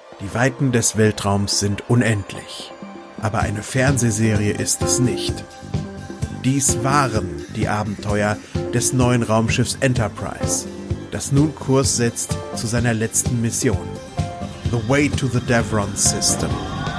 Die Weiten des Weltraums sind unendlich, aber eine Fernsehserie ist es nicht. Dies waren die Abenteuer des neuen Raumschiffs Enterprise, das nun Kurs setzt zu seiner letzten Mission: The Way to the Devron System.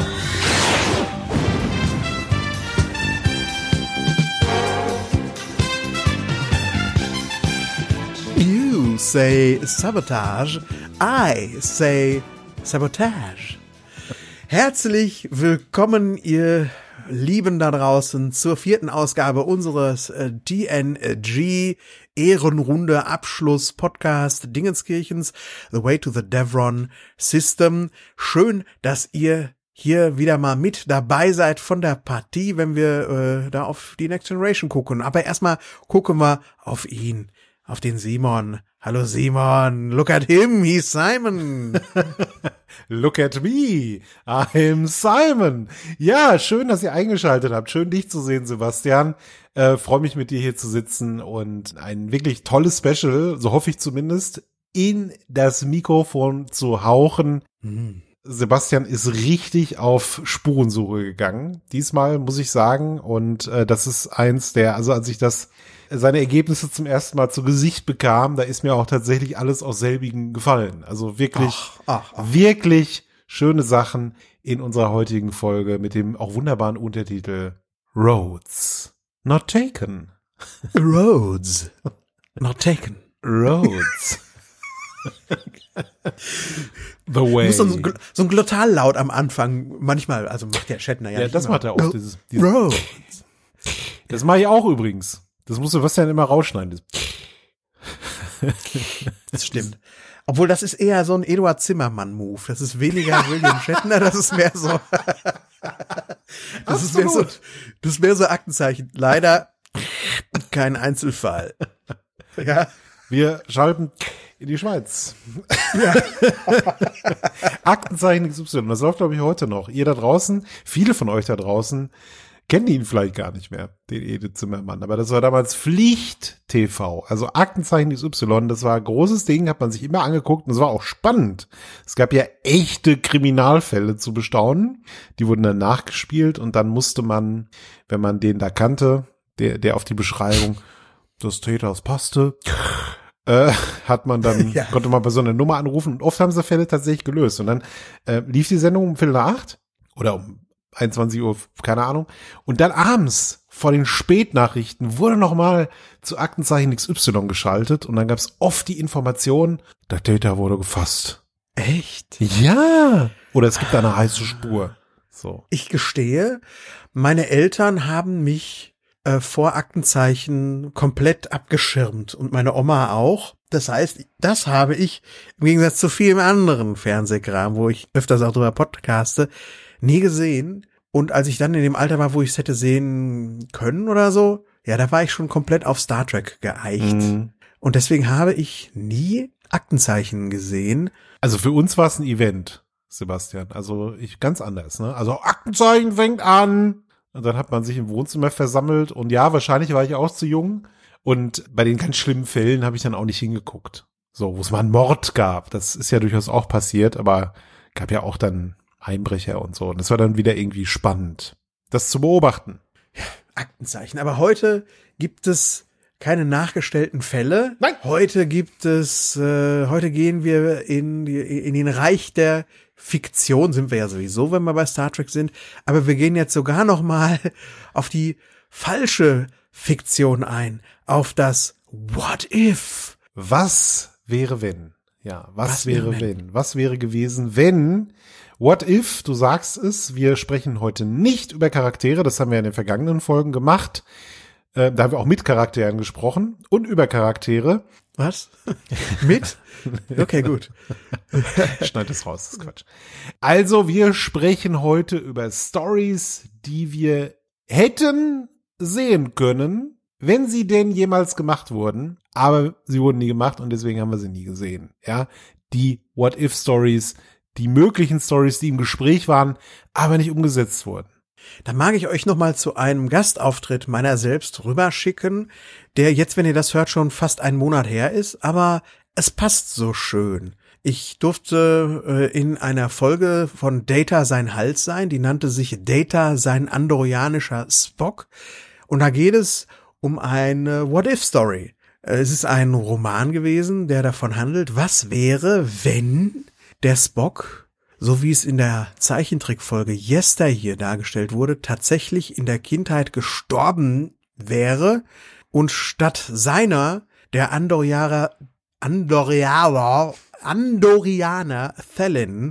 You say sabotage, I say sabotage. Herzlich willkommen, ihr Lieben da draußen, zur 4. Ausgabe unseres TNG Ehrenrunde Abschluss Podcast Dingenskirchens, The Way to the Devron System. Schön, dass ihr hier wieder mal mit dabei seid von der Partie, wenn wir da auf die Next Generation gucken. Aber erstmal gucken wir auf ihn, auf den Simon. Hallo Simon, look at him, he's Simon. Look at me, I'm Simon. Ja, schön, dass ihr eingeschaltet habt. Schön, dich zu sehen, Sebastian. Freue mich, mit dir hier zu sitzen und ein wirklich tolles Special, so hoffe ich zumindest, in das Mikrofon zu hauchen. Sebastian ist richtig auf Spurensuche gegangen. Diesmal muss ich sagen. Und das ist eins der, also als ich seine Ergebnisse zum ersten Mal zu Gesicht bekam, da ist mir auch tatsächlich alles aus selbigen gefallen. Also wirklich, wirklich schöne Sachen in unserer heutigen Folge mit dem auch wunderbaren Untertitel Roads Not Taken. Roads Not Taken. Roads. The Way. Du musst so ein Glottal-Laut am Anfang manchmal, also macht der Shatner ja nicht das immer. macht er auch. Dieses Roads. Das mache ich auch übrigens. Das musst du Sebastian immer rausschneiden. Das stimmt. Obwohl, das ist eher so ein Eduard Zimmermann-Move. Das ist weniger William Shatner, das ist mehr so. Das ist mehr so Aktenzeichen. Leider kein Einzelfall. Ja. Wir schalten in die Schweiz. Ja. Aktenzeichen XY. Das läuft, glaube ich, heute noch. Ihr da draußen, viele von euch da draußen, kennen ihn vielleicht gar nicht mehr, den Edith Zimmermann. Aber das war damals Pflicht-TV. Also Aktenzeichen XY, das war ein großes Ding, hat man sich immer angeguckt und es war auch spannend. Es gab ja echte Kriminalfälle zu bestaunen. Die wurden dann nachgespielt und dann musste man, wenn man den da kannte, der auf die Beschreibung des Täters passte, hat man dann, konnte man bei so einer Nummer anrufen und oft haben sie Fälle tatsächlich gelöst. Und dann lief die Sendung um 7:45 oder um 21 Uhr, keine Ahnung. Und dann abends vor den Spätnachrichten wurde nochmal zu Aktenzeichen XY geschaltet und dann gab es oft die Information, der Täter wurde gefasst. Echt? Ja. Oder es gibt eine heiße Spur. So. Ich gestehe, meine Eltern haben mich vor Aktenzeichen komplett abgeschirmt und meine Oma auch. Das heißt, das habe ich im Gegensatz zu vielem anderen Fernsehkram, wo ich öfters auch drüber podcaste, nie gesehen. Und als ich dann in dem Alter war, wo ich es hätte sehen können oder so, ja, da war ich schon komplett auf Star Trek geeicht. Und deswegen habe ich nie Aktenzeichen gesehen. Also für uns war es ein Event, Sebastian. Also ganz anders, ne? Also Aktenzeichen fängt an. Und dann hat man sich im Wohnzimmer versammelt. Und ja, wahrscheinlich war ich auch zu jung. Und bei den ganz schlimmen Fällen habe ich dann auch nicht hingeguckt. So, wo es mal einen Mord gab. Das ist ja durchaus auch passiert. Aber gab ja auch dann Einbrecher und so. Und das war dann wieder irgendwie spannend, das zu beobachten. Ja, Aktenzeichen. Aber heute gibt es keine nachgestellten Fälle. Nein. Heute gehen wir in den Reich der Fiktion, sind wir ja sowieso, wenn wir bei Star Trek sind. Aber wir gehen jetzt sogar noch mal auf die falsche Fiktion ein. Auf das What If. Was wäre wenn? Ja, was wäre wenn? Was wäre gewesen, wenn? What if, du sagst es, wir sprechen heute nicht über Charaktere, das haben wir in den vergangenen Folgen gemacht. Da haben wir auch mit Charakteren gesprochen und über Charaktere. Was? Mit? Okay, gut. Schneid es raus, das ist Quatsch. Also, wir sprechen heute über Stories, die wir hätten sehen können, wenn sie denn jemals gemacht wurden, aber sie wurden nie gemacht und deswegen haben wir sie nie gesehen. Ja, die What-If-Stories, die möglichen Stories, die im Gespräch waren, aber nicht umgesetzt wurden. Da mag ich euch noch mal zu einem Gastauftritt meiner selbst rüberschicken, der jetzt, wenn ihr das hört, schon fast einen Monat her ist, aber es passt so schön. Ich durfte in einer Folge von Data sein Hals sein, die nannte sich Data sein andorianischer Spock. Und da geht es um eine What-If-Story. Es ist ein Roman gewesen, der davon handelt, was wäre, wenn der Spock, so wie es in der Zeichentrickfolge Yesteryear dargestellt wurde, tatsächlich in der Kindheit gestorben wäre und statt seiner der Andorianer Thelen,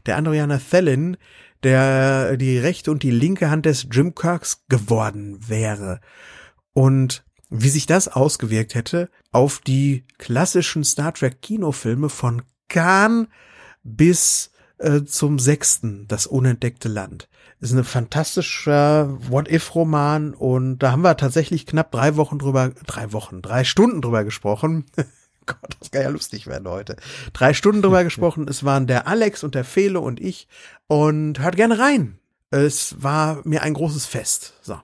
der die rechte und die linke Hand des Jim Kirks geworden wäre. Und wie sich das ausgewirkt hätte auf die klassischen Star Trek Kinofilme von Khan bis zum 6., das unentdeckte Land. Das ist ein fantastischer What-If-Roman und da haben wir tatsächlich knapp 3 Stunden drüber gesprochen. Gott, das kann ja lustig werden heute. 3 Stunden drüber gesprochen. Es waren der Alex und der Felo und ich und hört gerne rein. Es war mir ein großes Fest. So.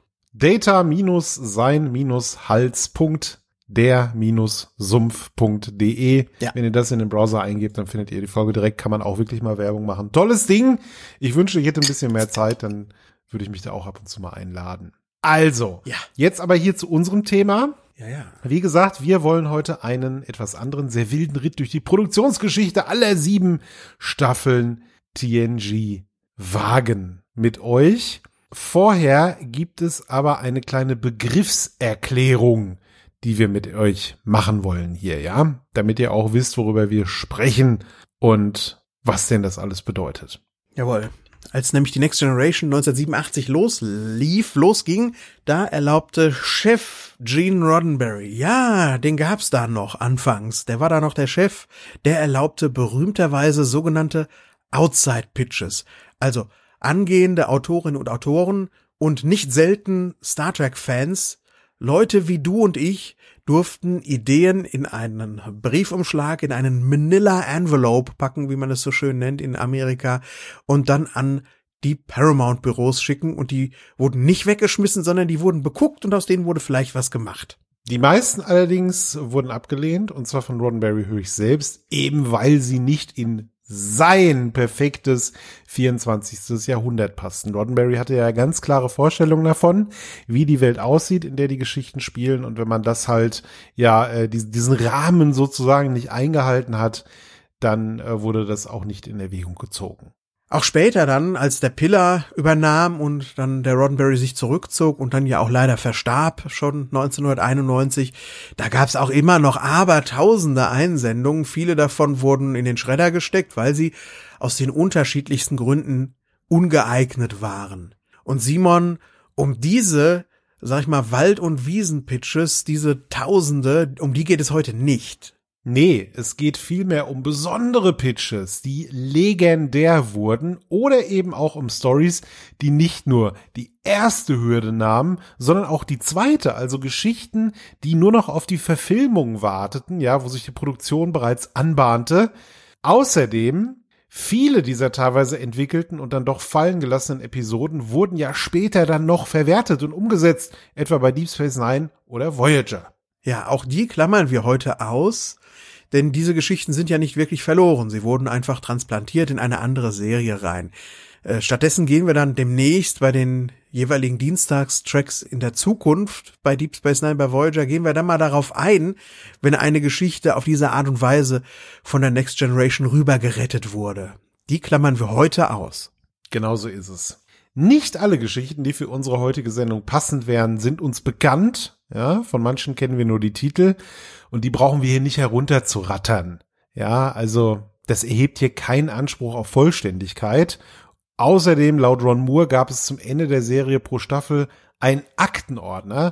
Data-sein-hals.der-sumpf.de. Ja. Wenn ihr das in den Browser eingebt, dann findet ihr die Folge direkt, kann man auch wirklich mal Werbung machen. Tolles Ding. Ich wünschte, ich hätte ein bisschen mehr Zeit, dann würde ich mich da auch ab und zu mal einladen. Also, ja. Jetzt aber hier zu unserem Thema. Ja. Wie gesagt, wir wollen heute einen etwas anderen, sehr wilden Ritt durch die Produktionsgeschichte aller 7 Staffeln TNG wagen mit euch. Vorher gibt es aber eine kleine Begriffserklärung, die wir mit euch machen wollen hier, ja? Damit ihr auch wisst, worüber wir sprechen und was denn das alles bedeutet. Jawohl. Als nämlich die Next Generation 1987 losging, da erlaubte Chef Gene Roddenberry, ja, den gab's da noch anfangs, der war da noch der Chef, der erlaubte berühmterweise sogenannte Outside Pitches, also angehende Autorinnen und Autoren und nicht selten Star Trek-Fans, Leute wie du und ich, durften Ideen in einen Briefumschlag, in einen Manila Envelope packen, wie man es so schön nennt in Amerika, und dann an die Paramount-Büros schicken und die wurden nicht weggeschmissen, sondern die wurden beguckt und aus denen wurde vielleicht was gemacht. Die meisten allerdings wurden abgelehnt, und zwar von Roddenberry höchst selbst, eben weil sie nicht in sein perfektes 24. Jahrhundert passten. Roddenberry hatte ja ganz klare Vorstellungen davon, wie die Welt aussieht, in der die Geschichten spielen, und wenn man das halt, diesen Rahmen sozusagen nicht eingehalten hat, dann wurde das auch nicht in Erwägung gezogen. Auch später dann, als der Piller übernahm und dann der Roddenberry sich zurückzog und dann ja auch leider verstarb, schon 1991, da gab's auch immer noch abertausende Einsendungen. Viele davon wurden in den Schredder gesteckt, weil sie aus den unterschiedlichsten Gründen ungeeignet waren. Und Simon, um diese, sag ich mal, Wald- und Wiesen-Pitches, diese Tausende, um die geht es heute nicht. Nee, es geht vielmehr um besondere Pitches, die legendär wurden, oder eben auch um Stories, die nicht nur die erste Hürde nahmen, sondern auch die zweite, also Geschichten, die nur noch auf die Verfilmung warteten, ja, wo sich die Produktion bereits anbahnte. Außerdem, viele dieser teilweise entwickelten und dann doch fallen gelassenen Episoden wurden ja später dann noch verwertet und umgesetzt, etwa bei Deep Space Nine oder Voyager. Ja, auch die klammern wir heute aus, denn diese Geschichten sind ja nicht wirklich verloren. Sie wurden einfach transplantiert in eine andere Serie rein. Stattdessen gehen wir dann demnächst bei den jeweiligen Dienstagstracks in der Zukunft, bei Deep Space Nine, bei Voyager, gehen wir dann mal darauf ein, wenn eine Geschichte auf diese Art und Weise von der Next Generation rübergerettet wurde. Die klammern wir heute aus. Genauso ist es. Nicht alle Geschichten, die für unsere heutige Sendung passend wären, sind uns bekannt. Ja, von manchen kennen wir nur die Titel und die brauchen wir hier nicht herunterzurattern. Ja, also das erhebt hier keinen Anspruch auf Vollständigkeit. Außerdem, laut Ron Moore, gab es zum Ende der Serie pro Staffel einen Aktenordner,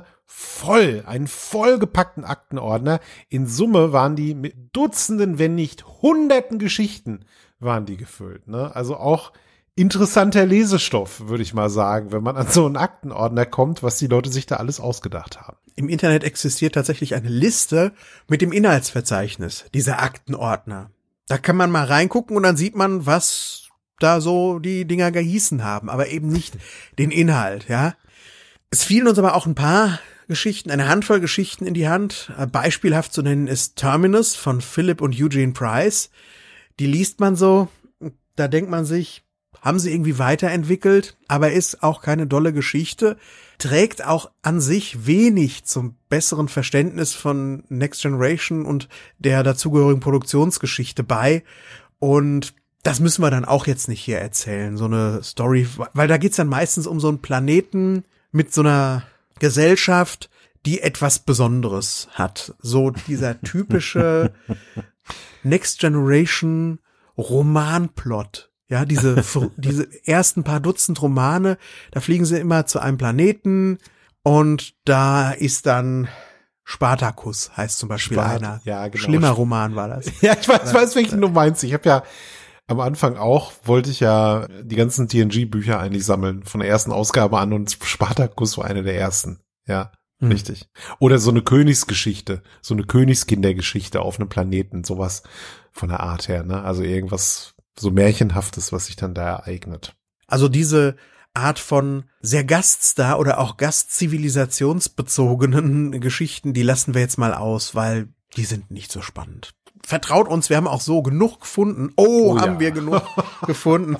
einen vollgepackten Aktenordner. In Summe waren die mit Dutzenden, wenn nicht Hunderten Geschichten waren die gefüllt. Ne? Also auch interessanter Lesestoff, würde ich mal sagen, wenn man an so einen Aktenordner kommt, was die Leute sich da alles ausgedacht haben. Im Internet existiert tatsächlich eine Liste mit dem Inhaltsverzeichnis dieser Aktenordner. Da kann man mal reingucken und dann sieht man, was da so die Dinger gehießen haben, aber eben nicht den Inhalt, ja. Es fielen uns aber auch ein paar Geschichten, eine Handvoll Geschichten in die Hand. Beispielhaft zu nennen ist Terminus von Philip und Eugene Price. Die liest man so, da denkt man sich, haben sie irgendwie weiterentwickelt, aber ist auch keine dolle Geschichte, trägt auch an sich wenig zum besseren Verständnis von Next Generation und der dazugehörigen Produktionsgeschichte bei. Und das müssen wir dann auch jetzt nicht hier erzählen, so eine Story, weil da geht's dann meistens um so einen Planeten mit so einer Gesellschaft, die etwas Besonderes hat. So dieser typische Next Generation Romanplot. Ja, diese ersten paar Dutzend Romane, da fliegen sie immer zu einem Planeten und da ist dann Spartacus, heißt zum Beispiel einer. Ja, genau. Schlimmer Roman war das. Ja, ich weiß, welchen du meinst. Ich habe ja am Anfang wollte ich ja die ganzen TNG-Bücher eigentlich sammeln, von der ersten Ausgabe an, und Spartacus war eine der ersten. Ja, richtig. Oder so eine Königsgeschichte, so eine Königskindergeschichte auf einem Planeten, sowas von der Art her, ne? Also irgendwas so Märchenhaftes, was sich dann da ereignet. Also diese Art von sehr Gaststar oder auch gastzivilisationsbezogenen Geschichten, die lassen wir jetzt mal aus, weil die sind nicht so spannend. Vertraut uns, wir haben auch so genug gefunden. Haben wir genug gefunden.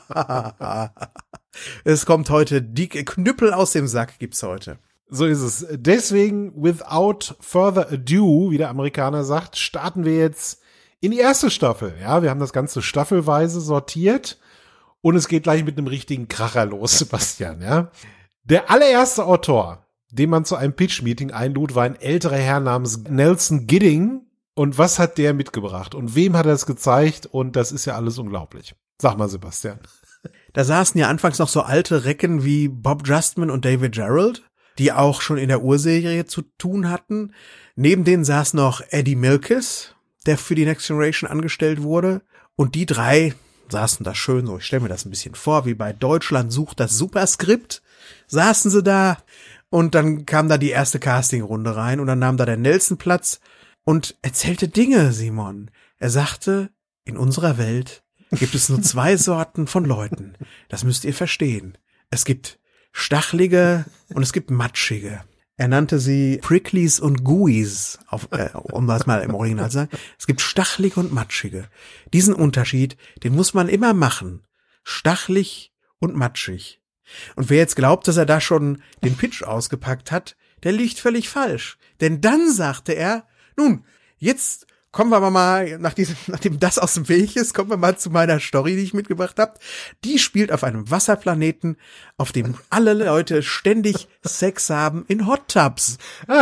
Es kommt heute, die Knüppel aus dem Sack gibt's heute. So ist es. Deswegen, without further ado, wie der Amerikaner sagt, starten wir jetzt in die erste Staffel. Ja, wir haben das Ganze staffelweise sortiert und es geht gleich mit einem richtigen Kracher los, Sebastian, ja. Der allererste Autor, den man zu einem Pitch-Meeting einlud, war ein älterer Herr namens Nelson Gidding. Und was hat der mitgebracht? Und wem hat er es gezeigt? Und das ist ja alles unglaublich. Sag mal, Sebastian. Da saßen ja anfangs noch so alte Recken wie Bob Justman und David Gerrold, die auch schon in der Urserie zu tun hatten. Neben denen saß noch Eddie Milkis, der für die Next Generation angestellt wurde. Und die drei saßen da schön so, ich stelle mir das ein bisschen vor, wie bei Deutschland sucht das Superskript, saßen sie da und dann kam da die erste Castingrunde rein und dann nahm da der Nelson Platz und erzählte Dinge, Simon. Er sagte, in unserer Welt gibt es nur 2 Sorten von Leuten. Das müsst ihr verstehen. Es gibt Stachelige und es gibt Matschige. Er nannte sie Pricklies und Gooeys, um das mal im Original zu sagen. Es gibt Stachelige und Matschige. Diesen Unterschied, den muss man immer machen. Stachelig und matschig. Und wer jetzt glaubt, dass er da schon den Pitch ausgepackt hat, der liegt völlig falsch. Denn dann sagte er, nun, jetzt kommen wir mal, nachdem das aus dem Weg ist, kommen wir mal zu meiner Story, die ich mitgebracht habe. Die spielt auf einem Wasserplaneten, auf dem alle Leute ständig Sex haben in Hot Tubs.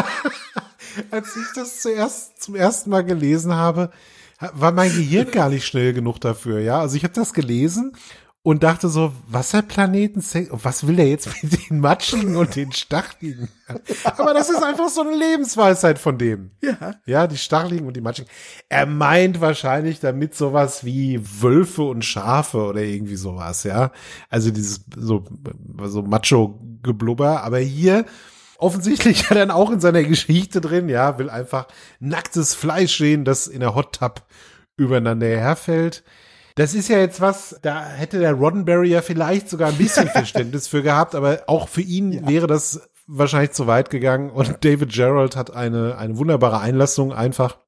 Als ich das zum ersten Mal gelesen habe, war mein Gehirn gar nicht schnell genug dafür, ja. Also ich habe das gelesen und dachte so, Wasserplaneten, was will der jetzt mit den Matschigen und den Stachligen? Aber das ist einfach so eine Lebensweisheit von dem. Ja. Ja, die Stachligen und die Matschigen. Er meint wahrscheinlich damit sowas wie Wölfe und Schafe oder irgendwie sowas, ja. Also dieses so Macho-Geblubber. Aber hier offensichtlich hat er dann auch in seiner Geschichte drin, ja, will einfach nacktes Fleisch sehen, das in der Hot Tub übereinander herfällt. Das ist ja jetzt was, da hätte der Roddenberry ja vielleicht sogar ein bisschen Verständnis für gehabt, aber auch für ihn wäre das wahrscheinlich zu weit gegangen. Und David Gerrold hat eine wunderbare Einlassung einfach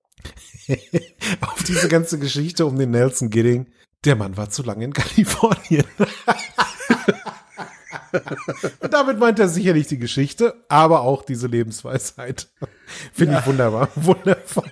auf diese ganze Geschichte um den Nelson Gidding. Der Mann war zu lange in Kalifornien. Und damit meint er sicherlich die Geschichte, aber auch diese Lebensweisheit. Finde ich wunderbar, wundervoll.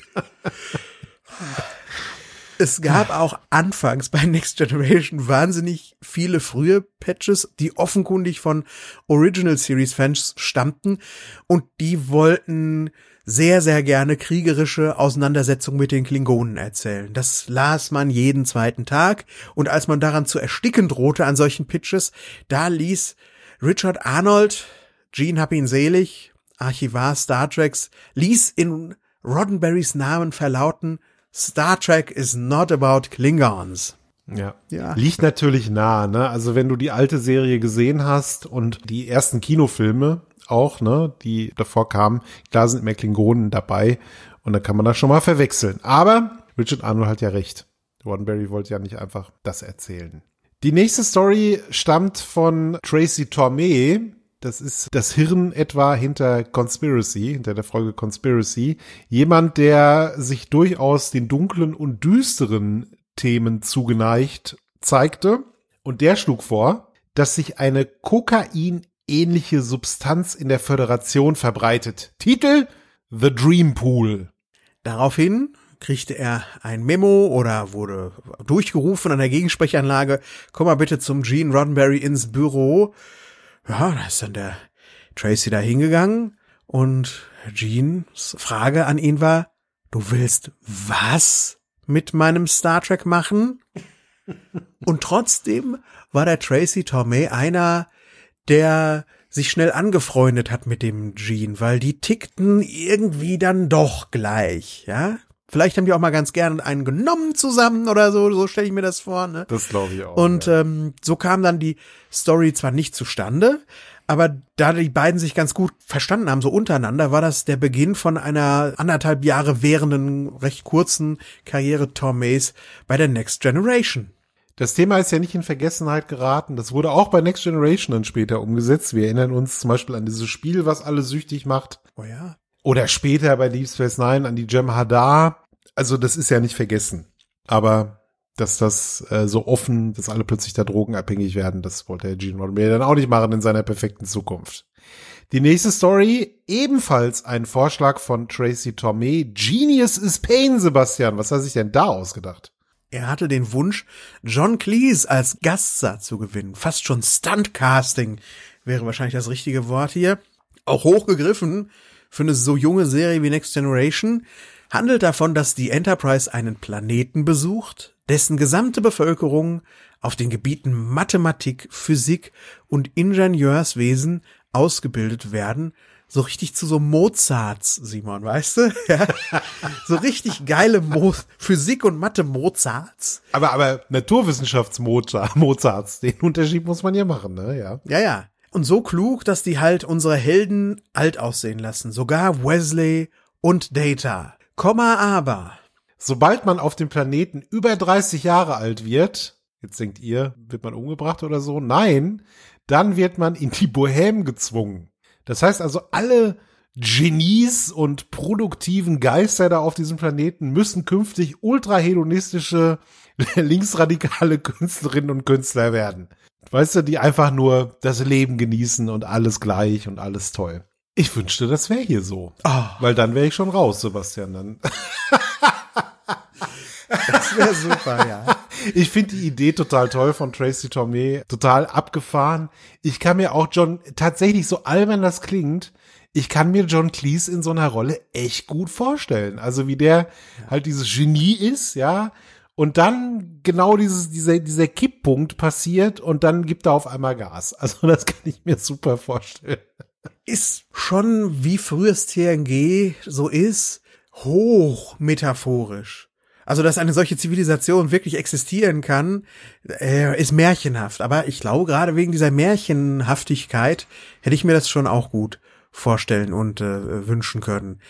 Es gab auch anfangs bei Next Generation wahnsinnig viele frühe Patches, die offenkundig von Original Series Fans stammten und die wollten sehr, sehr gerne kriegerische Auseinandersetzungen mit den Klingonen erzählen. Das las man jeden zweiten Tag und als man daran zu ersticken drohte an solchen Pitches, da ließ Richard Arnold, Gene hab ihn selig, Archivar Star Treks, ließ in Roddenberrys Namen verlauten, Star Trek is not about Klingons. Ja. Liegt natürlich nah, ne? Also wenn du die alte Serie gesehen hast und die ersten Kinofilme auch, ne, die davor kamen, klar sind immer Klingonen dabei und da kann man das schon mal verwechseln. Aber Richard Arnold hat ja recht. Roddenberry wollte ja nicht einfach das erzählen. Die nächste Story stammt von Tracy Torme. Das ist das Hirn etwa hinter Conspiracy, hinter der Folge Conspiracy. Jemand, der sich durchaus den dunklen und düsteren Themen zugeneigt zeigte. Und der schlug vor, dass sich eine kokainähnliche Substanz in der Föderation verbreitet. Titel: The Dream Pool. Daraufhin kriegte er ein Memo oder wurde durchgerufen an der Gegensprechanlage, komm mal bitte zum Gene Roddenberry ins Büro. Ja, da ist dann der Tracy da hingegangen und Genes Frage an ihn war, du willst was mit meinem Star Trek machen? Und trotzdem war der Tracy Torme einer, der sich schnell angefreundet hat mit dem Gene, weil die tickten irgendwie dann doch gleich, ja? Vielleicht haben die auch mal ganz gerne einen genommen zusammen oder so stelle ich mir das vor, ne? Das glaube ich auch. Und ja. So kam dann die Story zwar nicht zustande, aber da die beiden sich ganz gut verstanden haben, so untereinander, war das der Beginn von einer 1,5 Jahre währenden, recht kurzen Karriere Tormes bei der Next Generation. Das Thema ist ja nicht in Vergessenheit geraten. Das wurde auch bei Next Generation dann später umgesetzt. Wir erinnern uns zum Beispiel an dieses Spiel, was alle süchtig macht. Oh ja. Oder später bei Deep Space Nine an die Jem'Hadar. Also das ist ja nicht vergessen. Aber dass das so offen, dass alle plötzlich da drogenabhängig werden, das wollte Herr Gene Roddenberry dann auch nicht machen in seiner perfekten Zukunft. Die nächste Story, ebenfalls ein Vorschlag von Tracy Torme. Genius is Pain, Sebastian. Was hat er sich denn da ausgedacht? Er hatte den Wunsch, John Cleese als Gaststar zu gewinnen. Fast schon Stuntcasting wäre wahrscheinlich das richtige Wort hier. Auch hochgegriffen für eine so junge Serie wie Next Generation. Handelt davon, dass die Enterprise einen Planeten besucht, dessen gesamte Bevölkerung auf den Gebieten Mathematik, Physik und Ingenieurswesen ausgebildet werden. So richtig zu so Mozarts, Simon, weißt du? Ja. So richtig geile Physik- und Mathe-Mozarts. Aber Naturwissenschafts-Mozarts, den Unterschied muss man ja machen, ne? Ja. Ja. Und so klug, dass die halt unsere Helden alt aussehen lassen. Sogar Wesley und Data. Komma aber. Sobald man auf dem Planeten über 30 Jahre alt wird, jetzt denkt ihr, wird man umgebracht oder so? Nein, dann wird man in die Bohème gezwungen. Das heißt also, alle Genies und produktiven Geister da auf diesem Planeten müssen künftig ultrahedonistische, linksradikale Künstlerinnen und Künstler werden. Weißt du, die einfach nur das Leben genießen und alles gleich und alles toll. Ich wünschte, das wäre hier so. Oh. Weil dann wäre ich schon raus, Sebastian. Dann. Das wäre super, ja. Ich finde die Idee total toll von Tracy Torme, total abgefahren. Ich kann mir auch tatsächlich, so albern das klingt, ich kann mir John Cleese in so einer Rolle echt gut vorstellen. Also wie der halt dieses Genie ist, ja. Und dann genau dieser Kipppunkt passiert und dann gibt er auf einmal Gas. Also das kann ich mir super vorstellen. Ist schon, wie frühes TNG so ist, hoch metaphorisch. Also, dass eine solche Zivilisation wirklich existieren kann, ist märchenhaft. Aber ich glaube, gerade wegen dieser Märchenhaftigkeit hätte ich mir das schon auch gut vorstellen und wünschen können.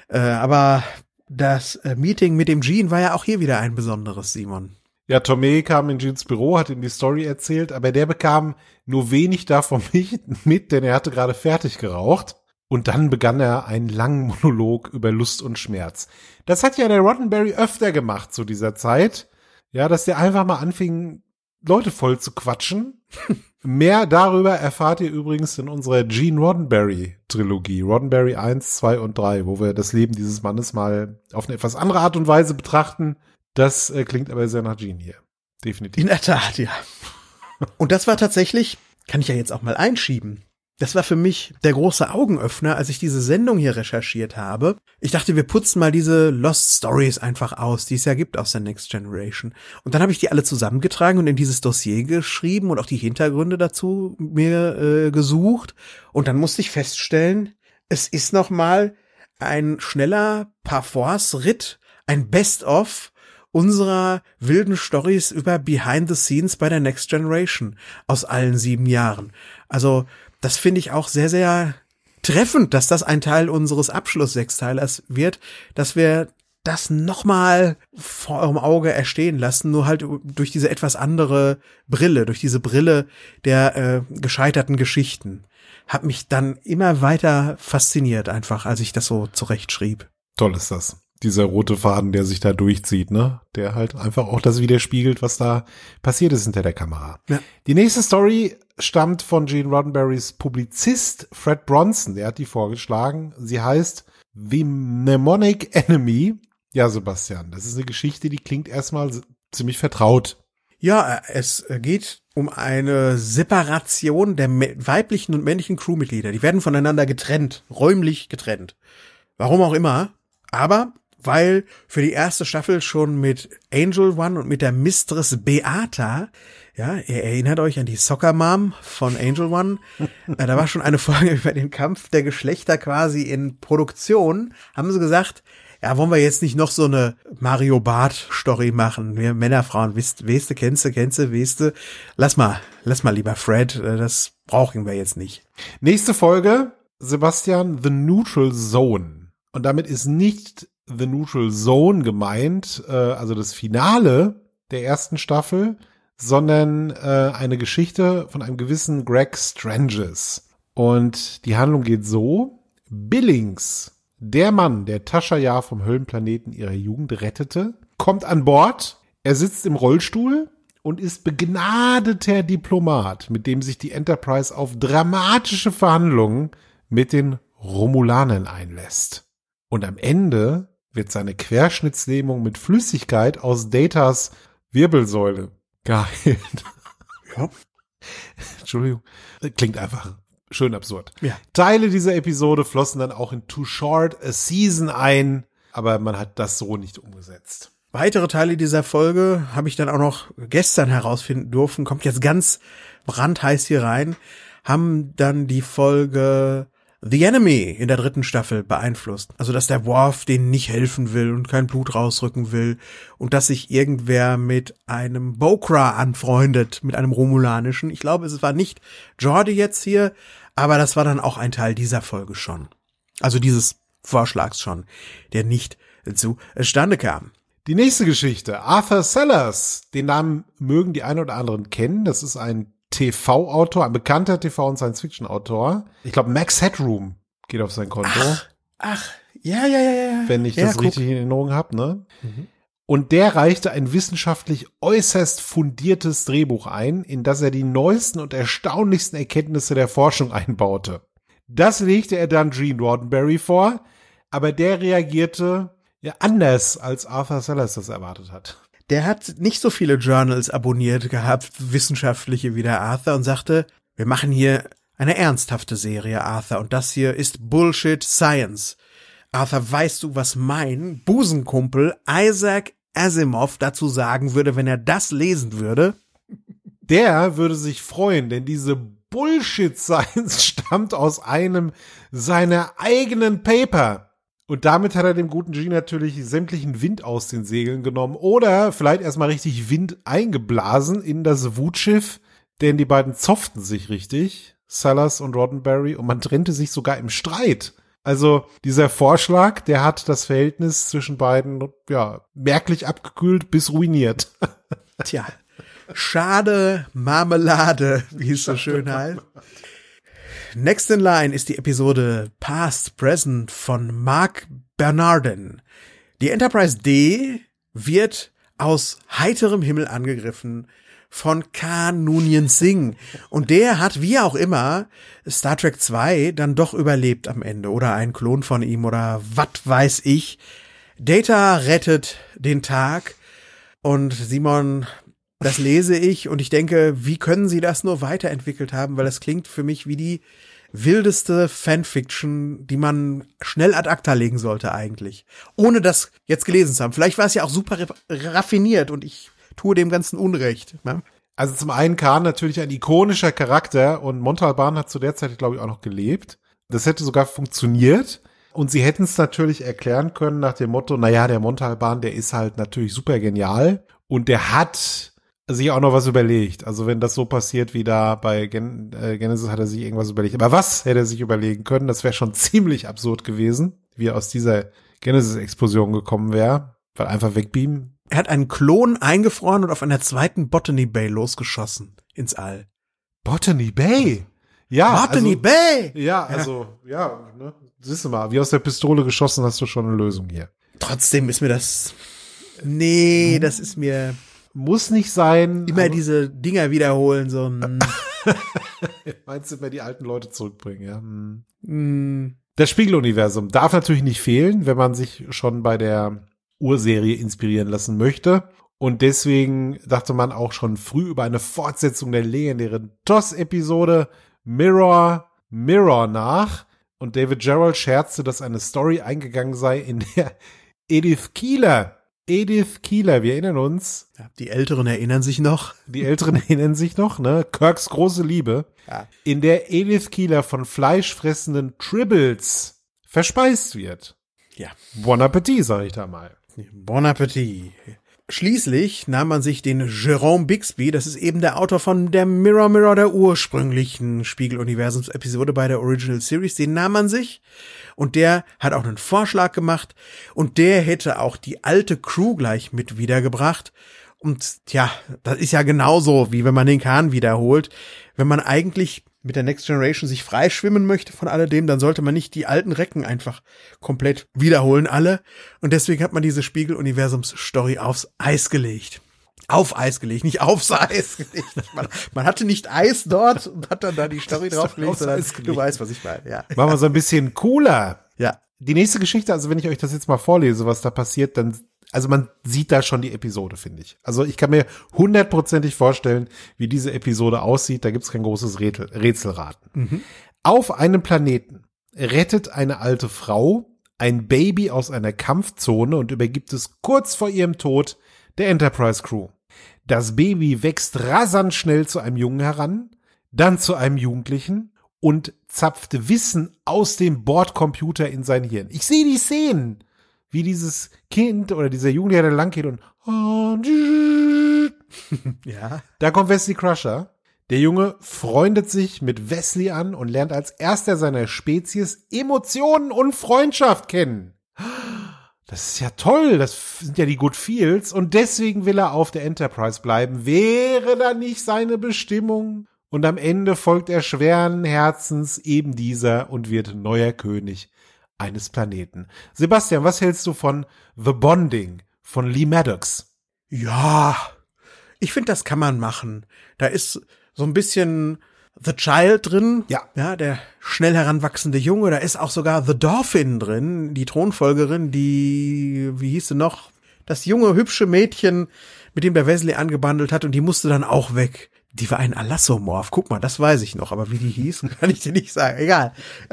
Aber das Meeting mit dem Gene war ja auch hier wieder ein besonderes, Simon. Ja, Torme kam in Genes Büro, hat ihm die Story erzählt, aber der bekam nur wenig davon mit, denn er hatte gerade fertig geraucht. Und dann begann er einen langen Monolog über Lust und Schmerz. Das hat ja der Roddenberry öfter gemacht zu dieser Zeit. Ja, dass der einfach mal anfing, Leute voll zu quatschen. Mehr darüber erfahrt ihr übrigens in unserer Gene Roddenberry Trilogie. Roddenberry 1, 2 und 3, wo wir das Leben dieses Mannes mal auf eine etwas andere Art und Weise betrachten. Das klingt aber sehr nach Gene hier. Definitiv. In der Tat, ja. Und das war tatsächlich, kann ich ja jetzt auch mal einschieben, das war für mich der große Augenöffner, als ich diese Sendung hier recherchiert habe. Ich dachte, wir putzen mal diese Lost Stories einfach aus, die es ja gibt aus der Next Generation. Und dann habe ich die alle zusammengetragen und in dieses Dossier geschrieben und auch die Hintergründe dazu mir gesucht. Und dann musste ich feststellen, es ist nochmal ein schneller Parforce-Ritt, ein Best-of unserer wilden Stories über Behind the Scenes bei der Next Generation aus allen 7 Jahren. Also das finde ich auch sehr, sehr treffend, dass das ein Teil unseres Abschluss-Sechsteilers wird, dass wir das nochmal vor eurem Auge erstehen lassen, nur halt durch diese etwas andere Brille, durch diese Brille der gescheiterten Geschichten. Hat mich dann immer weiter fasziniert einfach, als ich das so zurechtschrieb. Toll ist das. dieser rote Faden, der sich da durchzieht, ne? Der halt einfach auch das widerspiegelt, was da passiert ist hinter der Kamera. Ja. Die nächste Story stammt von Gene Roddenberrys Publizist Fred Bronson. Der hat die vorgeschlagen. Sie heißt The Mnemonic Enemy. Ja, Sebastian, das ist eine Geschichte, die klingt erstmal ziemlich vertraut. Ja, es geht um eine Separation der weiblichen und männlichen Crewmitglieder. Die werden voneinander getrennt, räumlich getrennt. Warum auch immer. Aber weil für die erste Staffel schon mit Angel One und mit der Mistress Beata, ja, ihr erinnert euch an die Soccer Mom von Angel One, da war schon eine Folge über den Kampf der Geschlechter quasi in Produktion, haben sie gesagt, ja, wollen wir jetzt nicht noch so eine Mario Barth Story machen, wir Männer, Frauen, weißt du, kennst du, lass mal lieber Fred, das brauchen wir jetzt nicht. Nächste Folge, Sebastian, The Neutral Zone. Und damit ist nicht The Neutral Zone gemeint, also das Finale der ersten Staffel, sondern eine Geschichte von einem gewissen Greg Stranges. Und die Handlung geht so: Billings, der Mann, der Tasha ja vom Höllenplaneten ihrer Jugend rettete, kommt an Bord, er sitzt im Rollstuhl und ist begnadeter Diplomat, mit dem sich die Enterprise auf dramatische Verhandlungen mit den Romulanern einlässt. Und am Ende wird seine Querschnittslähmung mit Flüssigkeit aus Datas Wirbelsäule geheilt. Ja. Entschuldigung. Klingt einfach schön absurd. Ja. Teile dieser Episode flossen dann auch in Too Short a Season ein, aber man hat das so nicht umgesetzt. Weitere Teile dieser Folge habe ich dann auch noch gestern herausfinden dürfen, kommt jetzt ganz brandheiß hier rein, haben dann die Folge The Enemy in der 3. Staffel beeinflusst. Also, dass der Worf denen nicht helfen will und kein Blut rausrücken will und dass sich irgendwer mit einem Bokra anfreundet, mit einem Romulanischen. Ich glaube, es war nicht Geordi jetzt hier, aber das war dann auch ein Teil dieser Folge schon. Also dieses Vorschlags schon, der nicht zustande kam. Die nächste Geschichte, Arthur Sellers. Den Namen mögen die ein oder anderen kennen. Das ist ein TV-Autor, ein bekannter TV- und Science-Fiction-Autor. Ich glaube, Max Headroom geht auf sein Konto. Ach, ja. Wenn ich das richtig in Erinnerung habe, ne? Mhm. Und der reichte ein wissenschaftlich äußerst fundiertes Drehbuch ein, in das er die neuesten und erstaunlichsten Erkenntnisse der Forschung einbaute. Das legte er dann Gene Roddenberry vor, aber der reagierte ja anders, als Arthur Sellers das erwartet hat. Der hat nicht so viele Journals abonniert gehabt, wissenschaftliche wie der Arthur, und sagte, wir machen hier eine ernsthafte Serie, Arthur, und das hier ist Bullshit Science. Arthur, weißt du, was mein Busenkumpel Isaac Asimov dazu sagen würde, wenn er das lesen würde? Der würde sich freuen, denn diese Bullshit Science stammt aus einem seiner eigenen Paper. Und damit hat er dem guten Gene natürlich sämtlichen Wind aus den Segeln genommen oder vielleicht erstmal richtig Wind eingeblasen in das Wutschiff, denn die beiden zofften sich richtig, Sellers und Roddenberry, und man trennte sich sogar im Streit. Also dieser Vorschlag, der hat das Verhältnis zwischen beiden ja merklich abgekühlt bis ruiniert. Tja, schade Marmelade, wie es so schön heißt. Next in Line ist die Episode Past Present von Mark Bernardin. Die Enterprise D wird aus heiterem Himmel angegriffen von Khan Noonien Singh. Und der hat, wie auch immer, Star Trek 2 dann doch überlebt am Ende. Oder ein Klon von ihm oder was weiß ich. Data rettet den Tag. Und Simon, das lese ich und ich denke, wie können sie das nur weiterentwickelt haben? Weil das klingt für mich wie die wildeste Fanfiction, die man schnell ad acta legen sollte eigentlich. Ohne das jetzt gelesen zu haben. Vielleicht war es ja auch super raffiniert und ich tue dem Ganzen Unrecht. Ne? Also zum einen Khan natürlich ein ikonischer Charakter und Montalban hat zu der Zeit, glaube ich, auch noch gelebt. Das hätte sogar funktioniert. Und sie hätten es natürlich erklären können nach dem Motto, naja, der Montalban, der ist halt natürlich super genial und der hat sich auch noch was überlegt. Also wenn das so passiert wie da bei Genesis, hat er sich irgendwas überlegt. Aber was hätte er sich überlegen können? Das wäre schon ziemlich absurd gewesen, wie er aus dieser Genesis-Explosion gekommen wäre. Weil einfach wegbeamen. Er hat einen Klon eingefroren und auf einer zweiten Botany Bay losgeschossen ins All. Botany Bay? Ja. Botany Bay! Ja, also, ja, ne? Siehst du mal, wie aus der Pistole geschossen, hast du schon eine Lösung hier. Trotzdem ist mir das, nee, das ist mir, muss nicht sein. immer diese Dinger wiederholen, so Meinst du, immer die alten Leute zurückbringen, ja? Das Spiegeluniversum darf natürlich nicht fehlen, wenn man sich schon bei der Urserie inspirieren lassen möchte. Und deswegen dachte man auch schon früh über eine Fortsetzung der legendären TOS-Episode Mirror nach. Und David Gerrold scherzte, dass eine Story eingegangen sei, in der Edith Keeler, wir erinnern uns. Ja, die Älteren erinnern sich noch. Ne? Kirks große Liebe. Ja. In der Edith Keeler von fleischfressenden Tribbles verspeist wird. Ja. Bon Appetit, sag ich da mal. Bon Appetit. Schließlich nahm man sich den Jerome Bixby, das ist eben der Autor von der Mirror, der ursprünglichen Spiegeluniversums-Episode bei der Original Series, den nahm man sich und der hat auch einen Vorschlag gemacht und der hätte auch die alte Crew gleich mit wiedergebracht. Und ja, das ist ja genauso, wie wenn man den Kahn wiederholt. Wenn man eigentlich mit der Next Generation sich freischwimmen möchte von alledem, dann sollte man nicht die alten Recken einfach komplett wiederholen, alle. Und deswegen hat man diese Spiegeluniversums-Story aufs Eis gelegt. Auf Eis gelegt, nicht aufs Eis gelegt. Man hatte nicht Eis dort und hat dann da die Story draufgelegt, sondern du weißt, was ich meine. Ja. Machen wir so ein bisschen cooler. Ja. Die nächste Geschichte, also wenn ich euch das jetzt mal vorlese, was da passiert, dann also man sieht da schon die Episode, finde ich. Also ich kann mir 100%ig vorstellen, wie diese Episode aussieht. Da gibt's kein großes Rätselraten. Auf einem Planeten rettet eine alte Frau ein Baby aus einer Kampfzone und übergibt es kurz vor ihrem Tod der Enterprise Crew. Das Baby wächst rasant schnell zu einem Jungen heran, dann zu einem Jugendlichen und zapft Wissen aus dem Bordcomputer in sein Hirn. Ich sehe die Szenen, wie dieses Kind oder dieser Jugendliche da lang geht und Ja. Da kommt Wesley Crusher. Der Junge freundet sich mit Wesley an und lernt als erster seiner Spezies Emotionen und Freundschaft kennen. Das ist ja toll, das sind ja die Good Feels und deswegen will er auf der Enterprise bleiben. Wäre da nicht seine Bestimmung? Und am Ende folgt er schweren Herzens eben dieser und wird neuer König eines Planeten. Sebastian, was hältst du von The Bonding von Lee Maddox? Ja, ich finde, das kann man machen. Da ist so ein bisschen The Child drin. Ja, der schnell heranwachsende Junge. Da ist auch sogar The Dolphin drin, die Thronfolgerin, die, wie hieß sie noch? Das junge, hübsche Mädchen, mit dem der Wesley angebandelt hat und die musste dann auch weg. Die war ein Alassomorph. Guck mal, das weiß ich noch. Aber wie die hieß, kann ich dir nicht sagen. Egal.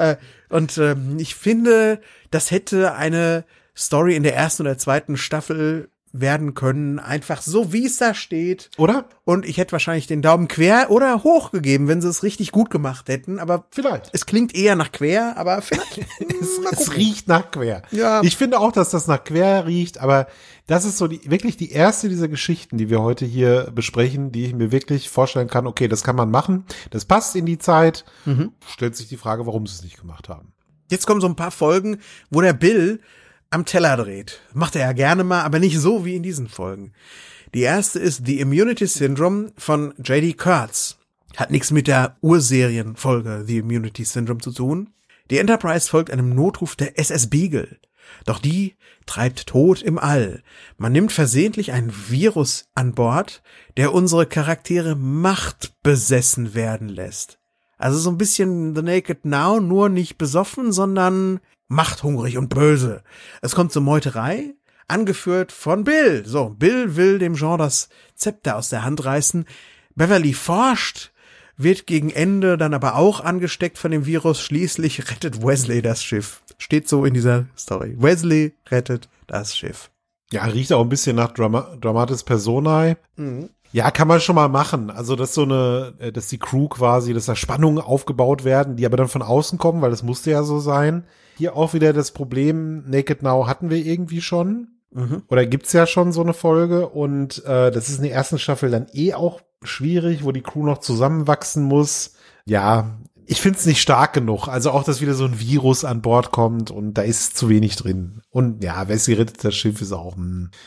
Ich finde, das hätte eine Story in der ersten oder zweiten Staffel werden können. Einfach so, wie es da steht. Oder? Und ich hätte wahrscheinlich den Daumen quer oder hoch gegeben, wenn sie es richtig gut gemacht hätten. Aber vielleicht. Es klingt eher nach quer, aber vielleicht. Es riecht nach quer. Ja. Ich finde auch, dass das nach quer riecht, aber das ist so wirklich die erste dieser Geschichten, die wir heute hier besprechen, die ich mir wirklich vorstellen kann, okay, das kann man machen, das passt in die Zeit. Stellt sich die Frage, warum sie es nicht gemacht haben. Jetzt kommen so ein paar Folgen, wo der Bill am Teller dreht. Macht er ja gerne mal, aber nicht so wie in diesen Folgen. Die erste ist The Immunity Syndrome von J.D. Kurtz. Hat nichts mit der Urserienfolge The Immunity Syndrome zu tun. Die Enterprise folgt einem Notruf der SS Beagle. Doch die treibt tot im All. Man nimmt versehentlich ein Virus an Bord, der unsere Charaktere machtbesessen werden lässt. Also so ein bisschen The Naked Now, nur nicht besoffen, sondern machthungrig und böse. Es kommt zur Meuterei, angeführt von Bill. So, Bill will dem Jean das Zepter aus der Hand reißen. Beverly forscht, wird gegen Ende dann aber auch angesteckt von dem Virus. Schließlich rettet Wesley das Schiff. Steht so in dieser Story. Wesley rettet das Schiff. Ja, riecht auch ein bisschen nach Dramatis Personae. Ja, kann man schon mal machen. Also, dass dass die Crew quasi, dass da Spannungen aufgebaut werden, die aber dann von außen kommen, weil das musste ja so sein. Hier auch wieder das Problem, Naked Now hatten wir irgendwie schon. Oder gibt's ja schon so eine Folge und das ist in der ersten Staffel dann auch schwierig, wo die Crew noch zusammenwachsen muss. Ja, ich find's nicht stark genug. Also auch, dass wieder so ein Virus an Bord kommt und da ist zu wenig drin. Und ja, Wesley rettet das Schiff ist auch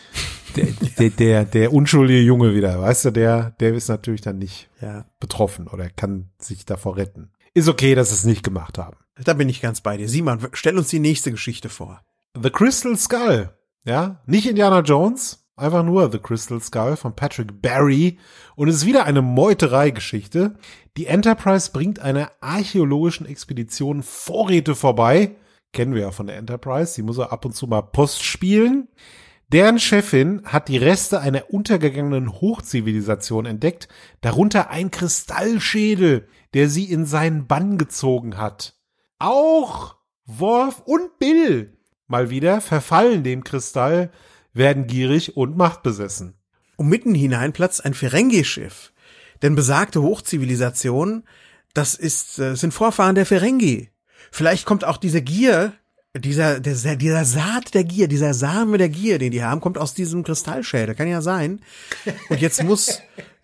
der unschuldige Junge wieder, weißt du, der ist natürlich dann nicht betroffen oder kann sich davor retten. Ist okay, dass sie es nicht gemacht haben. Da bin ich ganz bei dir. Simon, stell uns die nächste Geschichte vor. The Crystal Skull Ja, nicht Indiana Jones, einfach nur The Crystal Skull von Patrick Barry. Und es ist wieder eine Meuterei-Geschichte. Die Enterprise bringt einer archäologischen Expedition Vorräte vorbei. Kennen wir ja von der Enterprise. Die muss ja ab und zu mal Post spielen. Deren Chefin hat die Reste einer untergegangenen Hochzivilisation entdeckt, darunter ein Kristallschädel, der sie in seinen Bann gezogen hat. Auch Worf und Bill mal wieder verfallen dem Kristall, werden gierig und machtbesessen. Und mitten hinein platzt ein Ferengi-Schiff. Denn besagte Hochzivilisation, sind Vorfahren der Ferengi. Vielleicht kommt auch diese Gier, dieser Saat der Gier, dieser Same der Gier, den die haben, kommt aus diesem Kristallschädel. Kann ja sein. Und jetzt muss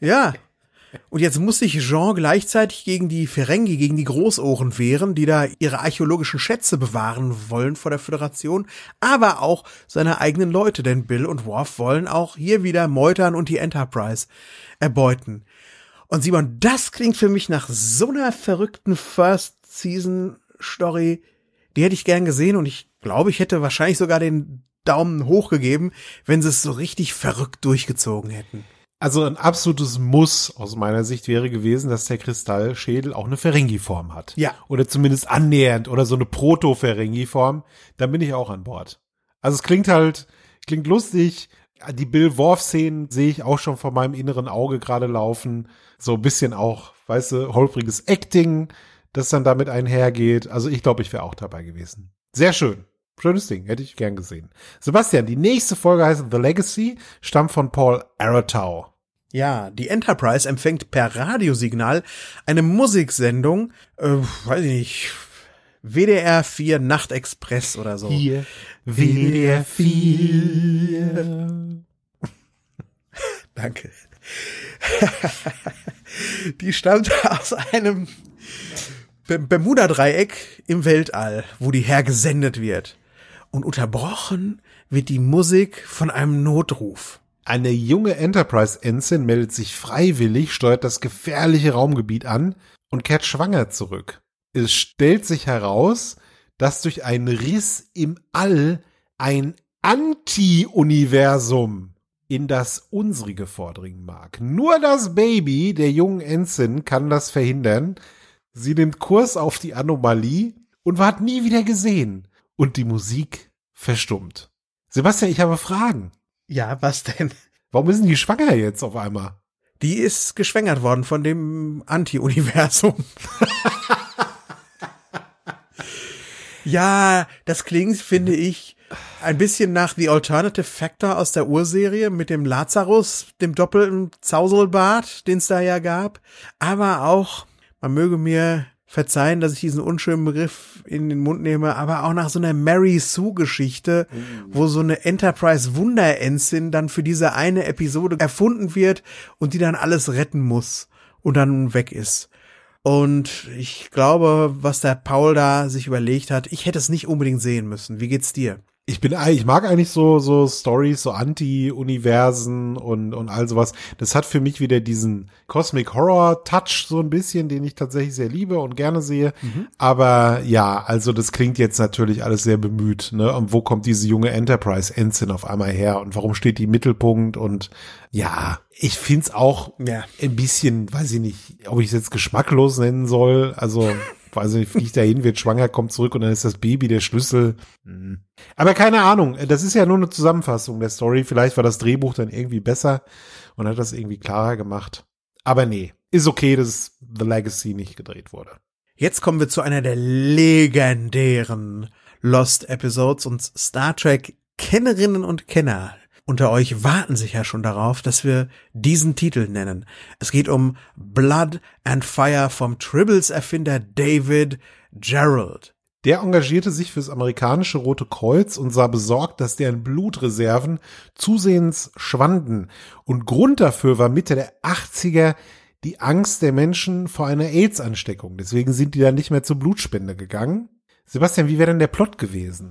sich Jean gleichzeitig gegen die Ferengi, gegen die Großohren wehren, die da ihre archäologischen Schätze bewahren wollen vor der Föderation, aber auch seine eigenen Leute, denn Bill und Worf wollen auch hier wieder meutern und die Enterprise erbeuten. Und Simon, das klingt für mich nach so einer verrückten First-Season-Story, die hätte ich gern gesehen und ich glaube, ich hätte wahrscheinlich sogar den Daumen hoch gegeben, wenn sie es so richtig verrückt durchgezogen hätten. Also ein absolutes Muss aus meiner Sicht wäre gewesen, dass der Kristallschädel auch eine Ferengi-Form hat. Ja. Oder zumindest annähernd oder so eine Proto-Ferengi-Form. Dann bin ich auch an Bord. Also es klingt lustig. Die Bill-Worf-Szenen sehe ich auch schon vor meinem inneren Auge gerade laufen. So ein bisschen auch, weißt du, holpriges Acting, das dann damit einhergeht. Also ich glaube, ich wäre auch dabei gewesen. Sehr schön. Schönes Ding, hätte ich gern gesehen. Sebastian, die nächste Folge heißt The Legacy, stammt von Paul Aratow. Ja, die Enterprise empfängt per Radiosignal eine Musiksendung, weiß ich nicht, WDR 4 Nachtexpress oder so. Hier, WDR 4. Danke. Die stammt aus einem Bermuda-Dreieck im Weltall, wo die hergesendet wird. Und unterbrochen wird die Musik von einem Notruf. Eine junge Enterprise-Ensign meldet sich freiwillig, steuert das gefährliche Raumgebiet an und kehrt schwanger zurück. Es stellt sich heraus, dass durch einen Riss im All ein Anti-Universum in das unsrige vordringen mag. Nur das Baby der jungen Ensign kann das verhindern. Sie nimmt Kurs auf die Anomalie und wird nie wieder gesehen. Und die Musik verstummt. Sebastian, ich habe Fragen. Ja, was denn? Warum ist denn die schwanger jetzt auf einmal? Die ist geschwängert worden von dem Anti-Universum. Ja, das klingt, finde ich, ein bisschen nach The Alternative Factor aus der Urserie mit dem Lazarus, dem doppelten Zauselbart, den es da ja gab. Aber auch, man möge mir verzeihen, dass ich diesen unschönen Begriff in den Mund nehme, aber auch nach so einer Mary Sue-Geschichte, wo so eine Enterprise-Wunder-Ensign dann für diese eine Episode erfunden wird und die dann alles retten muss und dann weg ist. Und ich glaube, was der Paul da sich überlegt hat, ich hätte es nicht unbedingt sehen müssen. Wie geht's dir? Ich mag eigentlich so Stories, so Anti-Universen und all sowas. Das hat für mich wieder diesen Cosmic Horror Touch so ein bisschen, den ich tatsächlich sehr liebe und gerne sehe. Aber ja, also das klingt jetzt natürlich alles sehr bemüht, ne? Und wo kommt diese junge Enterprise-Ensign auf einmal her und warum steht die im Mittelpunkt? Und ja, ich find's auch ein bisschen, weiß ich nicht, ob ich es jetzt geschmacklos nennen soll. Also weiß nicht, fliegt dahin, wird schwanger, kommt zurück und dann ist das Baby der Schlüssel. Aber keine Ahnung, das ist ja nur eine Zusammenfassung der Story. Vielleicht war das Drehbuch dann irgendwie besser und hat das irgendwie klarer gemacht. Aber nee, ist okay, dass The Legacy nicht gedreht wurde. Jetzt kommen wir zu einer der legendären Lost Episodes und Star Trek Kennerinnen und Kenner unter euch warten sich ja schon darauf, dass wir diesen Titel nennen. Es geht um Blood and Fire vom Tribbles-Erfinder David Gerrold. Der engagierte sich fürs amerikanische Rote Kreuz und sah besorgt, dass deren Blutreserven zusehends schwanden. Und Grund dafür war Mitte der 80er die Angst der Menschen vor einer AIDS-Ansteckung. Deswegen sind die dann nicht mehr zur Blutspende gegangen. Sebastian, wie wäre denn der Plot gewesen?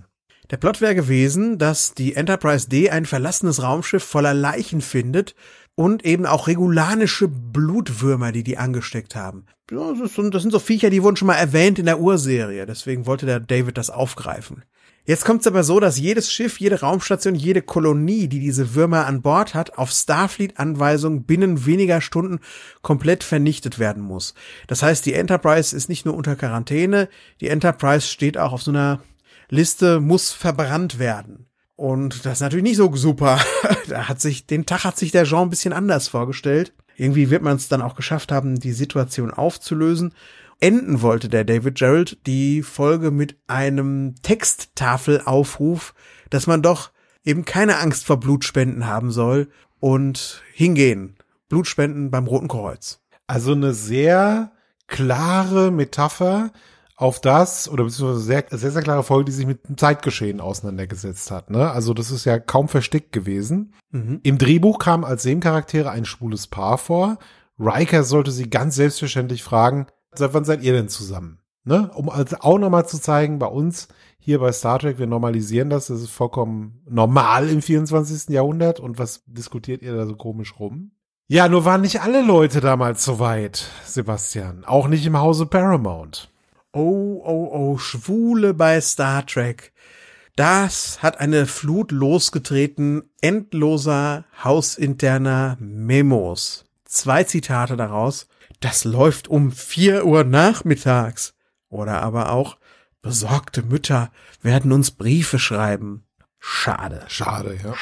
Der Plot wäre gewesen, dass die Enterprise D ein verlassenes Raumschiff voller Leichen findet und eben auch regulanische Blutwürmer, die angesteckt haben. Ja, das sind so Viecher, die wurden schon mal erwähnt in der Urserie, deswegen wollte der David das aufgreifen. Jetzt kommt es aber so, dass jedes Schiff, jede Raumstation, jede Kolonie, die diese Würmer an Bord hat, auf Starfleet-Anweisung binnen weniger Stunden komplett vernichtet werden muss. Das heißt, die Enterprise ist nicht nur unter Quarantäne, die Enterprise steht auch auf so einer Liste, muss verbrannt werden. Und das ist natürlich nicht so super. Den Tag hat sich der Jean ein bisschen anders vorgestellt. Irgendwie wird man es dann auch geschafft haben, die Situation aufzulösen. Enden wollte der David Gerrold die Folge mit einem Texttafelaufruf, dass man doch eben keine Angst vor Blutspenden haben soll und hingehen. Blutspenden beim Roten Kreuz. Also eine sehr klare Metapher auf das, oder beziehungsweise sehr, sehr, sehr klare Folge, die sich mit dem Zeitgeschehen auseinandergesetzt hat. Ne? Also das ist ja kaum versteckt gewesen. Mhm. Im Drehbuch kam als Nebencharaktere ein schwules Paar vor. Riker sollte sie ganz selbstverständlich fragen, seit wann seid ihr denn zusammen? Ne? Um also auch nochmal zu zeigen, bei uns hier bei Star Trek, wir normalisieren das ist vollkommen normal im 24. Jahrhundert. Und was diskutiert ihr da so komisch rum? Ja, nur waren nicht alle Leute damals so weit, Sebastian. Auch nicht im Hause Paramount. Oh, Schwule bei Star Trek. Das hat eine Flut losgetreten, endloser hausinterner Memos. 2 Zitate daraus. Das läuft um 4 Uhr nachmittags. Oder aber auch, besorgte Mütter werden uns Briefe schreiben. Schade. Schade, ja.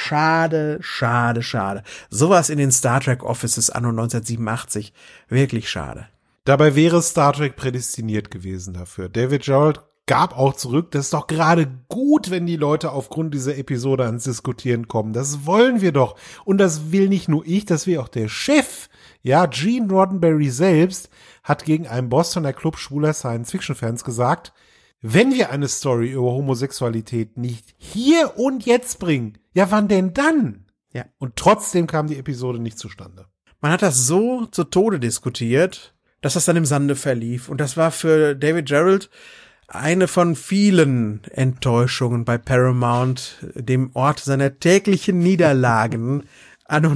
Schade. Sowas in den Star Trek Offices anno 1987. Wirklich schade. Dabei wäre Star Trek prädestiniert gewesen dafür. David Gerrold gab auch zurück, das ist doch gerade gut, wenn die Leute aufgrund dieser Episode ans Diskutieren kommen. Das wollen wir doch. Und das will nicht nur ich, das will auch der Chef. Ja, Gene Roddenberry selbst hat gegen einen Bostoner Club schwuler Science-Fiction-Fans gesagt, wenn wir eine Story über Homosexualität nicht hier und jetzt bringen, ja wann denn dann? Ja. Und trotzdem kam die Episode nicht zustande. Man hat das so zu Tode diskutiert, dass das dann im Sande verlief. Und das war für David Gerrold eine von vielen Enttäuschungen bei Paramount, dem Ort seiner täglichen Niederlagen anno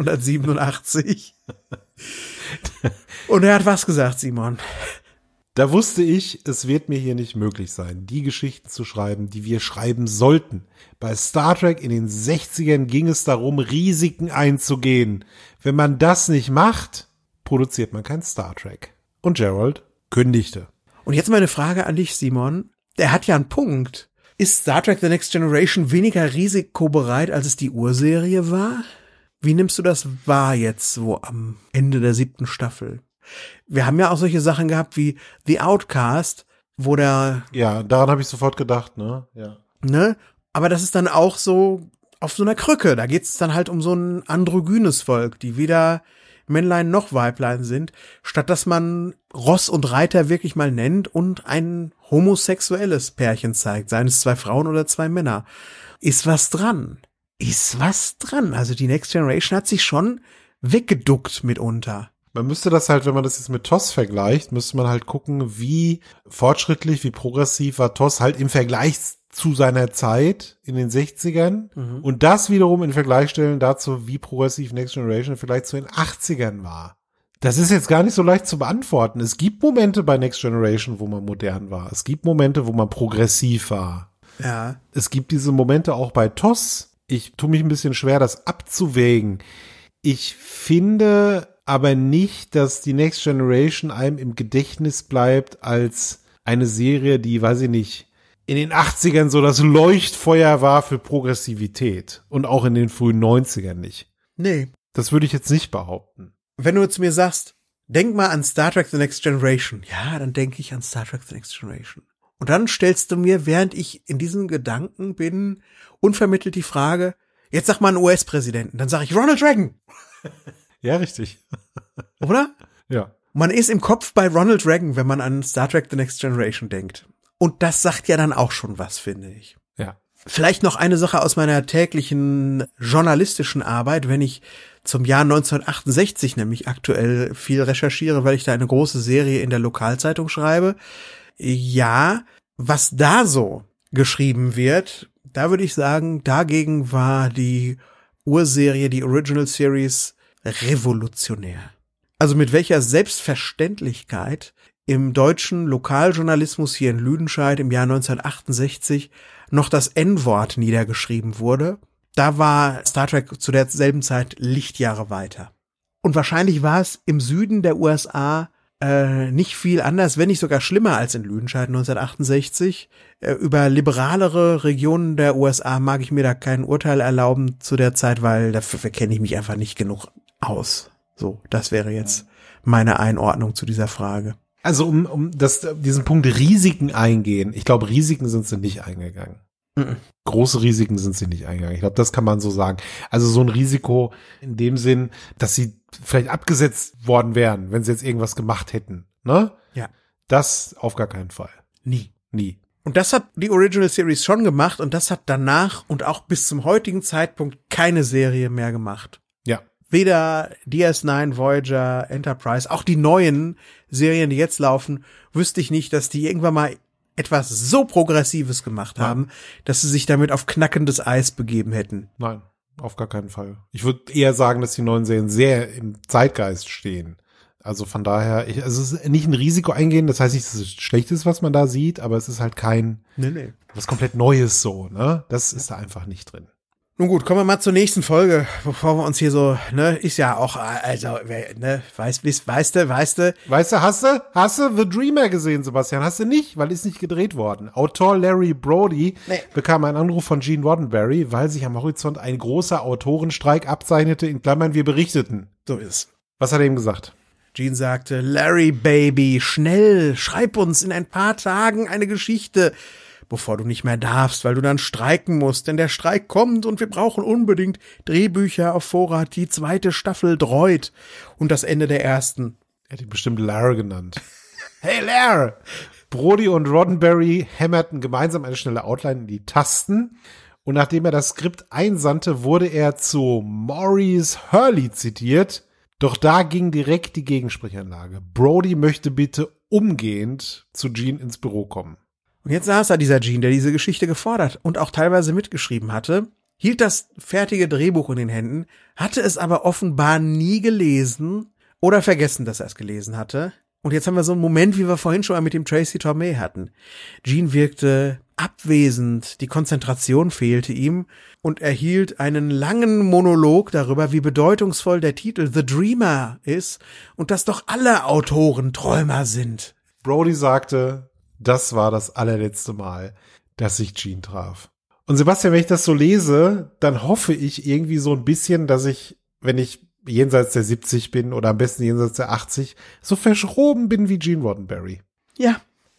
1987. Und er hat was gesagt, Simon? Da wusste ich, es wird mir hier nicht möglich sein, die Geschichten zu schreiben, die wir schreiben sollten. Bei Star Trek in den 60ern ging es darum, Risiken einzugehen. Wenn man das nicht macht, produziert man kein Star Trek. Und Gerrold kündigte. Und jetzt meine Frage an dich, Simon. Der hat ja einen Punkt. Ist Star Trek The Next Generation weniger risikobereit, als es die Urserie war? Wie nimmst du das wahr jetzt so am Ende der 7. Staffel? Wir haben ja auch solche Sachen gehabt wie The Outcast, wo der... Ja, daran habe ich sofort gedacht, ne? Ja. Ne? Aber das ist dann auch so auf so einer Krücke. Da geht es dann halt um so ein androgynes Volk, die weder Männlein noch Weiblein sind, statt dass man Ross und Reiter wirklich mal nennt und ein homosexuelles Pärchen zeigt, seien es 2 Frauen oder 2 Männer. Ist was dran. Also die Next Generation hat sich schon weggeduckt mitunter. Man müsste das halt, wenn man das jetzt mit TOS vergleicht, müsste man halt gucken, wie fortschrittlich, wie progressiv war TOS halt im Vergleich zu seiner Zeit in den 60ern und das wiederum in Vergleich stellen dazu, wie progressiv Next Generation im Vergleich zu den 80ern war. Das ist jetzt gar nicht so leicht zu beantworten. Es gibt Momente bei Next Generation, wo man modern war. Es gibt Momente, wo man progressiv war. Ja. Es gibt diese Momente auch bei TOS. Ich tue mich ein bisschen schwer, das abzuwägen. Ich finde aber nicht, dass die Next Generation einem im Gedächtnis bleibt als eine Serie, die, weiß ich nicht, in den 80ern so das Leuchtfeuer war für Progressivität und auch in den frühen 90ern nicht. Nee. Das würde ich jetzt nicht behaupten. Wenn du zu mir sagst, denk mal an Star Trek The Next Generation, ja, dann denke ich an Star Trek The Next Generation. Und dann stellst du mir, während ich in diesem Gedanken bin, unvermittelt die Frage, jetzt sag mal einen US-Präsidenten, dann sage ich Ronald Reagan. Ja, richtig. Oder? Ja. Man ist im Kopf bei Ronald Reagan, wenn man an Star Trek The Next Generation denkt. Und das sagt ja dann auch schon was, finde ich. Ja. Vielleicht noch eine Sache aus meiner täglichen journalistischen Arbeit, wenn ich zum Jahr 1968 nämlich aktuell viel recherchiere, weil ich da eine große Serie in der Lokalzeitung schreibe. Ja, was da so geschrieben wird, Da würde ich sagen, dagegen war die Urserie, die Original Series, revolutionär. Also mit welcher Selbstverständlichkeit im deutschen Lokaljournalismus hier in Lüdenscheid im Jahr 1968 noch das N-Wort niedergeschrieben wurde, da war Star Trek zu derselben Zeit Lichtjahre weiter. Und wahrscheinlich war es im Süden der USA nicht viel anders, wenn nicht sogar schlimmer als in Lüdenscheid 1968. Über liberalere Regionen der USA mag ich mir da kein Urteil erlauben zu der Zeit, weil dafür kenne ich mich einfach nicht genug aus. So, das wäre jetzt meine Einordnung zu dieser Frage. Also diesen Punkt Risiken eingehen. Ich glaube, Risiken sind sie nicht eingegangen. Große Risiken sind sie nicht eingegangen. Ich glaube, das kann man so sagen. Also so ein Risiko in dem Sinn, dass sie vielleicht abgesetzt worden wären, wenn sie jetzt irgendwas gemacht hätten. Ne? Ja. Das auf gar keinen Fall. Nie. Und das hat die Original Series schon gemacht und das hat danach und auch bis zum heutigen Zeitpunkt keine Serie mehr gemacht. Ja. Weder DS9, Voyager, Enterprise, auch die neuen Serien, die jetzt laufen, wüsste ich nicht, dass die irgendwann mal etwas so Progressives gemacht haben, dass sie sich damit auf knackendes Eis begeben hätten. Nein, auf gar keinen Fall. Ich würde eher sagen, dass die neuen Serien sehr im Zeitgeist stehen. Also von daher, es ist nicht ein Risiko eingehen, das heißt nicht, dass es schlecht ist, was man da sieht, aber es ist halt kein was komplett Neues so, ne? Das ist da einfach nicht drin. Nun gut, kommen wir mal zur nächsten Folge, bevor wir uns hier so, ne, ist ja auch, also, ne, weißt du? Hast du The Dreamer gesehen, Sebastian? Hast du nicht, weil ist nicht gedreht worden. Autor Larry Brody bekam einen Anruf von Gene Roddenberry, weil sich am Horizont ein großer Autorenstreik abzeichnete, in Klammern, wir berichteten. So ist es. Was hat er ihm gesagt? Gene sagte, Larry, Baby, schnell, schreib uns in ein paar Tagen eine Geschichte, bevor du nicht mehr darfst, weil du dann streiken musst, denn der Streik kommt und wir brauchen unbedingt Drehbücher auf Vorrat, die 2. Staffel Droid und das Ende der 1. Er hat ihn bestimmt Lar genannt. Hey Lar! Brody und Roddenberry hämmerten gemeinsam eine schnelle Outline in die Tasten und nachdem er das Skript einsandte, wurde er zu Maurice Hurley zitiert, doch da ging direkt die Gegensprechanlage. Brody möchte bitte umgehend zu Gene ins Büro kommen. Und jetzt saß da dieser Gene, der diese Geschichte gefordert und auch teilweise mitgeschrieben hatte, hielt das fertige Drehbuch in den Händen, hatte es aber offenbar nie gelesen oder vergessen, dass er es gelesen hatte. Und jetzt haben wir so einen Moment, wie wir vorhin schon mal mit dem Tracy Torme hatten. Gene wirkte abwesend, die Konzentration fehlte ihm und er hielt einen langen Monolog darüber, wie bedeutungsvoll der Titel The Dreamer ist und dass doch alle Autoren Träumer sind. Brody sagte, das war das allerletzte Mal, dass sich Gene traf. Und Sebastian, wenn ich das so lese, dann hoffe ich irgendwie so ein bisschen, dass ich, wenn ich jenseits der 70 bin oder am besten jenseits der 80, so verschroben bin wie Gene Roddenberry. Ja,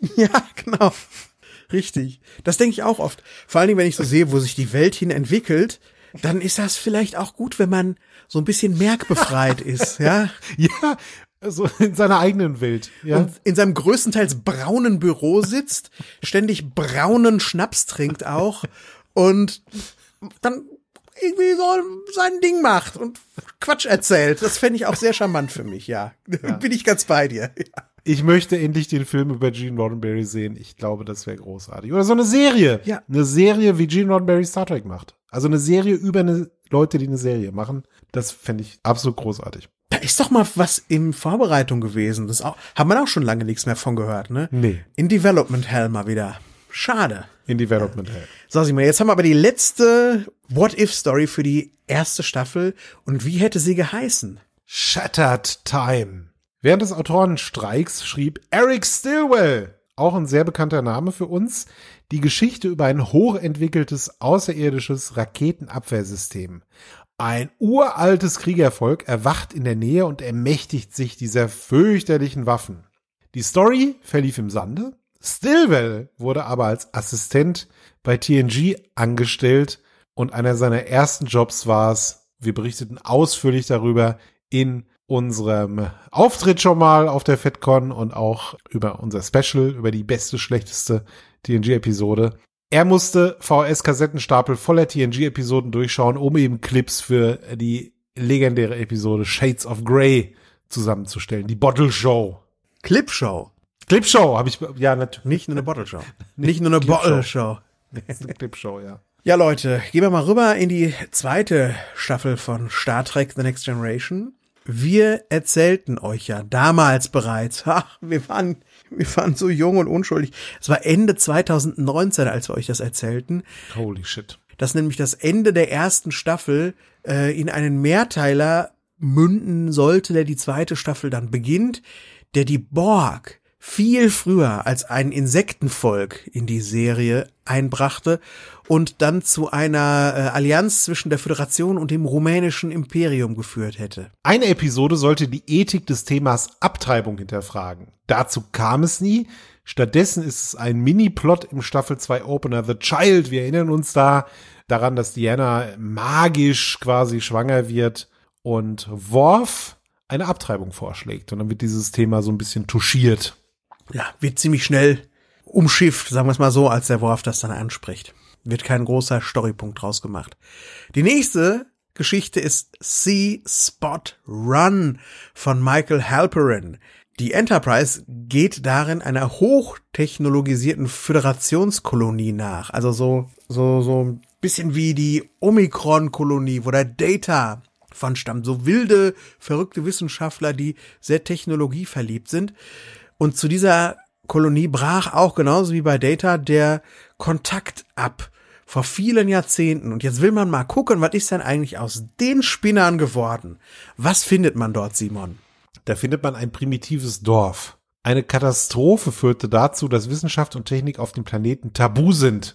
genau. Richtig. Das denke ich auch oft. Vor allen Dingen, wenn ich so sehe, wo sich die Welt hin entwickelt, dann ist das vielleicht auch gut, wenn man so ein bisschen merkbefreit ist, ja? Ja, so in seiner eigenen Welt, ja. Und in seinem größtenteils braunen Büro sitzt, ständig braunen Schnaps trinkt auch und dann irgendwie so sein Ding macht und Quatsch erzählt. Das fände ich auch sehr charmant für mich, ja. Bin ich ganz bei dir. Ja. Ich möchte endlich den Film über Gene Roddenberry sehen. Ich glaube, das wäre großartig. Oder so eine Serie. Ja. Eine Serie, wie Gene Roddenberry Star Trek macht. Also eine Serie über Leute, die eine Serie machen. Das fände ich absolut großartig. Da ist doch mal was in Vorbereitung gewesen. Das auch, hat man auch schon lange nichts mehr von gehört, ne? Nee. In Development Hell mal wieder. Schade. In Development Hell. So, sieh mal, jetzt haben wir aber die letzte What-If-Story für die 1. Staffel. Und wie hätte sie geheißen? Shattered Time. Während des Autorenstreiks schrieb Eric Stilwell, auch ein sehr bekannter Name für uns, die Geschichte über ein hochentwickeltes außerirdisches Raketenabwehrsystem. Ein uraltes Kriegervolk erwacht in der Nähe und ermächtigt sich dieser fürchterlichen Waffen. Die Story verlief im Sande. Stilwell wurde aber als Assistent bei TNG angestellt und einer seiner ersten Jobs war es, wir berichteten ausführlich darüber in unserem Auftritt schon mal auf der FedCon und auch über unser Special, über die beste, schlechteste TNG-Episode. Er musste VHS-Kassettenstapel voller TNG-Episoden durchschauen, um eben Clips für die legendäre Episode Shades of Grey zusammenzustellen. Die Bottle Show. Clipshow. Clipshow habe ich, ja, natürlich. Nicht nur eine Bottle Show. Nicht nur eine Bottle Show. Das ist eine Clipshow, ja. Ja, Leute, gehen wir mal rüber in die zweite Staffel von Star Trek The Next Generation. Wir erzählten euch ja damals bereits, wir waren so jung und unschuldig. Es war Ende 2019, als wir euch das erzählten. Holy shit. Dass nämlich das Ende der ersten Staffel in einen Mehrteiler münden sollte, der die zweite Staffel dann beginnt, der die Borg viel früher als ein Insektenvolk in die Serie einbrachte und dann zu einer Allianz zwischen der Föderation und dem rumänischen Imperium geführt hätte. Eine Episode sollte die Ethik des Themas Abtreibung hinterfragen. Dazu kam es nie. Stattdessen ist es ein Mini-Plot im Staffel 2 Opener The Child. Wir erinnern uns daran, dass Diana magisch quasi schwanger wird und Worf eine Abtreibung vorschlägt. Und dann wird dieses Thema so ein bisschen touchiert. Ja, wird ziemlich schnell umschifft, sagen wir es mal so, als der Worf das dann anspricht. Wird kein großer Storypunkt draus gemacht. Die nächste Geschichte ist See, Spot, Run von Michael Halperin. Die Enterprise geht darin einer hochtechnologisierten Föderationskolonie nach. Also so ein bisschen wie die Omikron-Kolonie, wo der Data von stammt. So wilde, verrückte Wissenschaftler, die sehr technologieverliebt sind. Und zu dieser Kolonie brach auch genauso wie bei Data der Kontakt ab vor vielen Jahrzehnten. Und jetzt will man mal gucken, was ist denn eigentlich aus den Spinnern geworden? Was findet man dort, Simon? Da findet man ein primitives Dorf. Eine Katastrophe führte dazu, dass Wissenschaft und Technik auf dem Planeten tabu sind.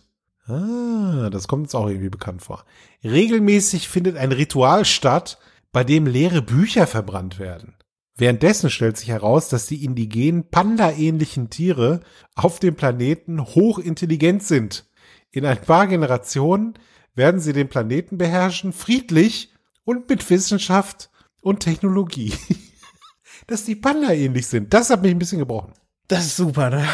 Das kommt uns auch irgendwie bekannt vor. Regelmäßig findet ein Ritual statt, bei dem leere Bücher verbrannt werden. Währenddessen stellt sich heraus, dass die indigenen Panda-ähnlichen Tiere auf dem Planeten hochintelligent sind. In ein paar Generationen werden sie den Planeten beherrschen, friedlich und mit Wissenschaft und Technologie. Dass die Panda ähnlich sind, das hat mich ein bisschen gebrochen. Das ist super, ne?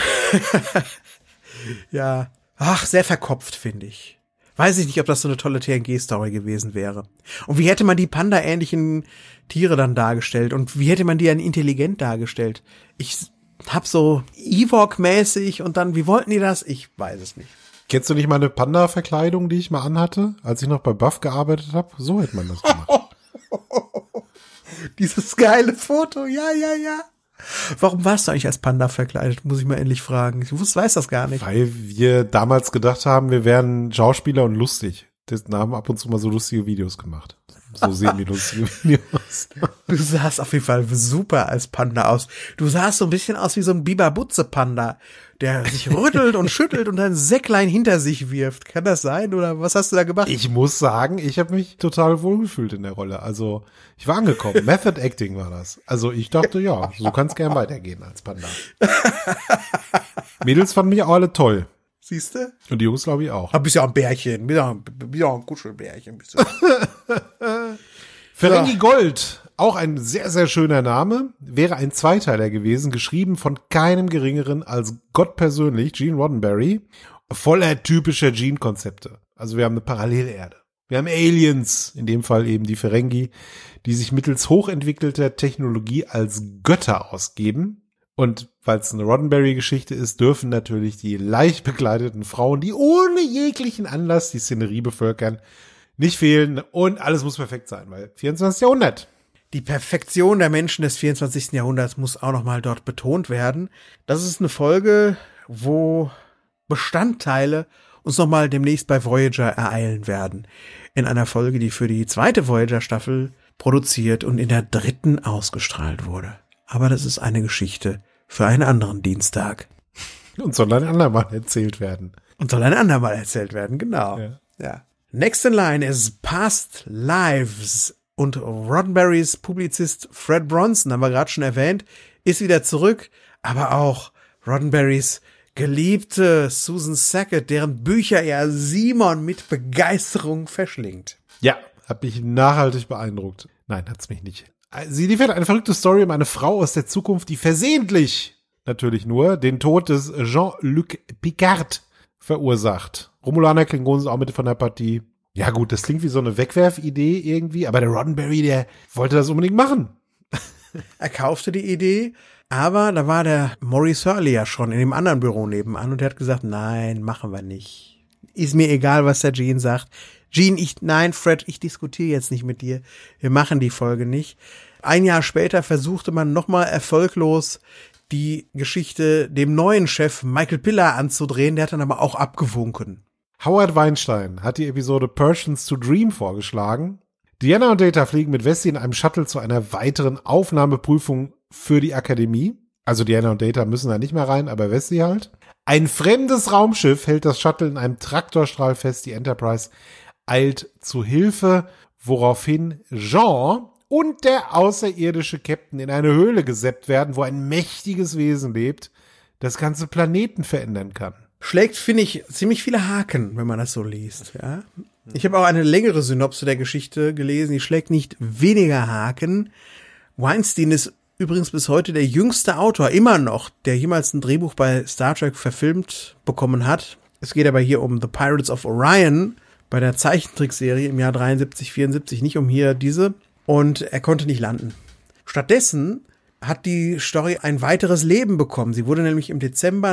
Ja. Ach, sehr verkopft, finde ich. Weiß ich nicht, ob das so eine tolle TNG-Story gewesen wäre. Und wie hätte man die Panda-ähnlichen Tiere dann dargestellt? Und wie hätte man die dann intelligent dargestellt? Ich hab so Ewok-mäßig und dann, wie wollten die das? Ich weiß es nicht. Kennst du nicht meine Panda-Verkleidung, die ich mal anhatte, als ich noch bei Buff gearbeitet habe? So hätte man das gemacht. Dieses geile Foto, ja. Warum warst du eigentlich als Panda verkleidet, muss ich mal endlich fragen. Ich weiß das gar nicht. Weil wir damals gedacht haben, wir wären Schauspieler und lustig. Wir haben ab und zu mal so lustige Videos gemacht. So sehen die lustigen Videos. Du sahst auf jeden Fall super als Panda aus. Du sahst so ein bisschen aus wie so ein Biber-Butze-Panda, der sich rüttelt und schüttelt und ein Säcklein hinter sich wirft. Kann das sein oder was hast du da gemacht? Ich muss sagen, ich habe mich total wohlgefühlt in der Rolle. Also ich war angekommen. Method Acting war das. Also ich dachte, ja, so kann es gern weitergehen als Panda. Mädels fanden mich auch alle toll. Siehst du? Und die Jungs glaube ich auch. Aber bist ja ein Bärchen, bist ja ein Kuschelbärchen. Ferengi Gold, auch ein sehr, sehr schöner Name, wäre ein Zweiteiler gewesen, geschrieben von keinem Geringeren als Gott persönlich, Gene Roddenberry, voller typischer Gene-Konzepte. Also wir haben eine Parallelerde. Wir haben Aliens, in dem Fall eben die Ferengi, die sich mittels hochentwickelter Technologie als Götter ausgeben. Und weil es eine Roddenberry-Geschichte ist, dürfen natürlich die leicht bekleideten Frauen, die ohne jeglichen Anlass die Szenerie bevölkern, nicht fehlen. Und alles muss perfekt sein, weil 24. Jahrhundert. Die Perfektion der Menschen des 24. Jahrhunderts muss auch nochmal dort betont werden. Das ist eine Folge, wo Bestandteile uns nochmal demnächst bei Voyager ereilen werden. In einer Folge, die für die zweite Voyager-Staffel produziert und in der dritten ausgestrahlt wurde. Aber das ist eine Geschichte für einen anderen Dienstag. Und soll ein andermal erzählt werden. Genau. Ja. Next in line ist Past Lives. Und Roddenberrys Publizist Fred Bronson, haben wir gerade schon erwähnt, ist wieder zurück. Aber auch Roddenberrys geliebte Susan Sackett, deren Bücher er Simon mit Begeisterung verschlingt. Ja, hat mich nachhaltig beeindruckt. Nein, hat's mich nicht. Sie liefert eine verrückte Story um eine Frau aus der Zukunft, die versehentlich natürlich nur den Tod des Jean-Luc Picard verursacht. Romulaner Klingonen sind auch mit von der Partie. Ja gut, das klingt wie so eine Wegwerfidee irgendwie, aber der Roddenberry, der wollte das unbedingt machen. Er kaufte die Idee, aber da war der Maurice Hurley ja schon in dem anderen Büro nebenan und der hat gesagt, nein, machen wir nicht. ist mir egal, was der Gene sagt. Gene, nein, Fred, ich diskutiere jetzt nicht mit dir. Wir machen die Folge nicht. Ein Jahr später versuchte man nochmal erfolglos die Geschichte dem neuen Chef Michael Piller anzudrehen. Der hat dann aber auch abgewunken. Howard Weinstein hat die Episode Persians to Dream vorgeschlagen. Diana und Data fliegen mit Wesley in einem Shuttle zu einer weiteren Aufnahmeprüfung für die Akademie. Also Diana und Data müssen da nicht mehr rein, aber Wesley halt. Ein fremdes Raumschiff hält das Shuttle in einem Traktorstrahl fest. Die Enterprise eilt zu Hilfe, woraufhin Jean und der außerirdische Captain in eine Höhle gesäppt werden, wo ein mächtiges Wesen lebt, das ganze Planeten verändern kann. Schlägt, finde ich, ziemlich viele Haken, wenn man das so liest, ja. Ich habe auch eine längere Synopse der Geschichte gelesen, die schlägt nicht weniger Haken. Weinstein ist übrigens bis heute der jüngste Autor, immer noch, der jemals ein Drehbuch bei Star Trek verfilmt bekommen hat. Es geht aber hier um The Pirates of Orion, bei der Zeichentrickserie im Jahr 73, 74, nicht um hier diese. Und er konnte nicht landen. Stattdessen hat die Story ein weiteres Leben bekommen. Sie wurde nämlich im Dezember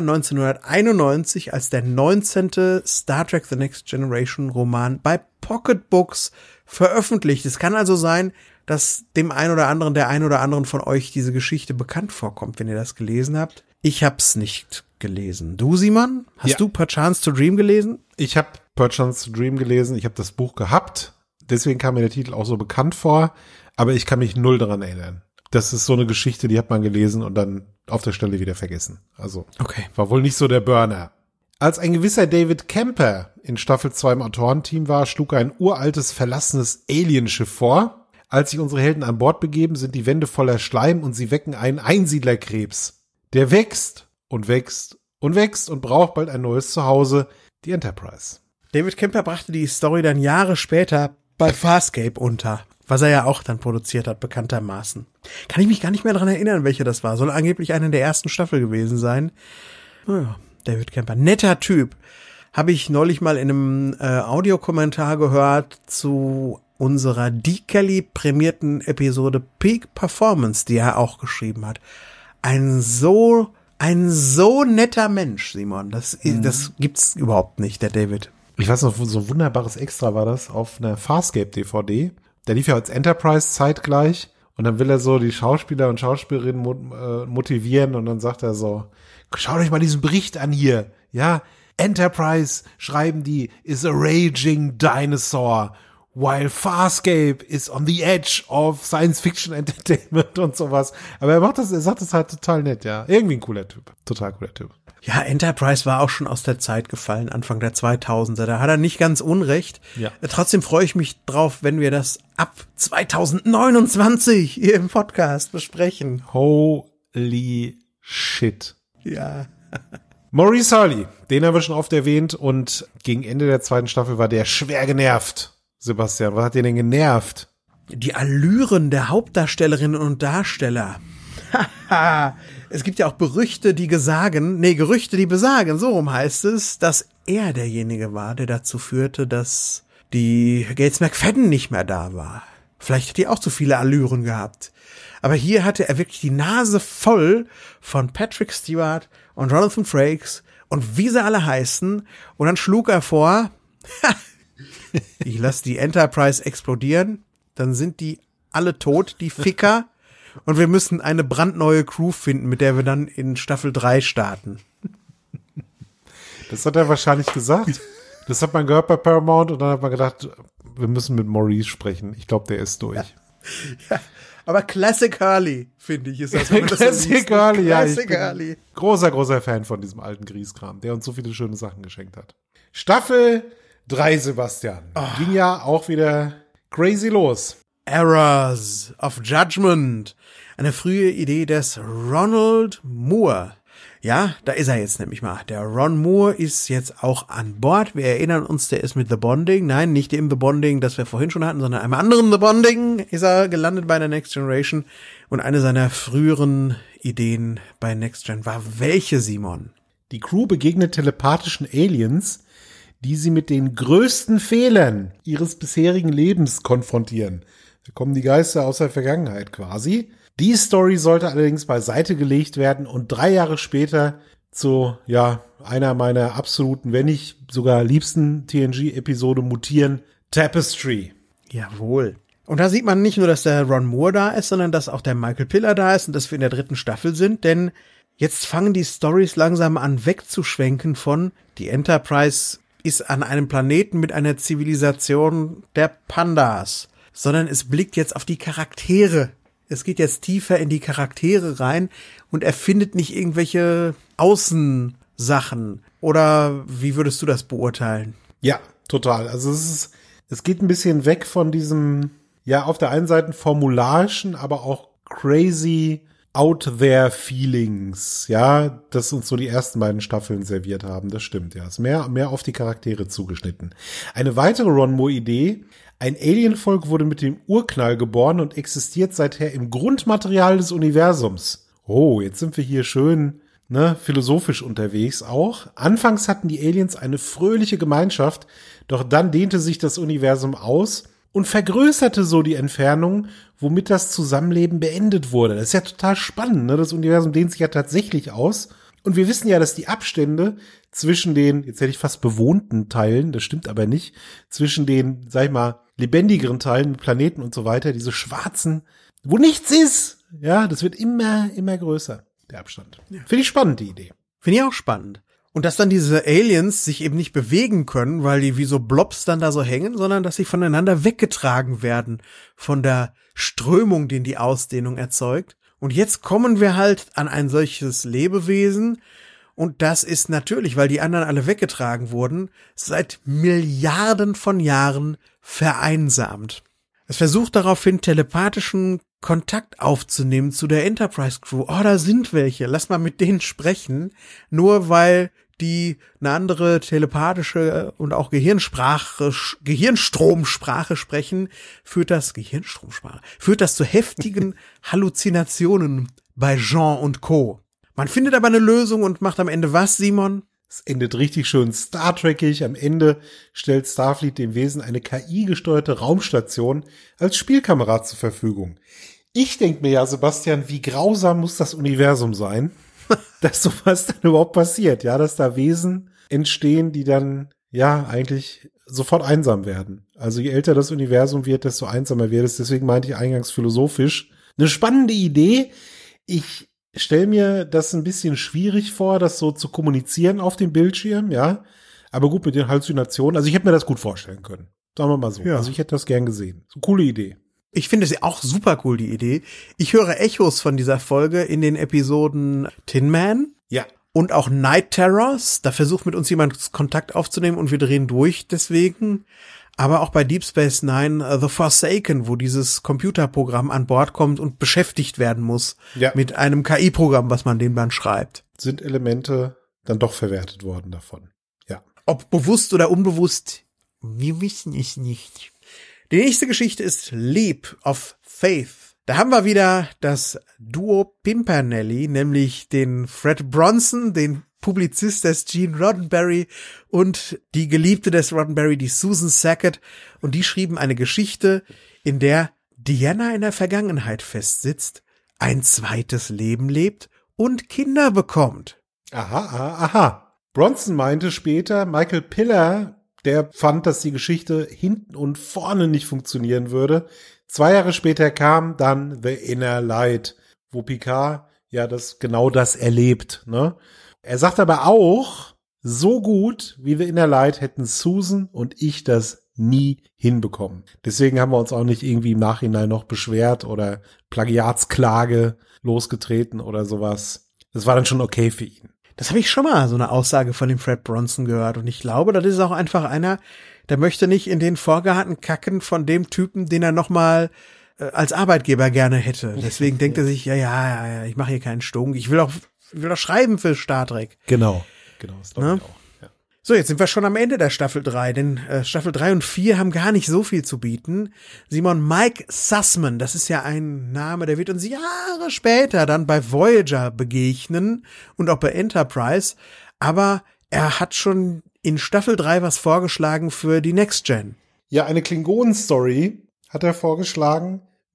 1991 als der 19. Star Trek The Next Generation Roman bei Pocket Books veröffentlicht. Es kann also sein, dass dem einen oder anderen, der einen oder anderen von euch diese Geschichte bekannt vorkommt, wenn ihr das gelesen habt. Ich hab's nicht gelesen. Du, Simon? Hast du Perchance to Dream gelesen? Ich habe Perchance to Dream gelesen. Ich habe das Buch gehabt. Deswegen kam mir der Titel auch so bekannt vor. Aber ich kann mich null daran erinnern. Das ist so eine Geschichte, die hat man gelesen und dann auf der Stelle wieder vergessen. Also war wohl nicht so der Burner. Als ein gewisser David Kemper in Staffel 2 im Autorenteam war, schlug er ein uraltes, verlassenes Alienschiff vor. Als sich unsere Helden an Bord begeben, sind die Wände voller Schleim und sie wecken einen Einsiedlerkrebs. Der wächst und wächst und wächst und braucht bald ein neues Zuhause, die Enterprise. David Kemper brachte die Story dann Jahre später bei Farscape unter. Was er ja auch dann produziert hat, bekanntermaßen. Kann ich mich gar nicht mehr daran erinnern, welche das war. Soll angeblich eine der ersten Staffel gewesen sein. Naja, David Kemper. Netter Typ. Habe ich neulich mal in einem Audiokommentar gehört zu unserer D. Kelly prämierten Episode Peak Performance, die er auch geschrieben hat. Ein so netter Mensch, Simon. Das gibt's überhaupt nicht, der David. Ich weiß noch, so ein wunderbares Extra war das auf einer Farscape-DVD. Der lief ja als Enterprise zeitgleich und dann will er so die Schauspieler und Schauspielerinnen motivieren und dann sagt er so, schaut euch mal diesen Bericht an hier, ja, Enterprise, schreiben die, is a raging dinosaur, while Farscape is on the edge of Science Fiction Entertainment und sowas. Aber er sagt das halt total nett, ja. Irgendwie ein cooler Typ, total cooler Typ. Ja, Enterprise war auch schon aus der Zeit gefallen, Anfang der 2000er. Da hat er nicht ganz unrecht. Ja. Trotzdem freue ich mich drauf, wenn wir das ab 2029 hier im Podcast besprechen. Holy shit. Ja. Maurice Hurley, den haben wir schon oft erwähnt und gegen Ende der 2. Staffel war der schwer genervt. Sebastian, was hat dir denn genervt? Die Allüren der Hauptdarstellerinnen und Darsteller. Haha. Es gibt ja auch Gerüchte, die besagen, so rum heißt es, dass er derjenige war, der dazu führte, dass die Gates McFadden nicht mehr da war. Vielleicht hat die auch zu viele Allüren gehabt. Aber hier hatte er wirklich die Nase voll von Patrick Stewart und Jonathan Frakes und wie sie alle heißen. Und dann schlug er vor, ich lasse die Enterprise explodieren, dann sind die alle tot, die Ficker. Und wir müssen eine brandneue Crew finden, mit der wir dann in Staffel 3 starten. Das hat er wahrscheinlich gesagt. Das hat man gehört bei Paramount und dann hat man gedacht, wir müssen mit Maurice sprechen. Ich glaube, der ist durch. Ja, aber Classic Hurley, finde ich, ist das. Classic Hurley, ja. Classic Hurley. Großer Fan von diesem alten Grieskram, der uns so viele schöne Sachen geschenkt hat. Staffel 3, Sebastian. Ging ja auch wieder crazy los. Errors of Judgment. Eine frühe Idee des Ronald Moore. Ja, da ist er jetzt nämlich mal. Der Ron Moore ist jetzt auch an Bord. Wir erinnern uns, der ist mit The Bonding. Nein, nicht dem The Bonding, das wir vorhin schon hatten, sondern einem anderen The Bonding ist er gelandet bei der Next Generation. Und eine seiner früheren Ideen bei Next Gen war welche, Simon? Die Crew begegnet telepathischen Aliens, die sie mit den größten Fehlern ihres bisherigen Lebens konfrontieren. Da kommen die Geister aus der Vergangenheit quasi. Die Story sollte allerdings beiseite gelegt werden und 3 Jahre später zu, ja, einer meiner absoluten, wenn nicht sogar liebsten TNG-Episode mutieren, Tapestry. Jawohl. Und da sieht man nicht nur, dass der Ron Moore da ist, sondern dass auch der Michael Piller da ist und dass wir in der 3. Staffel sind, denn jetzt fangen die Storys langsam an wegzuschwenken von, die Enterprise ist an einem Planeten mit einer Zivilisation der Pandas, sondern es blickt jetzt auf die Charaktere. Es geht jetzt tiefer in die Charaktere rein und er findet nicht irgendwelche Außensachen. Oder wie würdest du das beurteilen? Ja, total. Also es geht ein bisschen weg von diesem, ja, auf der einen Seite formularischen, aber auch crazy out there Feelings, ja, das uns so die ersten beiden Staffeln serviert haben. Das stimmt, ja. Es ist mehr auf die Charaktere zugeschnitten. Eine weitere Ron Moore-Idee: Ein Alienvolk wurde mit dem Urknall geboren und existiert seither im Grundmaterial des Universums. Oh, jetzt sind wir hier schön, philosophisch unterwegs auch. Anfangs hatten die Aliens eine fröhliche Gemeinschaft, doch dann dehnte sich das Universum aus und vergrößerte so die Entfernung, womit das Zusammenleben beendet wurde. Das ist ja total spannend, ne? Das Universum dehnt sich ja tatsächlich aus. Und wir wissen ja, dass die Abstände zwischen den, jetzt hätte ich fast bewohnten Teilen, das stimmt aber nicht, zwischen den, sag ich mal, lebendigeren Teilen, Planeten und so weiter, diese schwarzen, wo nichts ist, ja, das wird immer größer, der Abstand. Ja. Finde ich spannend, die Idee. Finde ich auch spannend. Und dass dann diese Aliens sich eben nicht bewegen können, weil die wie so Blobs dann da so hängen, sondern dass sie voneinander weggetragen werden von der Strömung, den die Ausdehnung erzeugt. Und jetzt kommen wir halt an ein solches Lebewesen und das ist natürlich, weil die anderen alle weggetragen wurden, seit Milliarden von Jahren vereinsamt. Es versucht daraufhin telepathischen Kontakt aufzunehmen zu der Enterprise Crew. Oh, da sind welche, lass mal mit denen sprechen. Nur weil die eine andere telepathische und auch Gehirnstromsprache sprechen, führt das zu heftigen Halluzinationen bei Jean und Co. Man findet aber eine Lösung und macht am Ende was, Simon? Es endet richtig schön Star Trekig. Am Ende stellt Starfleet dem Wesen eine KI-gesteuerte Raumstation als Spielkamerad zur Verfügung. Ich denke mir ja, Sebastian, wie grausam muss das Universum sein, dass sowas dann überhaupt passiert, ja, dass da Wesen entstehen, die dann, ja, eigentlich sofort einsam werden. Also je älter das Universum wird, desto einsamer wird es. Deswegen meinte ich eingangs philosophisch. Eine spannende Idee. Ich stelle mir das ein bisschen schwierig vor, das so zu kommunizieren auf dem Bildschirm, ja. Aber gut, mit den Halluzinationen, also ich hätte mir das gut vorstellen können. Sagen wir mal so. Ja. Also ich hätte das gern gesehen. So, coole Idee. Ich finde es auch super cool, die Idee. Ich höre Echos von dieser Folge in den Episoden Tin Man. Ja. Und auch Night Terrors. Da versucht mit uns jemand Kontakt aufzunehmen und wir drehen durch deswegen. Aber auch bei Deep Space Nine, The Forsaken, wo dieses Computerprogramm an Bord kommt und beschäftigt werden muss. Ja. Mit einem KI-Programm, was man dem dann schreibt. Sind Elemente dann doch verwertet worden davon. Ja. Ob bewusst oder unbewusst, wir wissen es nicht. Die nächste Geschichte ist Leap of Faith. Da haben wir wieder das Duo Pimpernelli, nämlich den Fred Bronson, den Publizist des Gene Roddenberry und die Geliebte des Roddenberry, die Susan Sackett. Und die schrieben eine Geschichte, in der Diana in der Vergangenheit festsitzt, ein zweites Leben lebt und Kinder bekommt. Aha. Bronson meinte später, Michael Piller, der fand, dass die Geschichte hinten und vorne nicht funktionieren würde. 2 Jahre später kam dann The Inner Light, wo Picard ja genau das erlebt, ne? Er sagt aber auch, so gut wie The Inner Light hätten Susan und ich das nie hinbekommen. Deswegen haben wir uns auch nicht irgendwie im Nachhinein noch beschwert oder Plagiatsklage losgetreten oder sowas. Das war dann schon okay für ihn. Das habe ich schon mal, so eine Aussage von dem Fred Bronson gehört. Und ich glaube, das ist auch einfach einer, der möchte nicht in den Vorgarten kacken von dem Typen, den er noch mal als Arbeitgeber gerne hätte. Deswegen denkt er sich, ja, ich mache hier keinen Stunk. Ich will doch schreiben für Star Trek. Genau, das glaube ich auch. Ja. So, jetzt sind wir schon am Ende der Staffel 3, denn Staffel 3 und 4 haben gar nicht so viel zu bieten. Simon, Mike Sussman, das ist ja ein Name, der wird uns Jahre später dann bei Voyager begegnen und auch bei Enterprise, aber er hat schon in Staffel 3 was vorgeschlagen für die Next Gen. Ja, eine Klingonen-Story hat er vorgeschlagen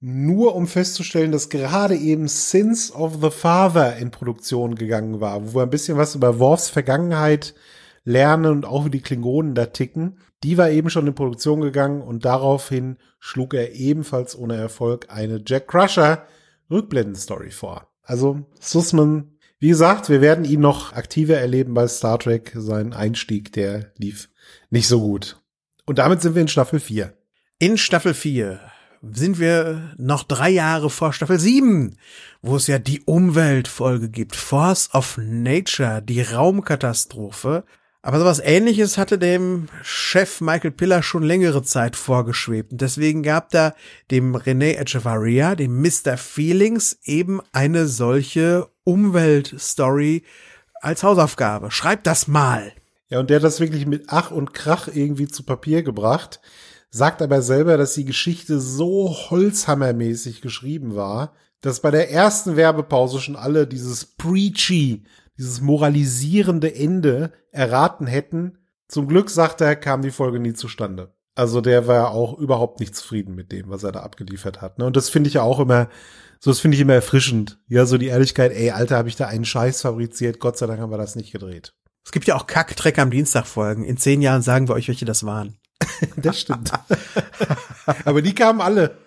nur um festzustellen, dass gerade eben Sins of the Father in Produktion gegangen war, wo wir ein bisschen was über Worfs Vergangenheit lernen und auch wie die Klingonen da ticken. Die war eben schon in Produktion gegangen und daraufhin schlug er ebenfalls ohne Erfolg eine Jack Crusher Rückblenden-Story vor. Also Sussman, wie gesagt, wir werden ihn noch aktiver erleben bei Star Trek. Sein Einstieg, der lief nicht so gut. Und damit sind wir in Staffel 4. In Staffel 4 sind wir noch 3 Jahre vor Staffel 7, wo es ja die Umweltfolge gibt. Force of Nature, die Raumkatastrophe. Aber sowas Ähnliches hatte dem Chef Michael Piller schon längere Zeit vorgeschwebt. Und deswegen gab da dem René Echevarria, dem Mr. Feelings, eben eine solche Umweltstory als Hausaufgabe. Schreib das mal. Ja, und der hat das wirklich mit Ach und Krach irgendwie zu Papier gebracht, sagt aber selber, dass die Geschichte so holzhammermäßig geschrieben war, dass bei der ersten Werbepause schon alle dieses preachy, dieses moralisierende Ende erraten hätten. Zum Glück, sagt er, kam die Folge nie zustande. Also der war auch überhaupt nicht zufrieden mit dem, was er da abgeliefert hat. Und das finde ich ja auch immer, das finde ich immer erfrischend. Ja, so die Ehrlichkeit, ey, Alter, habe ich da einen Scheiß fabriziert, Gott sei Dank haben wir das nicht gedreht. Es gibt ja auch Kack-Treck am Dienstag-Folgen. In 10 Jahren sagen wir euch, welche das waren. Das stimmt. Aber die kamen alle.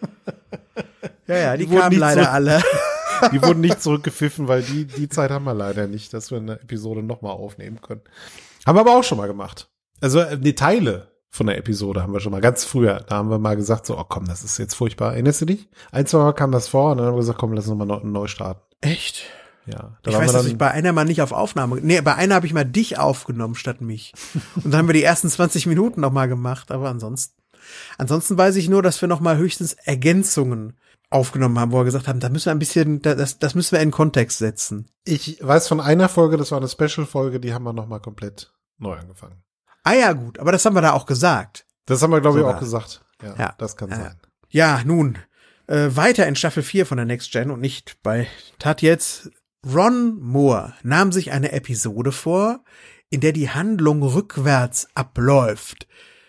Ja, die kamen leider alle. Die wurden nicht zurückgepfiffen, weil die Zeit haben wir leider nicht, dass wir eine Episode nochmal aufnehmen können. Haben wir aber auch schon mal gemacht. Also die Teile von der Episode haben wir schon mal ganz früher. Da haben wir mal gesagt so, oh komm, das ist jetzt furchtbar. Erinnerst du dich? 1, 2 Mal kam das vor und dann haben wir gesagt, komm, lass uns nochmal neu starten. Echt? Ja. Ich weiß, dass ich bei einer mal nicht auf Aufnahme, bei einer habe ich mal dich aufgenommen statt mich. Und dann haben wir die ersten 20 Minuten nochmal gemacht, aber ansonsten weiß ich nur, dass wir nochmal höchstens Ergänzungen aufgenommen haben, wo wir gesagt haben, da müssen wir ein bisschen, das müssen wir in Kontext setzen. Ich weiß von einer Folge, das war eine Special-Folge, die haben wir nochmal komplett neu angefangen. Ah ja, gut, aber das haben wir da auch gesagt. Das haben wir, glaube ich, auch gesagt. Ja, das kann sein. Ja, nun, weiter in Staffel 4 von der Next Gen und nicht bei Tat jetzt. Ron Moore nahm sich eine Episode vor, in der die Handlung rückwärts abläuft.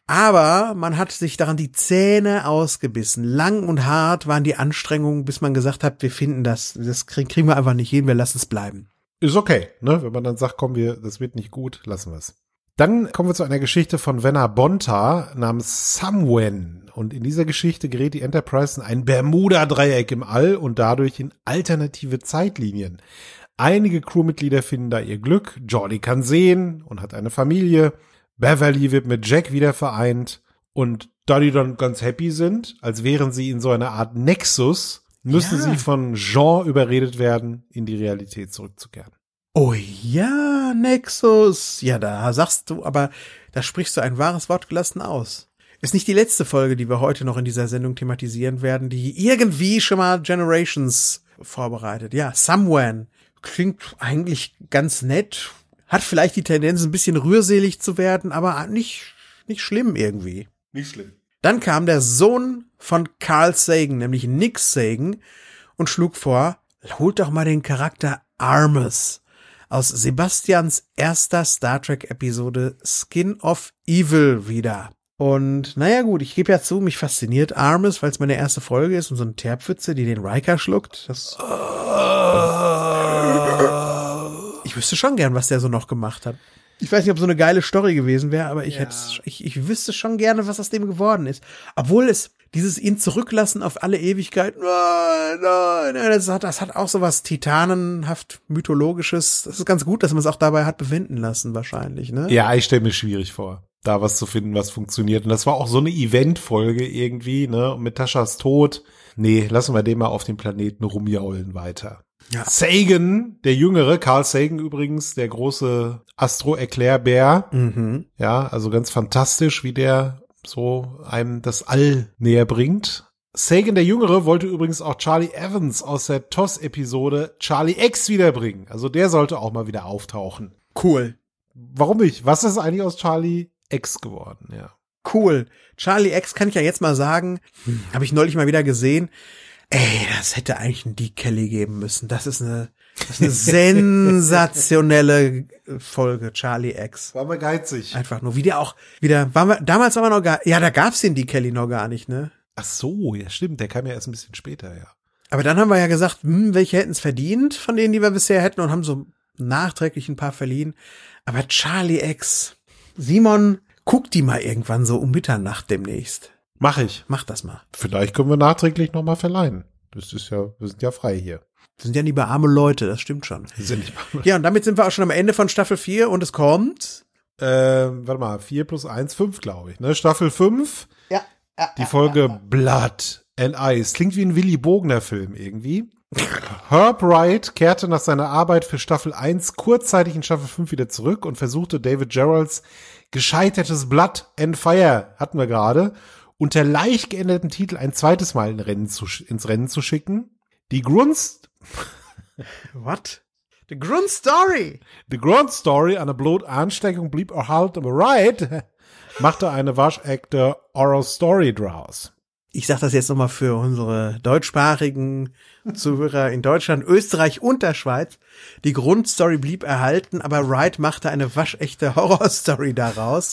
Aber man hat sich daran die Zähne ausgebissen. Lang und hart waren die Anstrengungen, bis man gesagt hat, wir finden das kriegen wir einfach nicht hin, wir lassen es bleiben. Ist okay, ne? Wenn man dann sagt, komm, das wird nicht gut, lassen wir es. Dann kommen wir zu einer Geschichte von Venna Bonta namens Samhain. Und in dieser Geschichte gerät die Enterprise in ein Bermuda-Dreieck im All und dadurch in alternative Zeitlinien. Einige Crewmitglieder finden da ihr Glück. Geordi kann sehen und hat eine Familie. Beverly wird mit Jack wieder vereint. Und da die dann ganz happy sind, als wären sie in so einer Art Nexus, müssen sie von Jean überredet werden, in die Realität zurückzukehren. Oh ja, Nexus. Ja, da sagst du, aber da sprichst du ein wahres Wort gelassen aus. Ist nicht die letzte Folge, die wir heute noch in dieser Sendung thematisieren werden, die irgendwie schon mal Generations vorbereitet. Ja, Samhain klingt eigentlich ganz nett, hat vielleicht die Tendenz, ein bisschen rührselig zu werden, aber nicht schlimm irgendwie. Nicht schlimm. Dann kam der Sohn von Carl Sagan, nämlich Nick Sagan, und schlug vor, holt doch mal den Charakter Armus aus Sebastians erster Star Trek-Episode Skin of Evil wieder. Und naja gut, ich gebe ja zu, mich fasziniert Armus, weil es meine erste Folge ist und so eine Teerpfütze, die den Riker schluckt. Ich wüsste schon gern, was der so noch gemacht hat. Ich weiß nicht, ob so eine geile Story gewesen wäre, aber ich wüsste schon gerne, was aus dem geworden ist. Obwohl es dieses ihn zurücklassen auf alle Ewigkeit, nein, das hat auch so was titanenhaft mythologisches. Das ist ganz gut, dass man es auch dabei hat bewenden lassen wahrscheinlich, ne? Ja, ich stelle mir schwierig vor, da was zu finden, was funktioniert. Und das war auch so eine Eventfolge irgendwie, ne? Und mit Taschas Tod. Nee, lassen wir den mal auf dem Planeten rumjaulen weiter. Ja. Sagan, der Jüngere, Carl Sagan übrigens, der große Astro-Erklärbär. Mhm. Ja, also ganz fantastisch, wie der so einem das All näher bringt. Sagan, der Jüngere, wollte übrigens auch Charlie Evans aus der TOS-Episode Charlie X wiederbringen. Also der sollte auch mal wieder auftauchen. Cool. Warum nicht? Was ist eigentlich aus Charlie X geworden? Ja. Cool. Charlie X kann ich ja jetzt mal sagen, habe ich neulich mal wieder gesehen. Ey, das hätte eigentlich einen Deke Kelly geben müssen. Das ist eine sensationelle Folge, Charlie X. War mal geizig. Einfach nur, damals waren wir noch gar, ja, da gab's den Deke Kelly noch gar nicht, ne? Ach so, ja stimmt, der kam ja erst ein bisschen später, ja. Aber dann haben wir ja gesagt, welche hätten es verdient von denen, die wir bisher hätten und haben so nachträglich ein paar verliehen. Aber Charlie X, Simon, guck die mal irgendwann so um Mitternacht demnächst. Mach ich. Mach das mal. Vielleicht können wir nachträglich nochmal verleihen. Das ist ja, wir sind ja frei hier. Wir sind ja lieber arme Leute, das stimmt schon. Wir sind nicht Ja, und damit sind wir auch schon am Ende von Staffel 4 und es kommt. Warte mal, 4 plus 1, 5, glaube ich, ne? Staffel 5. Ja. Die Folge Blood and Ice. Klingt wie ein Willy Bogner-Film irgendwie. Herb Wright kehrte nach seiner Arbeit für Staffel 1 kurzzeitig in Staffel 5 wieder zurück und versuchte David Gerrolds gescheitertes Blood and Fire, hatten wir gerade, unter leicht geänderten Titel ein zweites Mal ins Rennen zu schicken. Die What? The Grundstory. The Grundstory einer Blutansteckung blieb erhalten, aber Wright machte eine waschechte Horror Story draus. Ich sag das jetzt nochmal für unsere deutschsprachigen Zuhörer in Deutschland, Österreich und der Schweiz. Die Grundstory blieb erhalten, aber Wright machte eine waschechte Horrorstory daraus.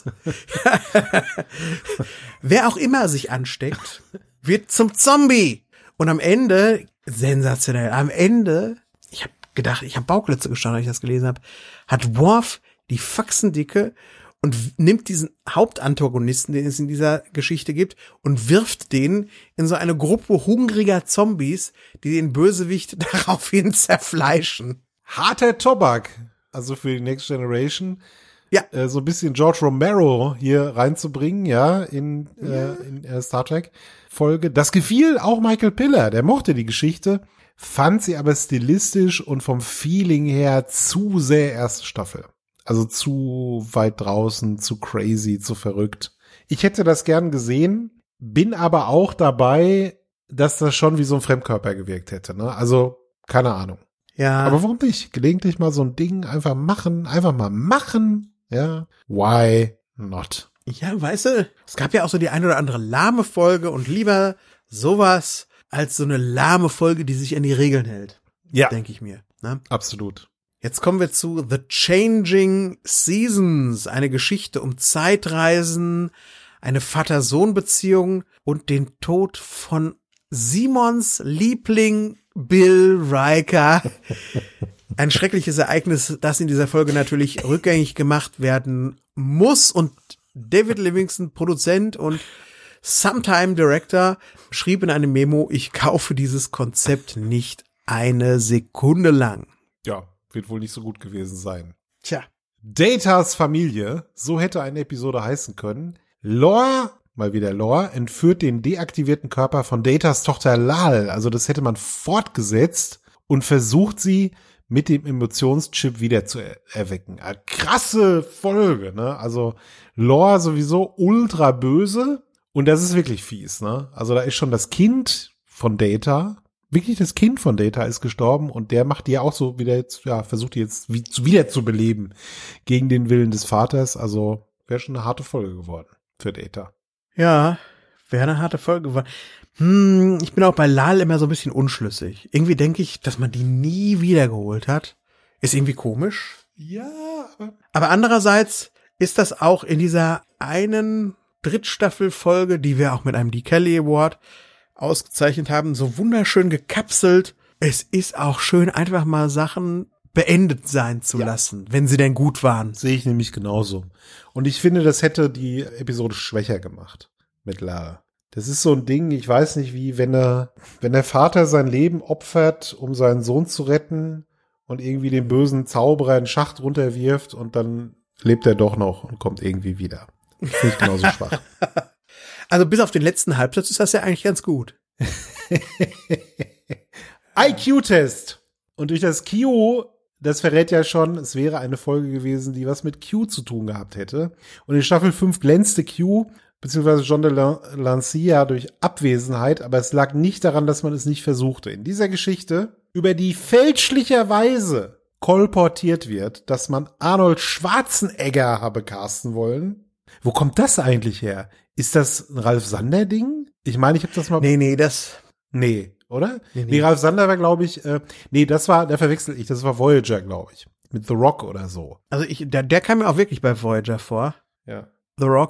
Wer auch immer sich ansteckt, wird zum Zombie. Und am Ende, sensationell, am Ende, ich habe gedacht, ich habe Bauklötze gestanden, als ich das gelesen habe, hat Worf die Faxendicke und nimmt diesen Hauptantagonisten, den es in dieser Geschichte gibt, und wirft den in so eine Gruppe hungriger Zombies, die den Bösewicht daraufhin zerfleischen. Harter Tobak, also für die Next Generation. Ja. So ein bisschen George Romero hier reinzubringen, ja, in Star Trek Folge. Das gefiel auch Michael Piller, der mochte die Geschichte, fand sie aber stilistisch und vom Feeling her zu sehr erste Staffel. Also zu weit draußen, zu crazy, zu verrückt. Ich hätte das gern gesehen, bin aber auch dabei, dass das schon wie so ein Fremdkörper gewirkt hätte, ne? Also, keine Ahnung. Ja. Aber warum nicht? Gelegentlich mal so ein Ding einfach mal machen, ja? Why not? Ja, weißt du, es gab ja auch so die eine oder andere lahme Folge und lieber sowas als so eine lahme Folge, die sich an die Regeln hält. Ja. Denke ich mir. Ne? Absolut. Jetzt kommen wir zu The Changing Seasons, eine Geschichte um Zeitreisen, eine Vater-Sohn-Beziehung und den Tod von Simons Liebling Bill Riker. Ein schreckliches Ereignis, das in dieser Folge natürlich rückgängig gemacht werden muss. Und David Livingston, Produzent und Sometime Director, schrieb in einem Memo, ich kaufe dieses Konzept nicht eine Sekunde lang. Ja, wird wohl nicht so gut gewesen sein. Tja. Datas Familie, so hätte eine Episode heißen können. Lore, mal wieder Lore, entführt den deaktivierten Körper von Datas Tochter Lal. Also das hätte man fortgesetzt und versucht sie mit dem Emotionschip wieder zu erwecken. Eine krasse Folge, ne? Also Lore sowieso ultra böse und das ist wirklich fies, ne? Also da ist schon das Kind von Data, wirklich das Kind von Data ist gestorben und der macht die ja auch so wieder jetzt, ja, versucht die jetzt wieder zu beleben gegen den Willen des Vaters. Also wäre schon eine harte Folge geworden für Data. Ja, wäre eine harte Folge geworden. Ich bin auch bei Lal immer so ein bisschen unschlüssig. Irgendwie denke ich, dass man die nie wiedergeholt hat. Ist irgendwie komisch. Ja, aber andererseits ist das auch in dieser einen Drittstaffelfolge, die wir auch mit einem D. Kelly Award ausgezeichnet haben, so wunderschön gekapselt. Es ist auch schön, einfach mal Sachen beendet sein zu lassen, wenn sie denn gut waren. Sehe ich nämlich genauso. Und ich finde, das hätte die Episode schwächer gemacht mit Lal. Das ist so ein Ding, ich weiß nicht wie, wenn der Vater sein Leben opfert, um seinen Sohn zu retten und irgendwie den bösen Zauberer in den Schacht runterwirft und dann lebt er doch noch und kommt irgendwie wieder. Finde ich genauso schwach. Also bis auf den letzten Halbsatz ist das ja eigentlich ganz gut. IQ-Test. Und durch das Q, das verrät ja schon, es wäre eine Folge gewesen, die was mit Q zu tun gehabt hätte. Und in Staffel 5 glänzte Q, beziehungsweise John de Lancia durch Abwesenheit, aber es lag nicht daran, dass man es nicht versuchte. In dieser Geschichte, über die fälschlicherweise kolportiert wird, dass man Arnold Schwarzenegger habe casten wollen. Wo kommt das eigentlich her? Ist das ein Ralf Sander-Ding? Ich meine, ich habe das mal... Nee, oder? Nee, Ralf Sander war, glaube ich... da verwechsel ich. Das war Voyager, glaube ich. Mit The Rock oder so. Also der kam mir auch wirklich bei Voyager vor. Ja. The Rock.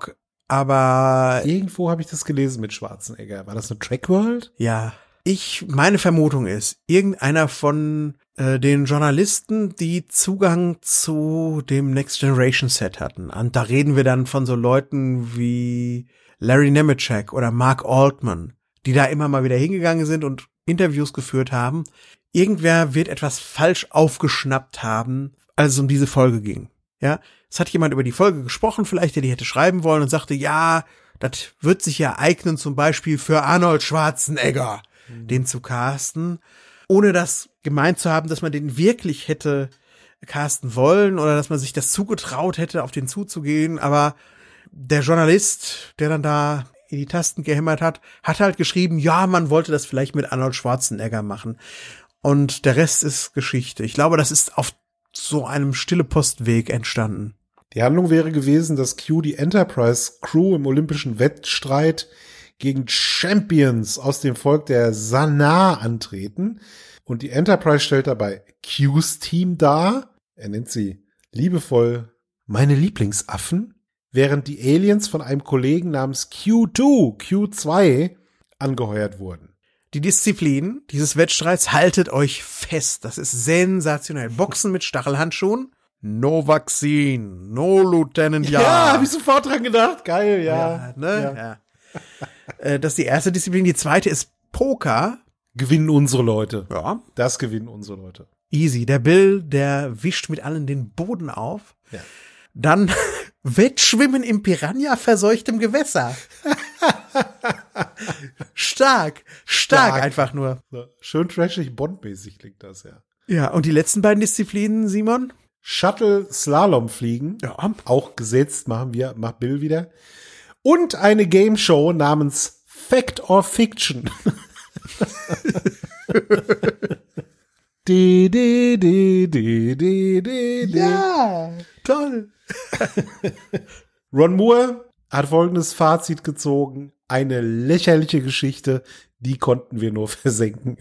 aber Irgendwo habe ich das gelesen mit Schwarzenegger. War das eine Trackworld? ja, meine Vermutung ist, irgendeiner von den Journalisten, die Zugang zu dem Next Generation Set hatten. Und da reden wir dann von so Leuten wie Larry Nemeczek oder Mark Altman, die da immer mal wieder hingegangen sind und Interviews geführt haben. Irgendwer wird etwas falsch aufgeschnappt haben, als es um diese Folge ging. Ja, es hat jemand über die Folge gesprochen, vielleicht der die hätte schreiben wollen und sagte, ja, das wird sich ja eignen, zum Beispiel für Arnold Schwarzenegger, den zu casten, ohne das gemeint zu haben, dass man den wirklich hätte casten wollen oder dass man sich das zugetraut hätte, auf den zuzugehen. Aber der Journalist, der dann da in die Tasten gehämmert hat halt geschrieben, ja, man wollte das vielleicht mit Arnold Schwarzenegger machen. Und der Rest ist Geschichte. Ich glaube, das ist auf so einem Stille-Postweg entstanden. Die Handlung wäre gewesen, dass Q die Enterprise-Crew im olympischen Wettstreit gegen Champions aus dem Volk der Sanaa antreten. Und die Enterprise stellt dabei Q's Team dar. Er nennt sie liebevoll meine Lieblingsaffen, während die Aliens von einem Kollegen namens Q2 angeheuert wurden. Die Disziplin dieses Wettstreits, haltet euch fest. Das ist sensationell. Boxen mit Stachelhandschuhen. No Vaccine. No Lieutenant. Ja, hab ich sofort dran gedacht. Geil, ja. Ja. Das ist die erste Disziplin. Die zweite ist Poker. Gewinnen unsere Leute. Ja. Das gewinnen unsere Leute. Easy. Der Bill, der wischt mit allen den Boden auf. Ja. Dann Wettschwimmen im Piranha-verseuchtem Gewässer. Stark einfach nur. So, schön trashig, Bond-mäßig klingt das, ja. Ja, und die letzten beiden Disziplinen, Simon? Shuttle-Slalom fliegen. Ja. Auch gesetzt, macht Bill wieder. Und eine Game-Show namens Fact or Fiction. Ja, toll. Ron Moore hat folgendes Fazit gezogen. Eine lächerliche Geschichte, die konnten wir nur versenken.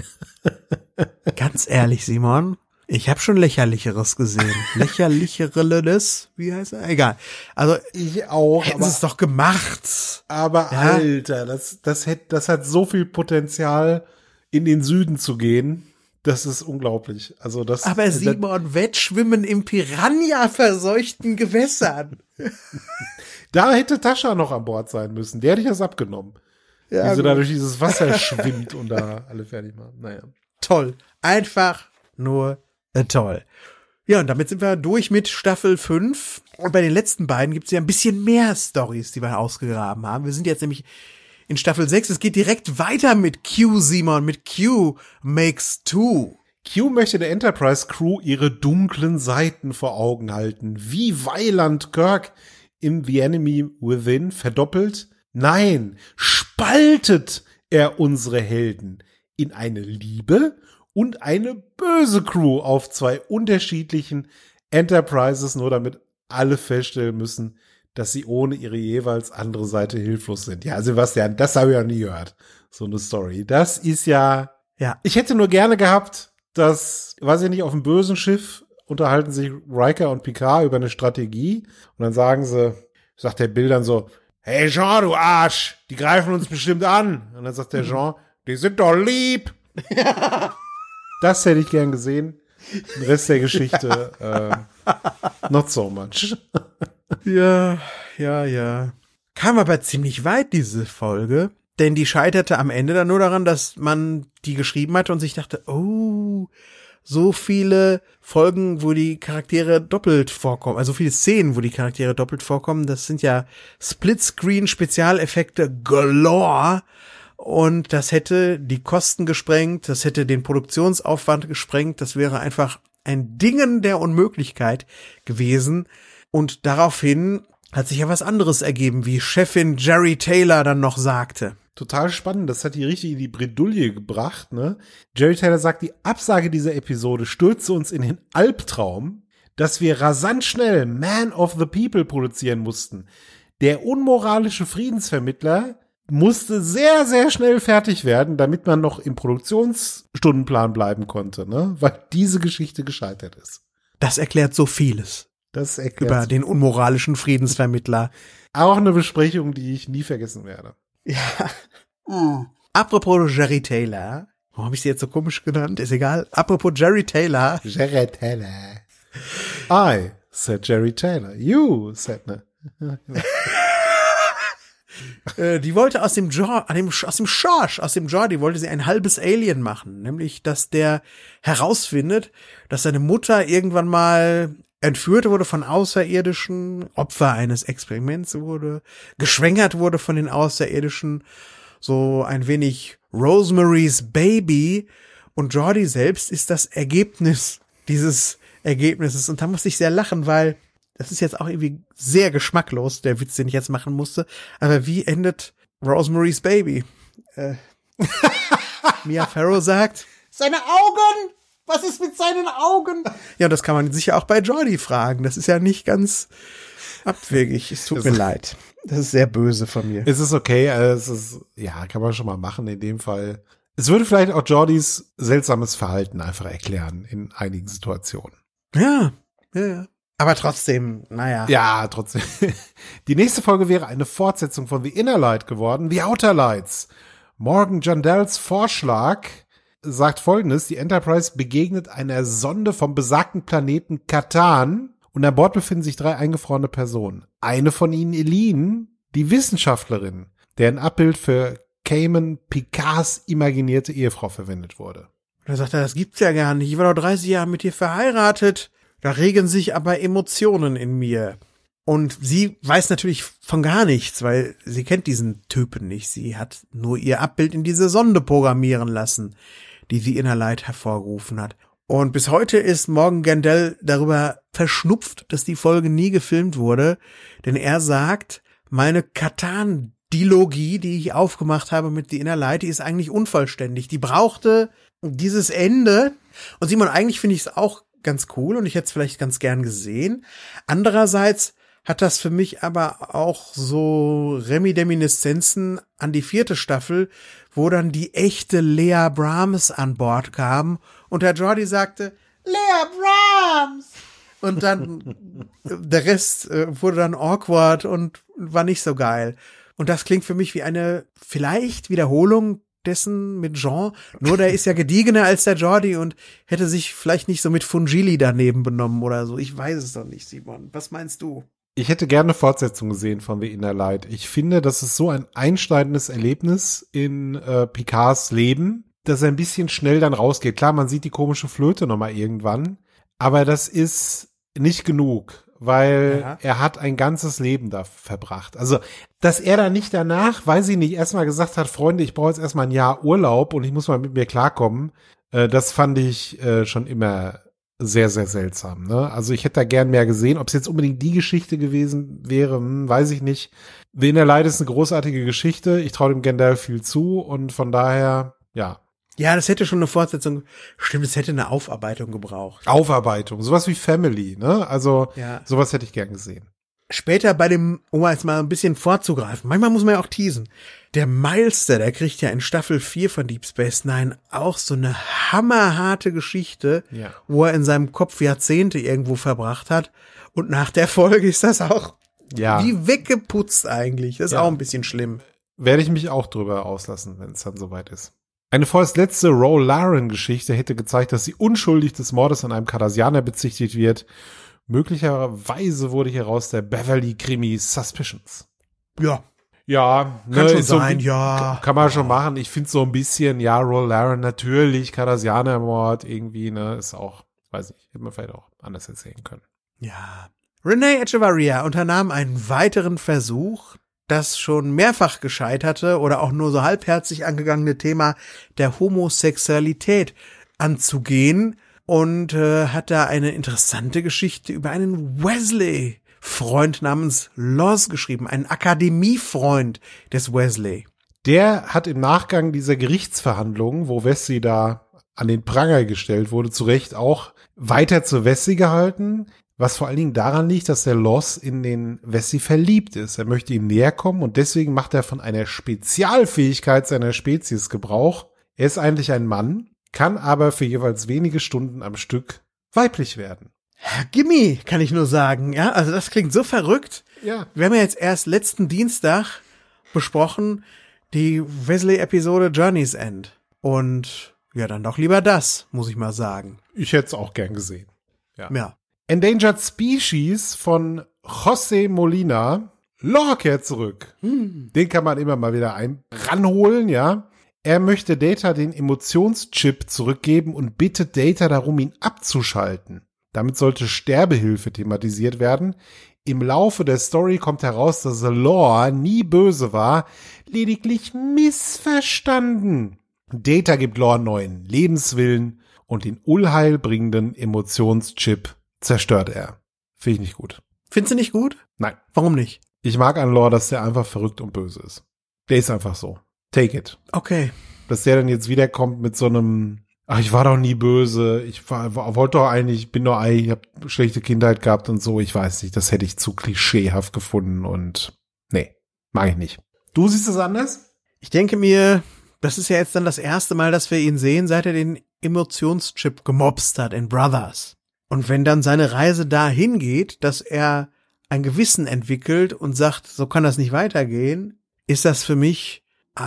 Ganz ehrlich, Simon, ich habe schon Lächerlicheres gesehen. Lächerlicheres, wie heißt er? Egal. Also ich auch. Hätten sie es doch gemacht. Aber ja. Alter, das hat so viel Potenzial, in den Süden zu gehen. Das ist unglaublich. Also das. Aber Simon, Wettschwimmen im Piranha-verseuchten Gewässern. Da hätte Tascha noch an Bord sein müssen. Der hätte ich das abgenommen. Ja, wie sie da durch dieses Wasser schwimmt und da alle fertig machen. Naja. Toll. Einfach nur toll. Ja, und damit sind wir durch mit Staffel 5. Und bei den letzten beiden gibt es ja ein bisschen mehr Storys, die wir ausgegraben haben. Wir sind jetzt nämlich in Staffel 6. Es geht direkt weiter mit Q, Simon, mit Q makes 2. Q möchte der Enterprise-Crew ihre dunklen Seiten vor Augen halten. Wie Weiland Kirk im The Enemy Within verdoppelt? Nein, spaltet er unsere Helden in eine liebe und eine böse Crew auf zwei unterschiedlichen Enterprises, nur damit alle feststellen müssen, dass sie ohne ihre jeweils andere Seite hilflos sind. Ja, Sebastian, das habe ich noch nie gehört. So eine Story. Das ist ja. Ich hätte nur gerne gehabt, dass, weiß ich nicht, auf dem bösen Schiff unterhalten sich Riker und Picard über eine Strategie und dann sagt der Bill dann so, hey Jean, du Arsch, die greifen uns bestimmt an. Und dann sagt der Jean, die sind doch lieb. Das hätte ich gern gesehen. Den Rest der Geschichte, not so much. Ja. Kam aber ziemlich weit, diese Folge. Denn die scheiterte am Ende dann nur daran, dass man die geschrieben hatte und sich dachte, oh, so viele Folgen, wo die Charaktere doppelt vorkommen, also viele Szenen, wo die Charaktere doppelt vorkommen, das sind ja Splitscreen-Spezialeffekte galore und das hätte die Kosten gesprengt, das hätte den Produktionsaufwand gesprengt, das wäre einfach ein Dingen der Unmöglichkeit gewesen und daraufhin hat sich ja was anderes ergeben, wie Chefin Jerry Taylor dann noch sagte. Total spannend, das hat die richtig in die Bredouille gebracht, ne? Jerry Taylor sagt, die Absage dieser Episode stürzte uns in den Albtraum, dass wir rasant schnell Man of the People produzieren mussten. Der unmoralische Friedensvermittler musste sehr, sehr schnell fertig werden, damit man noch im Produktionsstundenplan bleiben konnte, ne? Weil diese Geschichte gescheitert ist. Das erklärt so vieles. Das erklärt über den unmoralischen Friedensvermittler. auch eine Besprechung, die ich nie vergessen werde. Ja. Apropos Jerry Taylor. Warum habe ich sie jetzt so komisch genannt? Ist egal. Apropos Jerry Taylor. Jerry Taylor. I said Jerry Taylor. You said ne. Die wollte aus dem Jordi wollte sie ein halbes Alien machen. Nämlich, dass der herausfindet, dass seine Mutter irgendwann mal entführt wurde von Außerirdischen, Opfer eines Experiments wurde, geschwängert wurde von den Außerirdischen, so ein wenig Rosemary's Baby, und Jordi selbst ist das Ergebnis dieses Ergebnisses. Und da musste ich sehr lachen, weil das ist jetzt auch irgendwie sehr geschmacklos, der Witz, den ich jetzt machen musste. Aber wie endet Rosemary's Baby? Mia Farrow sagt, seine Augen! Was ist mit seinen Augen? Ja, und das kann man sicher auch bei Jordi fragen. Das ist ja nicht ganz abwegig. Es tut mir leid. Das ist sehr böse von mir. Es ist okay, es ist, ja, kann man schon mal machen in dem Fall. Es würde vielleicht auch Jordis seltsames Verhalten einfach erklären in einigen Situationen. Ja. Aber trotzdem, naja. Ja, trotzdem. Die nächste Folge wäre eine Fortsetzung von The Inner Light geworden, The Outer Lights. Morgan Jandells Vorschlag sagt Folgendes: Die Enterprise begegnet einer Sonde vom besagten Planeten Katan und an Bord befinden sich 3 eingefrorene Personen. Eine von ihnen, Eileen, die Wissenschaftlerin, deren Abbild für Cayman Picards imaginierte Ehefrau verwendet wurde. Da sagt er, das gibt's ja gar nicht. Ich war doch 30 Jahre mit dir verheiratet. Da regen sich aber Emotionen in mir. Und sie weiß natürlich von gar nichts, weil sie kennt diesen Typen nicht. Sie hat nur ihr Abbild in diese Sonde programmieren lassen, die The Inner Light hervorgerufen hat. Und bis heute ist Morgan Gandel darüber verschnupft, dass die Folge nie gefilmt wurde. Denn er sagt, meine Katan-Dilogie, die ich aufgemacht habe mit The Inner Light, die ist eigentlich unvollständig. Die brauchte dieses Ende. Und Simon, eigentlich finde ich es auch ganz cool und ich hätte es vielleicht ganz gern gesehen. Andererseits hat das für mich aber auch so Reminiszenzen an die 4. Staffel, wo dann die echte Lea Brahms an Bord kam und der Jordi sagte, Lea Brahms! Und dann der Rest wurde dann awkward und war nicht so geil. Und das klingt für mich wie eine vielleicht Wiederholung dessen mit Jean, nur der ist ja gediegener als der Jordi und hätte sich vielleicht nicht so mit Fungili daneben benommen oder so. Ich weiß es doch nicht, Simon. Was meinst du? Ich hätte gerne eine Fortsetzung gesehen von The Inner Light. Ich finde, das ist so ein einschneidendes Erlebnis in Picards Leben, dass er ein bisschen schnell dann rausgeht. Klar, man sieht die komische Flöte nochmal irgendwann, aber das ist nicht genug, weil er hat ein ganzes Leben da verbracht. Also, dass er dann nicht danach, weiß ich nicht, erstmal gesagt hat, Freunde, ich brauche jetzt erstmal ein Jahr Urlaub und ich muss mal mit mir klarkommen, das fand ich schon immer sehr, sehr seltsam. Ne? Also ich hätte da gern mehr gesehen. Ob es jetzt unbedingt die Geschichte gewesen wäre, weiß ich nicht. The Inner Light ist eine großartige Geschichte. Ich traue dem Gandalf viel zu und von daher, ja. Ja, das hätte schon eine Fortsetzung. Stimmt, es hätte eine Aufarbeitung gebraucht. Aufarbeitung, sowas wie Family, ne? Also sowas hätte ich gern gesehen. Später bei dem, um jetzt mal ein bisschen vorzugreifen, manchmal muss man ja auch teasen. Der Milester, der kriegt ja in Staffel 4 von Deep Space Nine auch so eine hammerharte Geschichte, wo er in seinem Kopf Jahrzehnte irgendwo verbracht hat. Und nach der Folge ist das auch wie weggeputzt eigentlich. Das ist auch ein bisschen schlimm. Werde ich mich auch drüber auslassen, wenn es dann soweit ist. Eine vorerst letzte Ro-Laren-Geschichte hätte gezeigt, dass sie unschuldig des Mordes an einem Cardassianer bezichtigt wird. Möglicherweise wurde hieraus der Beverly-Krimi Suspicions. Ja. Ja, kann schon sein, Kann man schon machen. Ich finde so ein bisschen, Ro Laren natürlich, Cardassianer-Mord irgendwie, ne, ist auch, weiß nicht, hätte man vielleicht auch anders erzählen können. Ja. Renee Echevarria unternahm einen weiteren Versuch, das schon mehrfach gescheiterte oder auch nur so halbherzig angegangene Thema der Homosexualität anzugehen und hat da eine interessante Geschichte über einen Wesley-Freund namens Loz geschrieben, einen Akademiefreund des Wesley. Der hat im Nachgang dieser Gerichtsverhandlungen, wo Wesley da an den Pranger gestellt wurde, zu Recht auch weiter zu Wesley gehalten, was vor allen Dingen daran liegt, dass der Loz in den Wesley verliebt ist. Er möchte ihm näher kommen und deswegen macht er von einer Spezialfähigkeit seiner Spezies Gebrauch. Er ist eigentlich ein Mann, kann aber für jeweils wenige Stunden am Stück weiblich werden. Gimme, kann ich nur sagen. Ja, also das klingt so verrückt. Ja. Wir haben ja jetzt erst letzten Dienstag besprochen, die Wesley-Episode Journey's End. Und ja, dann doch lieber das, muss ich mal sagen. Ich hätte es auch gern gesehen. Ja. Endangered Species von José Molina. Lore kehrt zurück. Den kann man immer mal wieder ranholen, ja. Er möchte Data den Emotionschip zurückgeben und bittet Data darum, ihn abzuschalten. Damit sollte Sterbehilfe thematisiert werden. Im Laufe der Story kommt heraus, dass Lore nie böse war, lediglich missverstanden. Data gibt Lore neuen Lebenswillen und den unheilbringenden Emotionschip zerstört er. Finde ich nicht gut. Findest du nicht gut? Nein. Warum nicht? Ich mag an Lore, dass der einfach verrückt und böse ist. Der ist einfach so. Take it. Okay. Dass der dann jetzt wiederkommt mit so einem, ach, ich war doch nie böse, wollte doch eigentlich, ich habe schlechte Kindheit gehabt und so, ich weiß nicht, das hätte ich zu klischeehaft gefunden und nee, mag ich nicht. Du siehst es anders? Ich denke mir, das ist ja jetzt dann das erste Mal, dass wir ihn sehen, seit er den Emotionschip gemobst hat in Brothers. Und wenn dann seine Reise dahin geht, dass er ein Gewissen entwickelt und sagt, so kann das nicht weitergehen, ist das für mich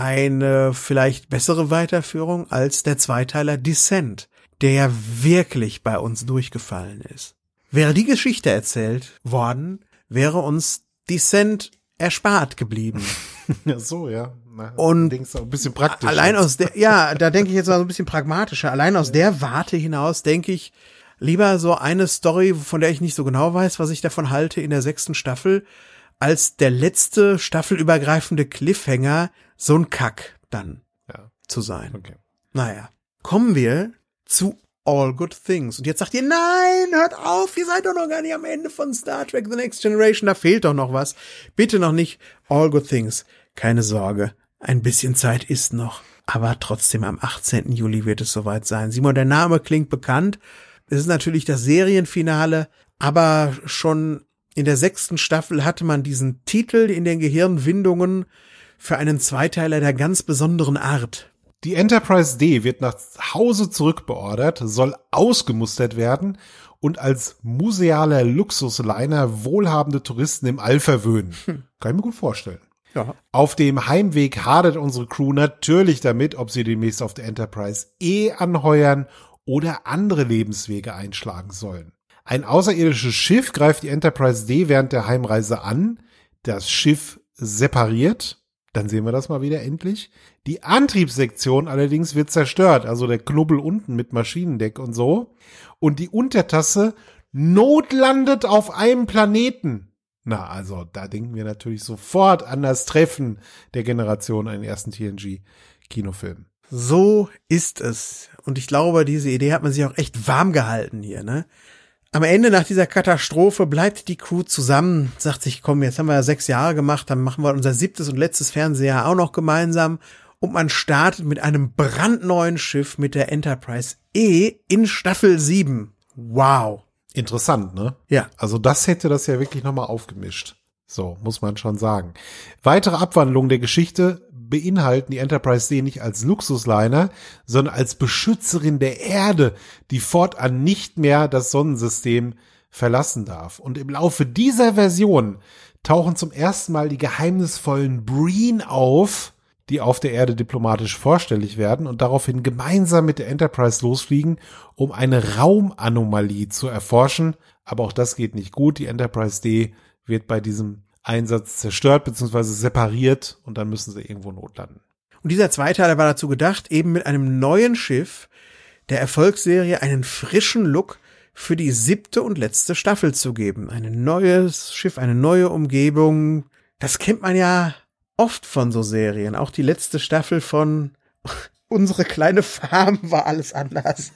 eine vielleicht bessere Weiterführung als der Zweiteiler Descent, der ja wirklich bei uns durchgefallen ist. Wäre die Geschichte erzählt worden, wäre uns Descent erspart geblieben. Ja, so, ja. Und denkst du auch ein bisschen praktisch. Allein aus der, ja, da denke ich jetzt mal so ein bisschen pragmatischer. Allein aus der Warte hinaus denke ich, lieber so eine Story, von der ich nicht so genau weiß, was ich davon halte, in der 6. Staffel, als der letzte staffelübergreifende Cliffhanger, so ein Kack dann zu sein. Okay. Naja, kommen wir zu All Good Things. Und jetzt sagt ihr, nein, hört auf, ihr seid doch noch gar nicht am Ende von Star Trek The Next Generation, da fehlt doch noch was. Bitte noch nicht All Good Things. Keine Sorge, ein bisschen Zeit ist noch. Aber trotzdem am 18. Juli wird es soweit sein. Simon, der Name klingt bekannt. Es ist natürlich das Serienfinale, aber schon in der 6. Staffel hatte man diesen Titel in den Gehirnwindungen für einen Zweiteiler der ganz besonderen Art. Die Enterprise D wird nach Hause zurückbeordert, soll ausgemustert werden und als musealer Luxusliner wohlhabende Touristen im All verwöhnen. Kann ich mir gut vorstellen. Ja. Auf dem Heimweg hadert unsere Crew natürlich damit, ob sie demnächst auf der Enterprise E anheuern oder andere Lebenswege einschlagen sollen. Ein außerirdisches Schiff greift die Enterprise D während der Heimreise an. Das Schiff separiert. Dann sehen wir das mal wieder endlich. Die Antriebssektion allerdings wird zerstört. Also der Knubbel unten mit Maschinendeck und so. Und die Untertasse notlandet auf einem Planeten. Na, also da denken wir natürlich sofort an das Treffen der Generation an den ersten TNG-Kinofilm. So ist es. Und ich glaube, diese Idee hat man sich auch echt warm gehalten hier, ne? Am Ende nach dieser Katastrophe bleibt die Crew zusammen, sagt sich, komm, jetzt haben wir ja 6 Jahre gemacht, dann machen wir unser 7. und letztes Fernsehjahr auch noch gemeinsam. Und man startet mit einem brandneuen Schiff mit der Enterprise E in Staffel 7. Wow. Interessant, ne? Ja. Also das hätte das ja wirklich nochmal aufgemischt. So, muss man schon sagen. Weitere Abwandlungen der Geschichte beinhalten die Enterprise D nicht als Luxusliner, sondern als Beschützerin der Erde, die fortan nicht mehr das Sonnensystem verlassen darf. Und im Laufe dieser Version tauchen zum ersten Mal die geheimnisvollen Breen auf, die auf der Erde diplomatisch vorstellig werden und daraufhin gemeinsam mit der Enterprise losfliegen, um eine Raumanomalie zu erforschen. Aber auch das geht nicht gut. Die Enterprise D wird bei diesem Einsatz zerstört bzw. separiert und dann müssen sie irgendwo notlanden. Und dieser Zweiteiler war dazu gedacht, eben mit einem neuen Schiff der Erfolgsserie einen frischen Look für die 7. und letzte Staffel zu geben. Ein neues Schiff, eine neue Umgebung. Das kennt man ja oft von so Serien. Auch die letzte Staffel von Unsere kleine Farm war alles anders.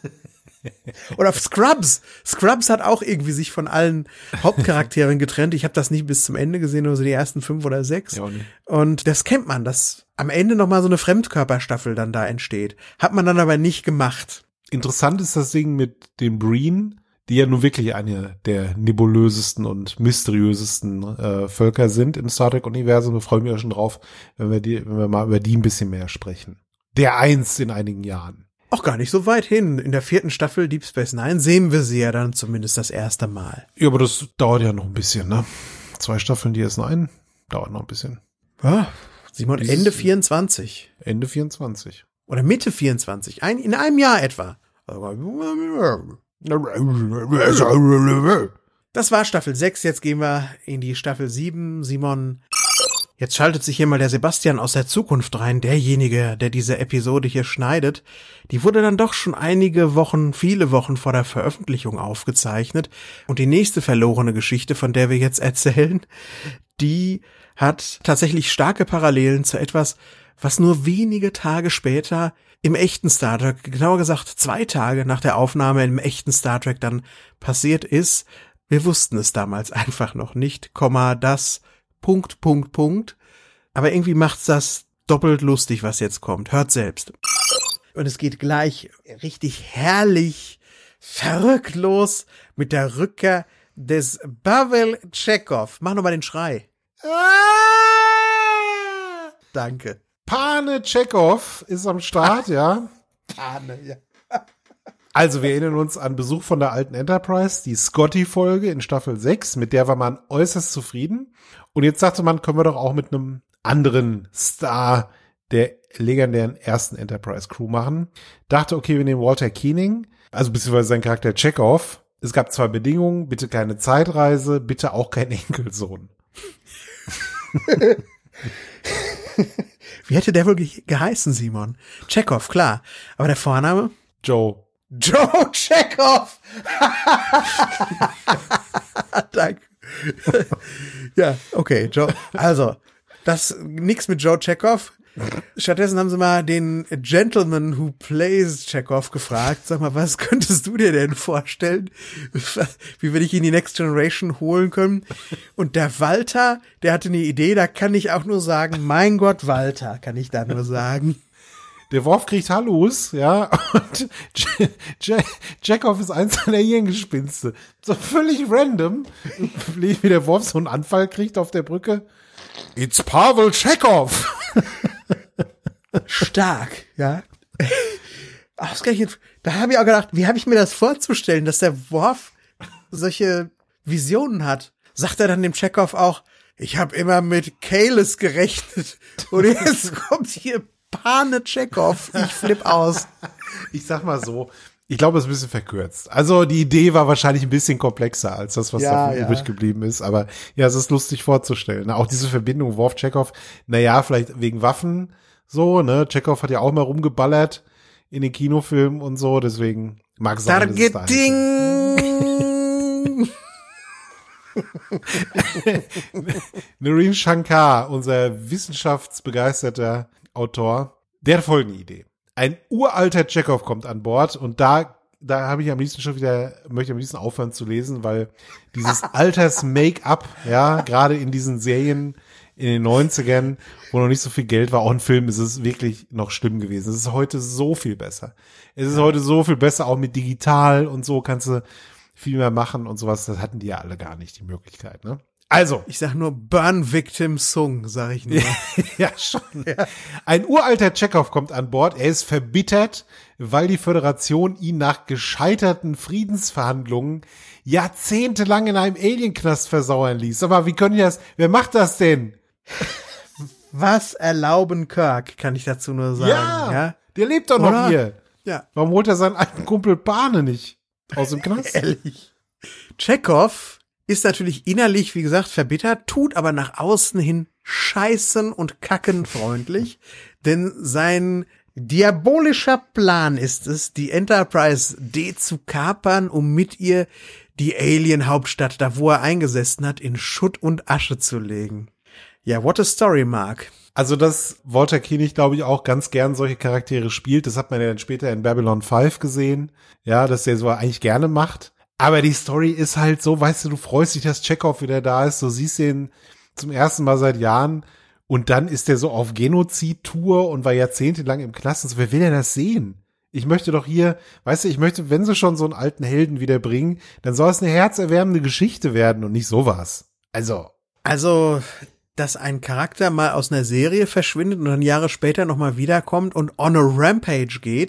Oder Scrubs. Scrubs hat auch irgendwie sich von allen Hauptcharakteren getrennt. Ich habe das nicht bis zum Ende gesehen, nur so die ersten 5 oder 6. Ja, nicht. Und das kennt man, dass am Ende nochmal so eine Fremdkörperstaffel dann da entsteht. Hat man dann aber nicht gemacht. Interessant ist das Ding mit den Breen, die ja nun wirklich eine der nebulösesten und mysteriösesten Völker sind im Star Trek-Universum. Wir freuen mich auch schon drauf, wenn wir mal über die ein bisschen mehr sprechen. Der Eins in einigen Jahren. Auch gar nicht so weit hin. In der 4. Staffel Deep Space Nine sehen wir sie ja dann zumindest das erste Mal. Ja, aber das dauert ja noch ein bisschen, ne? 2 Staffeln DS9 dauert noch ein bisschen. Ja, Simon, Ende 24. Ende 24. Oder Mitte 24. In einem Jahr etwa. Das war Staffel 6. Jetzt gehen wir in die Staffel 7. Simon, jetzt schaltet sich hier mal der Sebastian aus der Zukunft rein. Derjenige, der diese Episode hier schneidet. Die wurde dann doch schon viele Wochen vor der Veröffentlichung aufgezeichnet. Und die nächste verlorene Geschichte, von der wir jetzt erzählen, die hat tatsächlich starke Parallelen zu etwas, was nur wenige Tage später im echten Star Trek, genauer gesagt 2 Tage nach der Aufnahme im echten Star Trek dann passiert ist. Wir wussten es damals einfach noch nicht, das, ... Aber irgendwie macht's das doppelt lustig, was jetzt kommt. Hört selbst. Und es geht gleich richtig herrlich, verrückt los mit der Rückkehr des Pavel Tschechow. Mach nochmal den Schrei. Danke. Pane Tschechow ist am Start, ja. Pane, ja. Also wir erinnern uns an Besuch von der alten Enterprise, die Scotty-Folge in Staffel 6, mit der war man äußerst zufrieden. Und jetzt sagte man, können wir doch auch mit einem anderen Star der legendären ersten Enterprise-Crew machen. Dachte, okay, wir nehmen Walter Koenig, also beziehungsweise sein Charakter Tschechow. Es gab 2 Bedingungen, bitte keine Zeitreise, bitte auch kein Enkelsohn. Wie hätte der wohl geheißen, Simon? Tschechow, klar. Aber der Vorname? Joe Tschechow! Danke. Ja, okay, Joe. Also, nix mit Joe Tschechow. Stattdessen haben sie mal den Gentleman who plays Tschechow gefragt. Sag mal, was könntest du dir denn vorstellen, wie wir dich in die Next Generation holen können? Und der Walter, der hatte eine Idee, da kann ich auch nur sagen, mein Gott, Walter, kann ich da nur sagen. Der Worf kriegt Hallus, ja, und Tschechow ist eins seiner Hirngespinste. So völlig random, wie der Worf so einen Anfall kriegt auf der Brücke. It's Pavel Tschechow! Stark, ja. Ausgerechnet, da habe ich auch gedacht, wie habe ich mir das vorzustellen, dass der Worf solche Visionen hat? Sagt er dann dem Tschechow auch, ich habe immer mit Kalis gerechnet und jetzt kommt hier Pane Tschechow. Ich flipp aus. Ich sag mal so, ich glaube, es ist ein bisschen verkürzt. Also die Idee war wahrscheinlich ein bisschen komplexer als das, was davon übrig geblieben ist. Aber ja, es ist lustig vorzustellen. Auch diese Verbindung Worf-Tschechow, naja, vielleicht wegen Waffen so, ne? Tschechow hat ja auch mal rumgeballert in den Kinofilmen und so, deswegen mag es sein. Targeting! Naren Shankar, unser wissenschaftsbegeisterter Autor, der hat folgende Idee. Ein uralter Tschechow kommt an Bord und da habe ich möchte ich am liebsten aufhören zu lesen, weil dieses Alters-Make-up, ja, gerade in diesen Serien in den 90ern, wo noch nicht so viel Geld war, auch in Filmen, ist es wirklich noch schlimm gewesen. Es ist heute so viel besser. Es ist heute so viel besser, auch mit digital und so kannst du viel mehr machen und sowas. Das hatten die ja alle gar nicht, die Möglichkeit, ne? Also. Ich sag nur Burn Victim Sung, sag ich nur. Ja, schon. Ja. Ein uralter Tschechow kommt an Bord. Er ist verbittert, weil die Föderation ihn nach gescheiterten Friedensverhandlungen jahrzehntelang in einem Alienknast versauern ließ. Aber wer macht das denn? Was erlauben Kirk, kann ich dazu nur sagen. Ja? Der lebt doch noch hier. Ja. Warum holt er seinen alten Kumpel Pane nicht aus dem Knast? Ehrlich. Tschechow ist natürlich innerlich, wie gesagt, verbittert, tut aber nach außen hin scheißen und kacken freundlich, denn sein diabolischer Plan ist es, die Enterprise D zu kapern, um mit ihr die Alien-Hauptstadt, da wo er eingesessen hat, in Schutt und Asche zu legen. Ja, what a story, Mark. Also, dass Walter Koenig, glaube ich, auch ganz gern solche Charaktere spielt, das hat man ja dann später in Babylon 5 gesehen, ja, dass der so eigentlich gerne macht. Aber die Story ist halt so, weißt du freust dich, dass Tschechow wieder da ist, du siehst ihn zum ersten Mal seit Jahren und dann ist der so auf Genozid-Tour und war jahrzehntelang im Knast. Also, wer will denn das sehen? Ich möchte doch hier, weißt du, wenn sie schon so einen alten Helden wieder bringen, dann soll es eine herzerwärmende Geschichte werden und nicht sowas. Also, dass ein Charakter mal aus einer Serie verschwindet und dann Jahre später nochmal wiederkommt und on a Rampage geht,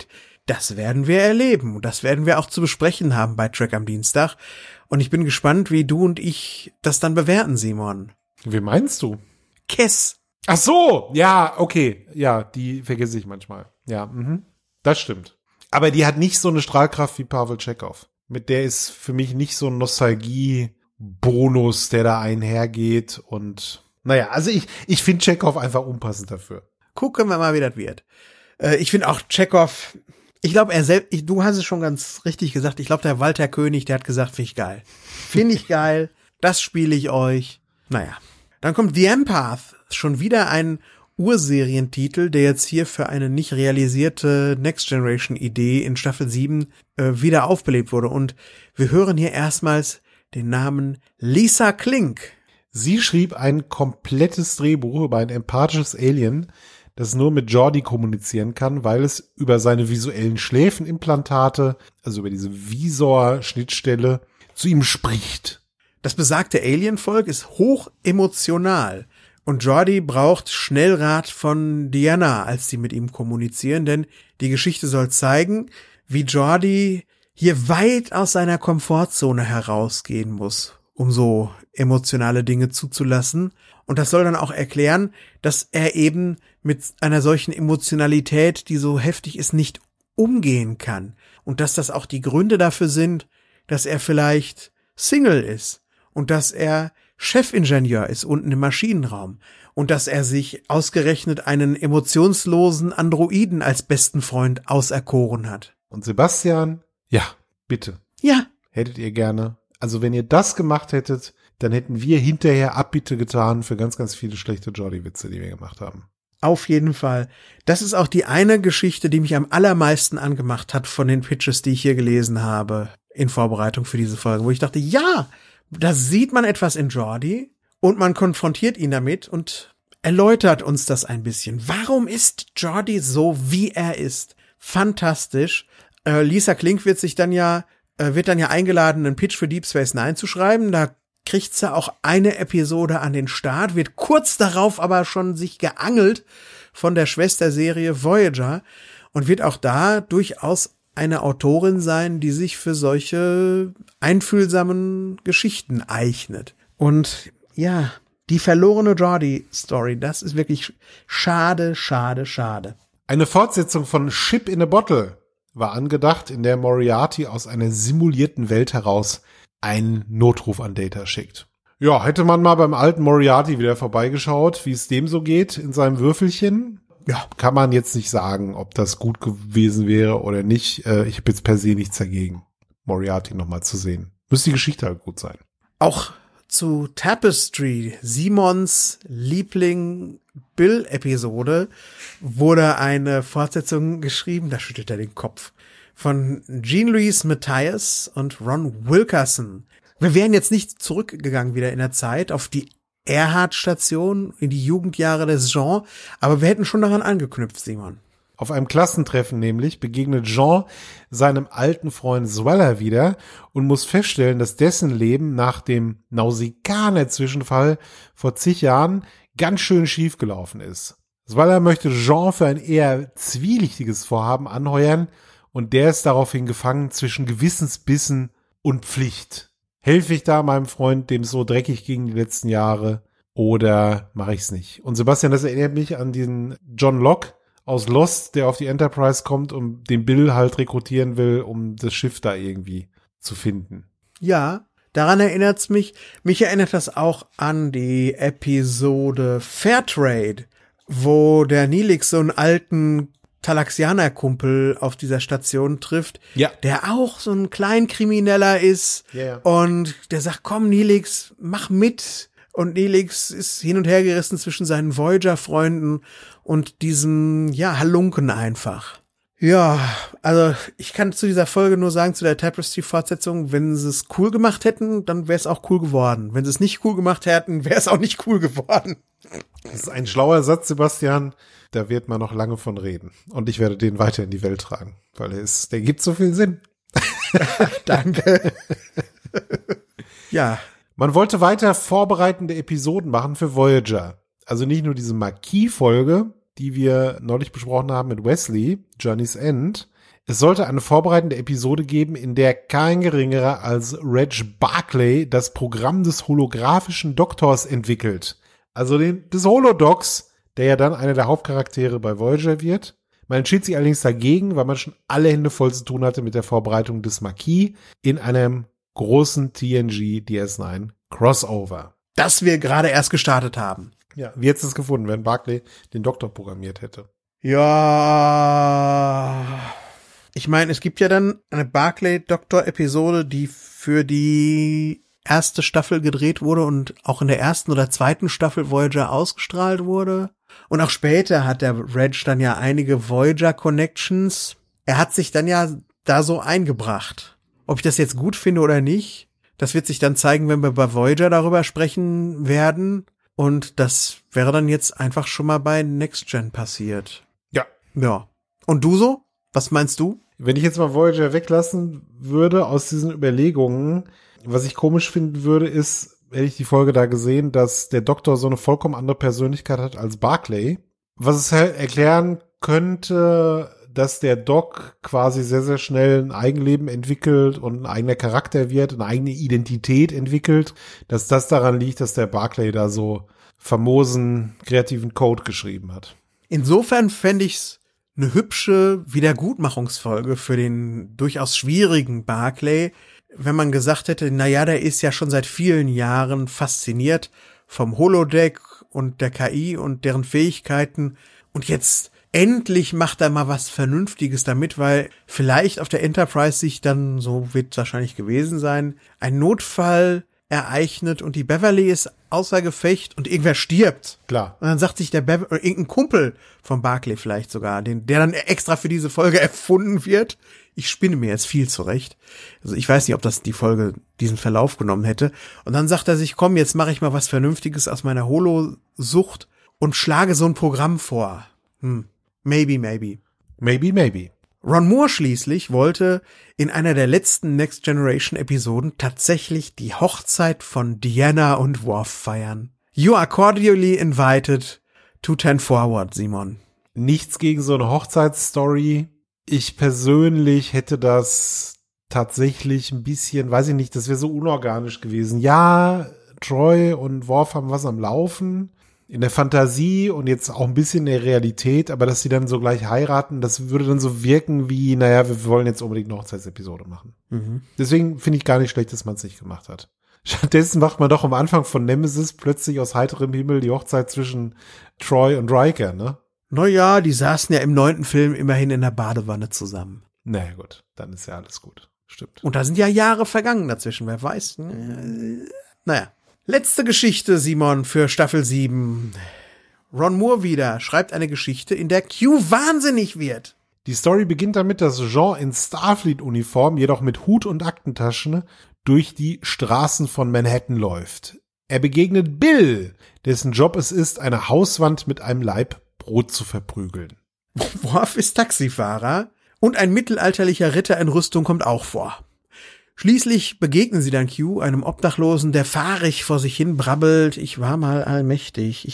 Das werden wir erleben und das werden wir auch zu besprechen haben bei Trek am Dienstag. Und ich bin gespannt, wie du und ich das dann bewerten, Simon. Wie meinst du? Kes. Ach so, ja, okay. Ja, die vergesse ich manchmal. Ja, das stimmt. Aber die hat nicht so eine Strahlkraft wie Pavel Tschechow. Mit der ist für mich nicht so ein Nostalgie-Bonus, der da einhergeht. Und naja, also ich finde Tschechow einfach unpassend dafür. Gucken wir mal, wie das wird. Ich finde auch Tschechow, ich glaube, du hast es schon ganz richtig gesagt, ich glaube, der Walter König, der hat gesagt, finde ich geil. Finde ich geil, das spiele ich euch. Naja, dann kommt The Empath, schon wieder ein Urserientitel, der jetzt hier für eine nicht realisierte Next Generation Idee in Staffel 7 wieder aufbelebt wurde. Und wir hören hier erstmals den Namen Lisa Klink. Sie schrieb ein komplettes Drehbuch über ein empathisches Alien, das nur mit Geordi kommunizieren kann, weil es über seine visuellen Schläfenimplantate, also über diese Visor-Schnittstelle, zu ihm spricht. Das besagte Alienvolk ist hoch emotional und Geordi braucht Schnellrat von Diana, als sie mit ihm kommunizieren, denn die Geschichte soll zeigen, wie Geordi hier weit aus seiner Komfortzone herausgehen muss, um so emotionale Dinge zuzulassen. Und das soll dann auch erklären, dass er eben mit einer solchen Emotionalität, die so heftig ist, nicht umgehen kann. Und dass das auch die Gründe dafür sind, dass er vielleicht Single ist und dass er Chefingenieur ist unten im Maschinenraum und dass er sich ausgerechnet einen emotionslosen Androiden als besten Freund auserkoren hat. Und Sebastian, ja, bitte. Ja. Hättet ihr gerne. Also wenn ihr das gemacht hättet, dann hätten wir hinterher Abbitte getan für ganz, ganz viele schlechte Geordi-Witze, die wir gemacht haben. Auf jeden Fall. Das ist auch die eine Geschichte, die mich am allermeisten angemacht hat von den Pitches, die ich hier gelesen habe in Vorbereitung für diese Folge, wo ich dachte, ja, da sieht man etwas in Geordi und man konfrontiert ihn damit und erläutert uns das ein bisschen. Warum ist Geordi so, wie er ist? Fantastisch. Lisa Klink wird dann ja eingeladen, einen Pitch für Deep Space Nine zu schreiben. Da kriegt sie auch eine Episode an den Start, wird kurz darauf aber schon sich geangelt von der Schwesterserie Voyager und wird auch da durchaus eine Autorin sein, die sich für solche einfühlsamen Geschichten eignet. Und ja, die verlorene Geordi-Story, das ist wirklich schade, schade, schade. Eine Fortsetzung von Ship in a Bottle war angedacht, in der Moriarty aus einer simulierten Welt heraus einen Notruf an Data schickt. Ja, hätte man mal beim alten Moriarty wieder vorbeigeschaut, wie es dem so geht in seinem Würfelchen. Ja, kann man jetzt nicht sagen, ob das gut gewesen wäre oder nicht. Ich habe jetzt per se nichts dagegen, Moriarty nochmal zu sehen. Müsste die Geschichte halt gut sein. Auch zu Tapestry, Simons Liebling Bill-Episode, wurde eine Fortsetzung geschrieben, da schüttelt er den Kopf, von Jean-Louis Matthias und Ron Wilkerson. Wir wären jetzt nicht zurückgegangen wieder in der Zeit auf die Erhard-Station, in die Jugendjahre des Jean, aber wir hätten schon daran angeknüpft, Simon. Auf einem Klassentreffen nämlich begegnet Jean seinem alten Freund Sweller wieder und muss feststellen, dass dessen Leben nach dem Nausikaner-Zwischenfall vor zig Jahren ganz schön schief gelaufen ist. Sweller möchte Jean für ein eher zwielichtiges Vorhaben anheuern und der ist daraufhin gefangen zwischen Gewissensbissen und Pflicht. Helfe ich da meinem Freund, dem es so dreckig ging die letzten Jahre, oder mache ich's nicht? Und Sebastian, das erinnert mich an diesen John Locke aus Lost, der auf die Enterprise kommt und den Bill halt rekrutieren will, um das Schiff da irgendwie zu finden. Ja, daran erinnert's mich. Mich erinnert das auch an die Episode Fairtrade, wo der Neelix so einen alten Talaxianer-Kumpel auf dieser Station trifft, ja, der auch so ein Kleinkrimineller ist, yeah, und der sagt, komm Neelix, mach mit. Und Neelix ist hin und her gerissen zwischen seinen Voyager-Freunden und diesem, ja, Halunken einfach. Ja, also ich kann zu dieser Folge nur sagen, zu der Tapestry-Fortsetzung, wenn sie es cool gemacht hätten, dann wäre es auch cool geworden. Wenn sie es nicht cool gemacht hätten, wäre es auch nicht cool geworden. Das ist ein schlauer Satz, Sebastian. Da wird man noch lange von reden. Und ich werde den weiter in die Welt tragen, weil der gibt so viel Sinn. Danke. Ja. Man wollte weiter vorbereitende Episoden machen für Voyager. Also nicht nur diese Marquis-Folge, die wir neulich besprochen haben mit Wesley, Journey's End. Es sollte eine vorbereitende Episode geben, in der kein geringerer als Reg Barclay das Programm des holographischen Doktors entwickelt. Also des Holodocs, der ja dann einer der Hauptcharaktere bei Voyager wird. Man entschied sich allerdings dagegen, weil man schon alle Hände voll zu tun hatte mit der Vorbereitung des Marquis in einem großen TNG DS9 Crossover. Das wir gerade erst gestartet haben. Ja, wie hättest du es gefunden, wenn Barclay den Doktor programmiert hätte? Ja, ich meine, es gibt ja dann eine Barclay-Doktor-Episode, die für die erste Staffel gedreht wurde und auch in der ersten oder zweiten Staffel Voyager ausgestrahlt wurde. Und auch später hat der Reg dann ja einige Voyager-Connections. Er hat sich dann ja da so eingebracht. Ob ich das jetzt gut finde oder nicht, das wird sich dann zeigen, wenn wir bei Voyager darüber sprechen werden. Und das wäre dann jetzt einfach schon mal bei Next Gen passiert. Ja. Ja. Und du so? Was meinst du? Wenn ich jetzt mal Voyager weglassen würde aus diesen Überlegungen, was ich komisch finden würde, ist, hätte ich die Folge da gesehen, dass der Doktor so eine vollkommen andere Persönlichkeit hat als Barclay. Was es halt erklären könnte, dass der Doc quasi sehr, sehr schnell ein Eigenleben entwickelt und ein eigener Charakter wird, eine eigene Identität entwickelt, dass das daran liegt, dass der Barclay da so famosen kreativen Code geschrieben hat. Insofern fände ich's eine hübsche Wiedergutmachungsfolge für den durchaus schwierigen Barclay, wenn man gesagt hätte, na ja, der ist ja schon seit vielen Jahren fasziniert vom Holodeck und der KI und deren Fähigkeiten und jetzt endlich macht er mal was Vernünftiges damit, weil vielleicht auf der Enterprise sich dann, so wird wahrscheinlich gewesen sein, ein Notfall ereignet und die Beverly ist außer Gefecht und irgendwer stirbt. Klar. Und dann sagt sich der irgendein Kumpel von Barclay vielleicht sogar, der dann extra für diese Folge erfunden wird. Ich spinne mir jetzt viel zurecht. Also ich weiß nicht, ob das die Folge diesen Verlauf genommen hätte. Und dann sagt er sich, komm, jetzt mache ich mal was Vernünftiges aus meiner Holo-Sucht und schlage so ein Programm vor. Maybe. Maybe. Ron Moore schließlich wollte in einer der letzten Next Generation Episoden tatsächlich die Hochzeit von Deanna und Worf feiern. You are cordially invited to 10 Forward, Simon. Nichts gegen so eine Hochzeitsstory. Ich persönlich hätte das tatsächlich ein bisschen, weiß ich nicht, das wäre so unorganisch gewesen. Ja, Troy und Worf haben was am Laufen. In der Fantasie und jetzt auch ein bisschen in der Realität, aber dass sie dann so gleich heiraten, das würde dann so wirken wie, naja, wir wollen jetzt unbedingt eine Hochzeitsepisode machen. Deswegen finde ich gar nicht schlecht, dass man es nicht gemacht hat. Stattdessen macht man doch am Anfang von Nemesis plötzlich aus heiterem Himmel die Hochzeit zwischen Troy und Riker, ne? Naja, die saßen ja im 9. Film immerhin in der Badewanne zusammen. Naja gut, dann ist ja alles gut. Stimmt. Und da sind ja Jahre vergangen dazwischen, wer weiß. Naja. Letzte Geschichte, Simon, für Staffel 7. Ron Moore wieder schreibt eine Geschichte, in der Q wahnsinnig wird. Die Story beginnt damit, dass Jean in Starfleet-Uniform, jedoch mit Hut und Aktentaschen, durch die Straßen von Manhattan läuft. Er begegnet Bill, dessen Job es ist, eine Hauswand mit einem Laib Brot zu verprügeln. Worf ist Taxifahrer und ein mittelalterlicher Ritter in Rüstung kommt auch vor. Schließlich begegnen sie dann Q, einem Obdachlosen, der fahrig vor sich hin brabbelt, ich war mal allmächtig.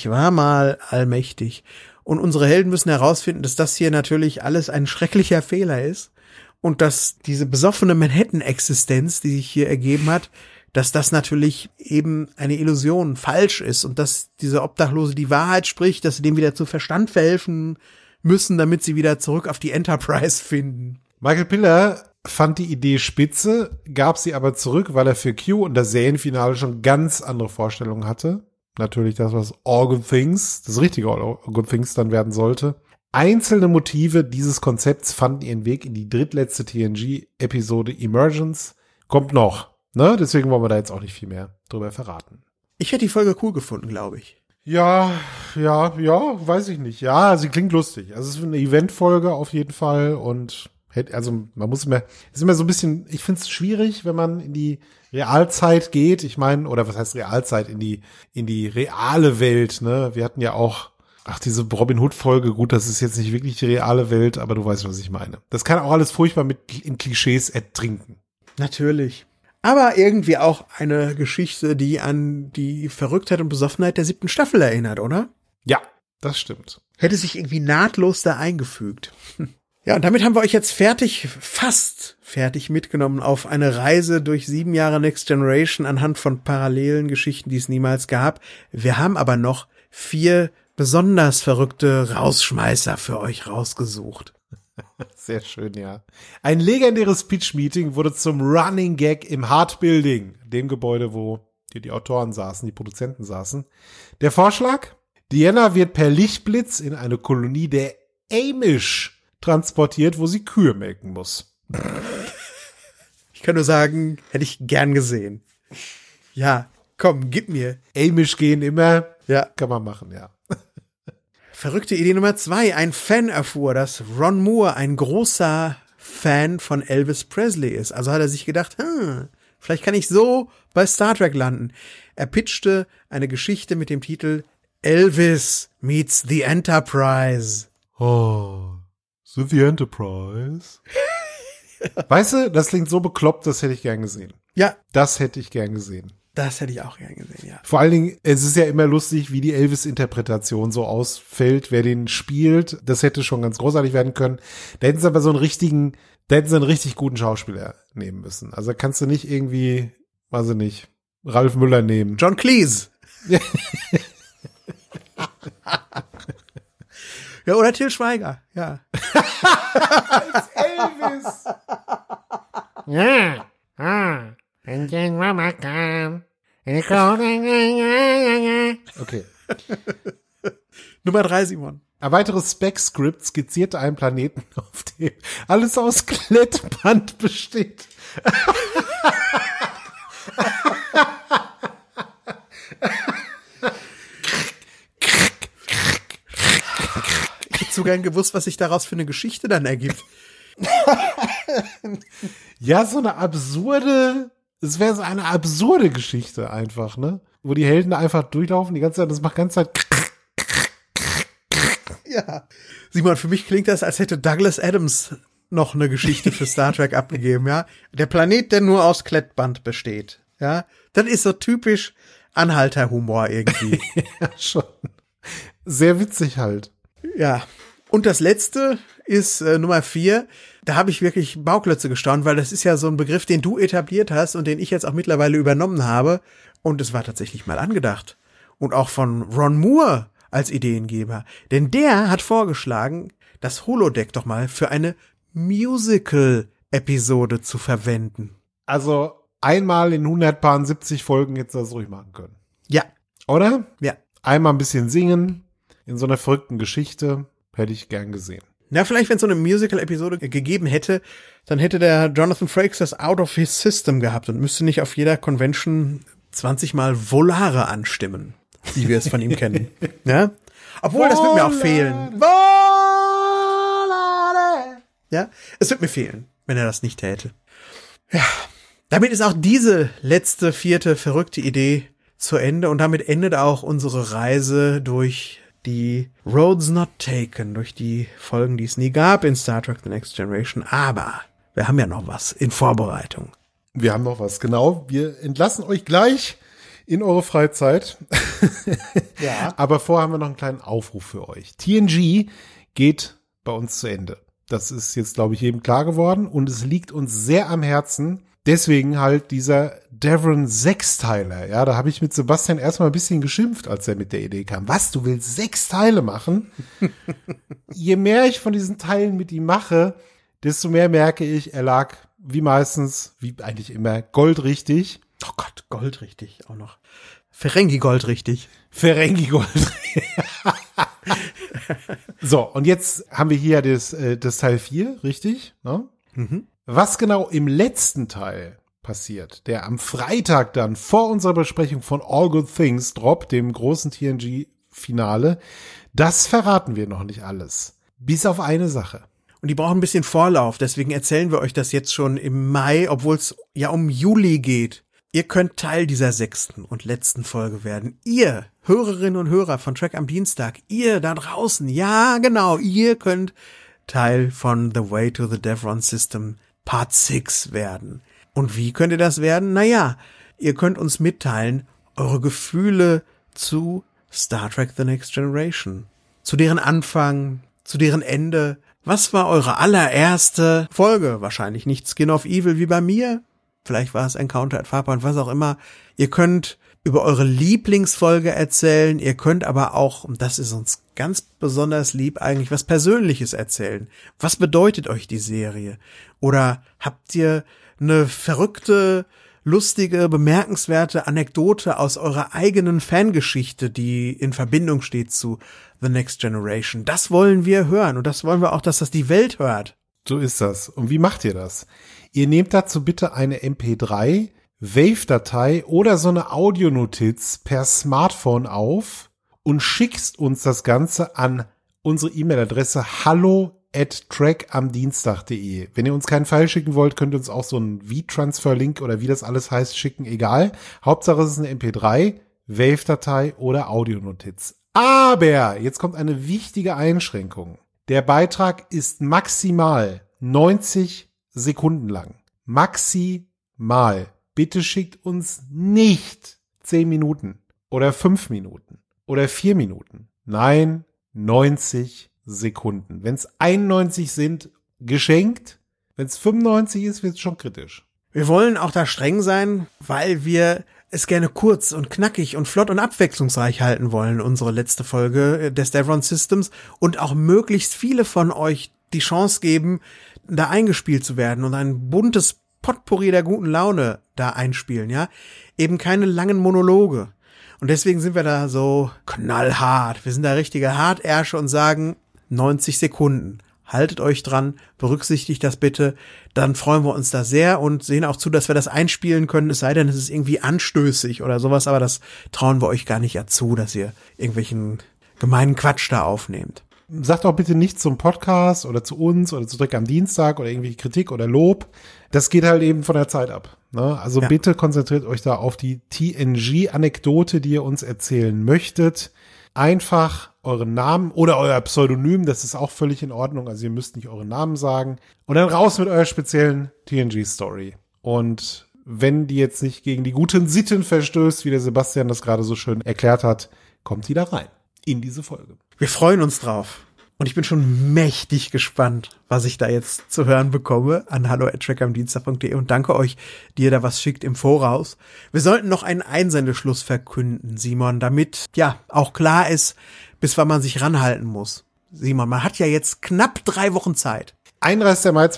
Und unsere Helden müssen herausfinden, dass das hier natürlich alles ein schrecklicher Fehler ist und dass diese besoffene Manhattan-Existenz, die sich hier ergeben hat, dass das natürlich eben eine Illusion, falsch ist und dass dieser Obdachlose die Wahrheit spricht, dass sie dem wieder zu Verstand verhelfen müssen, damit sie wieder zurück auf die Enterprise finden. Michael Piller fand die Idee spitze, gab sie aber zurück, weil er für Q und das Serienfinale schon ganz andere Vorstellungen hatte. Natürlich das, was All Good Things, das richtige All Good Things dann werden sollte. Einzelne Motive dieses Konzepts fanden ihren Weg in die drittletzte TNG-Episode Emergence. Kommt noch, ne? Deswegen wollen wir da jetzt auch nicht viel mehr drüber verraten. Ich hätte die Folge cool gefunden, glaube ich. Ja, weiß ich nicht. Ja, sie klingt lustig. Also es ist eine Eventfolge auf jeden Fall und also man muss immer, ist immer so ein bisschen, ich finde es schwierig, wenn man in die Realzeit geht. Ich meine, oder was heißt Realzeit, in die reale Welt, ne? Wir hatten ja auch, diese Robin Hood Folge, gut, das ist jetzt nicht wirklich die reale Welt, aber du weißt, was ich meine. Das kann auch alles furchtbar in Klischees ertrinken. Natürlich. Aber irgendwie auch eine Geschichte, die an die Verrücktheit und Besoffenheit der 7. Staffel erinnert, oder? Ja, das stimmt. Hätte sich irgendwie nahtlos da eingefügt. Ja, und damit haben wir euch jetzt fast fertig mitgenommen auf eine Reise durch 7 Jahre Next Generation anhand von parallelen Geschichten, die es niemals gab. Wir haben aber noch 4 besonders verrückte Rausschmeißer für euch rausgesucht. Sehr schön, ja. Ein legendäres Pitch-Meeting wurde zum Running Gag im Hart Building, dem Gebäude, wo die Autoren saßen, die Produzenten saßen. Der Vorschlag? Deanna wird per Lichtblitz in eine Kolonie der Amish transportiert, wo sie Kühe melken muss. Ich kann nur sagen, hätte ich gern gesehen. Ja, komm, gib mir. Amish gehen immer. Ja. Kann man machen, ja. Verrückte Idee Nummer 2. Ein Fan erfuhr, dass Ron Moore ein großer Fan von Elvis Presley ist. Also hat er sich gedacht, vielleicht kann ich so bei Star Trek landen. Er pitchte eine Geschichte mit dem Titel Elvis meets the Enterprise. Oh, the Enterprise. Weißt du, das klingt so bekloppt, das hätte ich gern gesehen. Ja. Das hätte ich gern gesehen. Das hätte ich auch gern gesehen, ja. Vor allen Dingen, es ist ja immer lustig, wie die Elvis-Interpretation so ausfällt, wer den spielt. Das hätte schon ganz großartig werden können. Da hätten sie aber einen richtig guten Schauspieler nehmen müssen. Also kannst du nicht irgendwie, weiß ich nicht, Ralf Müller nehmen. John Cleese. Ja, oder Til Schweiger, ja. Als Elvis. Ja, and then Mama come. Okay. Nummer 3, Simon. Ein weiteres Spec-Script skizzierte einen Planeten, auf dem alles aus Klettband besteht. Ich hätte so gern gewusst, was sich daraus für eine Geschichte dann ergibt. Ja, es wäre so eine absurde Geschichte einfach, ne? Wo die Helden einfach durchlaufen, die ganze Zeit, das macht ganze Zeit. Ja. Simon, für mich klingt das, als hätte Douglas Adams noch eine Geschichte für Star Trek abgegeben, ja? Der Planet, der nur aus Klettband besteht, ja? Das ist so typisch Anhalter-Humor irgendwie. Ja, schon. Sehr witzig halt. Ja. Und das letzte ist Nummer 4. Da habe ich wirklich Bauklötze gestaunt, weil das ist ja so ein Begriff, den du etabliert hast und den ich jetzt auch mittlerweile übernommen habe. Und es war tatsächlich mal angedacht. Und auch von Ron Moore als Ideengeber. Denn der hat vorgeschlagen, das Holodeck doch mal für eine Musical-Episode zu verwenden. Also einmal in 170 Folgen hättest du das ruhig machen können. Ja. Oder? Ja. Einmal ein bisschen singen in so einer verrückten Geschichte. Hätte ich gern gesehen. Na, vielleicht, wenn es so eine Musical-Episode gegeben hätte, dann hätte der Jonathan Frakes das out of his system gehabt und müsste nicht auf jeder Convention 20 Mal Volare anstimmen, wie wir es von ihm kennen. Ja? Obwohl, das wird mir auch fehlen. Volare! Ja, es wird mir fehlen, wenn er das nicht täte. Ja, damit ist auch diese letzte, 4. verrückte Idee zu Ende und damit endet auch unsere Reise durch die Roads Not Taken, durch die Folgen, die es nie gab in Star Trek The Next Generation. Aber wir haben ja noch was in Vorbereitung. Wir haben noch was, genau. Wir entlassen euch gleich in eure Freizeit. Ja. Aber vorher haben wir noch einen kleinen Aufruf für euch. TNG geht bei uns zu Ende. Das ist jetzt, glaube ich, jedem klar geworden und es liegt uns sehr am Herzen. Deswegen halt dieser Devon Sechsteiler. Ja, da habe ich mit Sebastian erstmal ein bisschen geschimpft, als er mit der Idee kam. Was, du willst 6 Teile machen? Je mehr ich von diesen Teilen mit ihm mache, desto mehr merke ich, er lag wie meistens, wie eigentlich immer, goldrichtig. Oh Gott, goldrichtig auch noch. Ferengi goldrichtig. Ferengi goldrichtig. So, und jetzt haben wir hier das Teil 4, richtig? Ne? Mhm. Was genau im letzten Teil passiert, der am Freitag dann vor unserer Besprechung von All Good Things droppt, dem großen TNG-Finale, das verraten wir noch nicht alles. Bis auf eine Sache. Und die brauchen ein bisschen Vorlauf, deswegen erzählen wir euch das jetzt schon im Mai, obwohl es ja um Juli geht. Ihr könnt Teil dieser 6. und letzten Folge werden. Ihr, Hörerinnen und Hörer von Trek am Dienstag, ihr da draußen, ja genau, ihr könnt Teil von The Way to the Devon System Part 6 werden. Und wie könnt ihr das werden? Naja, ihr könnt uns mitteilen, eure Gefühle zu Star Trek The Next Generation. Zu deren Anfang, zu deren Ende. Was war eure allererste Folge? Wahrscheinlich nicht Skin of Evil wie bei mir. Vielleicht war es Encounter at Farpoint, was auch immer. Ihr könnt über eure Lieblingsfolge erzählen. Ihr könnt aber auch, und das ist uns ganz besonders lieb, eigentlich was Persönliches erzählen. Was bedeutet euch die Serie? Oder habt ihr eine verrückte, lustige, bemerkenswerte Anekdote aus eurer eigenen Fangeschichte, die in Verbindung steht zu The Next Generation? Das wollen wir hören und das wollen wir auch, dass das die Welt hört. So ist das. Und wie macht ihr das? Ihr nehmt dazu bitte eine MP3, Wave-Datei oder so eine Audionotiz per Smartphone auf und schickst uns das Ganze an unsere E-Mail-Adresse hallo@trackamdienstag.de. Wenn ihr uns keinen File schicken wollt, könnt ihr uns auch so einen V-Transfer-Link oder wie das alles heißt schicken, egal. Hauptsache es ist eine MP3, Wave-Datei oder Audionotiz. Aber jetzt kommt eine wichtige Einschränkung. Der Beitrag ist maximal 90 Sekunden lang. Maximal. Bitte schickt uns nicht 10 Minuten oder 5 Minuten oder 4 Minuten. Nein, 90 Sekunden. Wenn es 91 sind, geschenkt. Wenn es 95 ist, wird es schon kritisch. Wir wollen auch da streng sein, weil wir es gerne kurz und knackig und flott und abwechslungsreich halten wollen, unsere letzte Folge des Devron Systems, und auch möglichst viele von euch die Chance geben, da eingespielt zu werden und ein buntes Potpourri der guten Laune da einspielen, ja. Eben keine langen Monologe. Und deswegen sind wir da so knallhart. Wir sind da richtige Hartärsche und sagen 90 Sekunden. Haltet euch dran, berücksichtigt das bitte. Dann freuen wir uns da sehr und sehen auch zu, dass wir das einspielen können. Es sei denn, es ist irgendwie anstößig oder sowas, aber das trauen wir euch gar nicht zu, dass ihr irgendwelchen gemeinen Quatsch da aufnehmt. Sagt auch bitte nicht zum Podcast oder zu uns oder zu Dreck am Dienstag oder irgendwie Kritik oder Lob. Das geht halt eben von der Zeit ab. Ne? Also ja. Bitte konzentriert euch da auf die TNG-Anekdote, die ihr uns erzählen möchtet. Einfach euren Namen oder euer Pseudonym, das ist auch völlig in Ordnung. Also ihr müsst nicht euren Namen sagen. Und dann raus mit eurer speziellen TNG-Story. Und wenn die jetzt nicht gegen die guten Sitten verstößt, wie der Sebastian das gerade so schön erklärt hat, kommt die da rein in diese Folge. Wir freuen uns drauf. Und ich bin schon mächtig gespannt, was ich da jetzt zu hören bekomme an hallo@trackamdienstag.de und danke euch, die ihr da was schickt im Voraus. Wir sollten noch einen Einsendeschluss verkünden, Simon, damit ja auch klar ist, bis wann man sich ranhalten muss. Simon, man hat ja jetzt knapp 3 Wochen Zeit. 31. Mai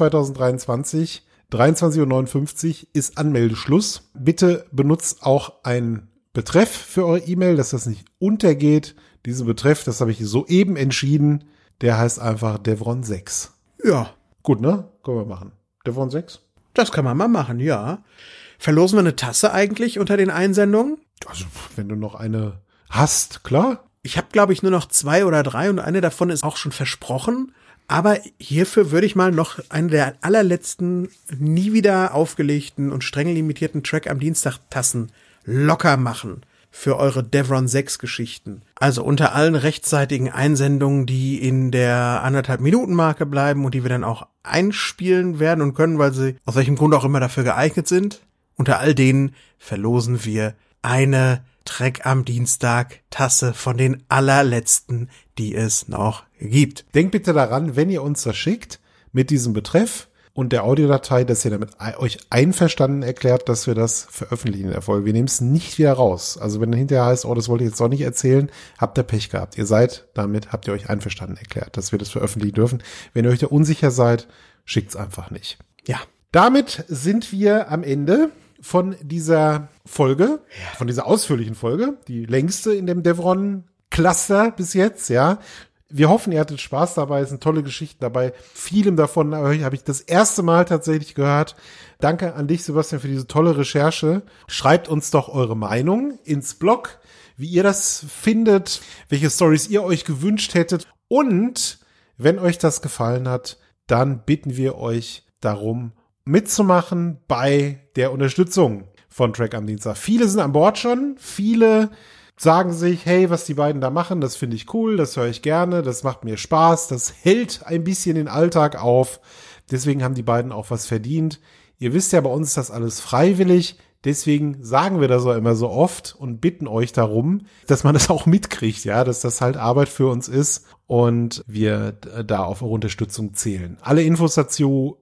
2023, 23:59 Uhr ist Anmeldeschluss. Bitte benutzt auch einen Betreff für eure E-Mail, dass das nicht untergeht. Diesen Betreff, das habe ich soeben entschieden, der heißt einfach Devron 6. Ja. Gut, ne? Können wir machen. Devron 6? Das kann man mal machen, ja. Verlosen wir eine Tasse eigentlich unter den Einsendungen? Also, wenn du noch eine hast, klar. Ich habe, glaube ich, nur noch 2 oder 3 und eine davon ist auch schon versprochen. Aber hierfür würde ich mal noch eine der allerletzten, nie wieder aufgelegten und streng limitierten Track am Dienstag Tassen locker machen für eure Devron 6 Geschichten. Also unter allen rechtzeitigen Einsendungen, die in der 1,5-Minuten-Marke bleiben und die wir dann auch einspielen werden und können, weil sie aus welchem Grund auch immer dafür geeignet sind. Unter all denen verlosen wir eine Track am Dienstag Tasse von den allerletzten, die es noch gibt. Denkt bitte daran, wenn ihr uns das schickt, mit diesem Betreff und der Audiodatei, dass ihr damit euch einverstanden erklärt, dass wir das veröffentlichen in der Folge. Wir nehmen es nicht wieder raus. Also wenn dann hinterher heißt, oh, das wollte ich jetzt doch nicht erzählen, habt ihr Pech gehabt. Habt ihr euch einverstanden erklärt, dass wir das veröffentlichen dürfen. Wenn ihr euch da unsicher seid, schickt's einfach nicht. Ja. Damit sind wir am Ende von dieser Folge, von dieser ausführlichen Folge, die längste in dem Devron-Cluster bis jetzt, ja. Wir hoffen, ihr hattet Spaß dabei, es sind tolle Geschichten dabei. Vielem davon habe ich das erste Mal tatsächlich gehört. Danke an dich, Sebastian, für diese tolle Recherche. Schreibt uns doch eure Meinung ins Blog, wie ihr das findet, welche Stories ihr euch gewünscht hättet. Und wenn euch das gefallen hat, dann bitten wir euch darum, mitzumachen bei der Unterstützung von Track am Dienstag. Viele sind an Bord schon, viele sagen sich, hey, was die beiden da machen, das finde ich cool, das höre ich gerne, das macht mir Spaß, das hält ein bisschen den Alltag auf. Deswegen haben die beiden auch was verdient. Ihr wisst ja, bei uns ist das alles freiwillig. Deswegen sagen wir das auch immer so oft und bitten euch darum, dass man das auch mitkriegt, ja, dass das halt Arbeit für uns ist und wir da auf eure Unterstützung zählen. Alle Infos dazu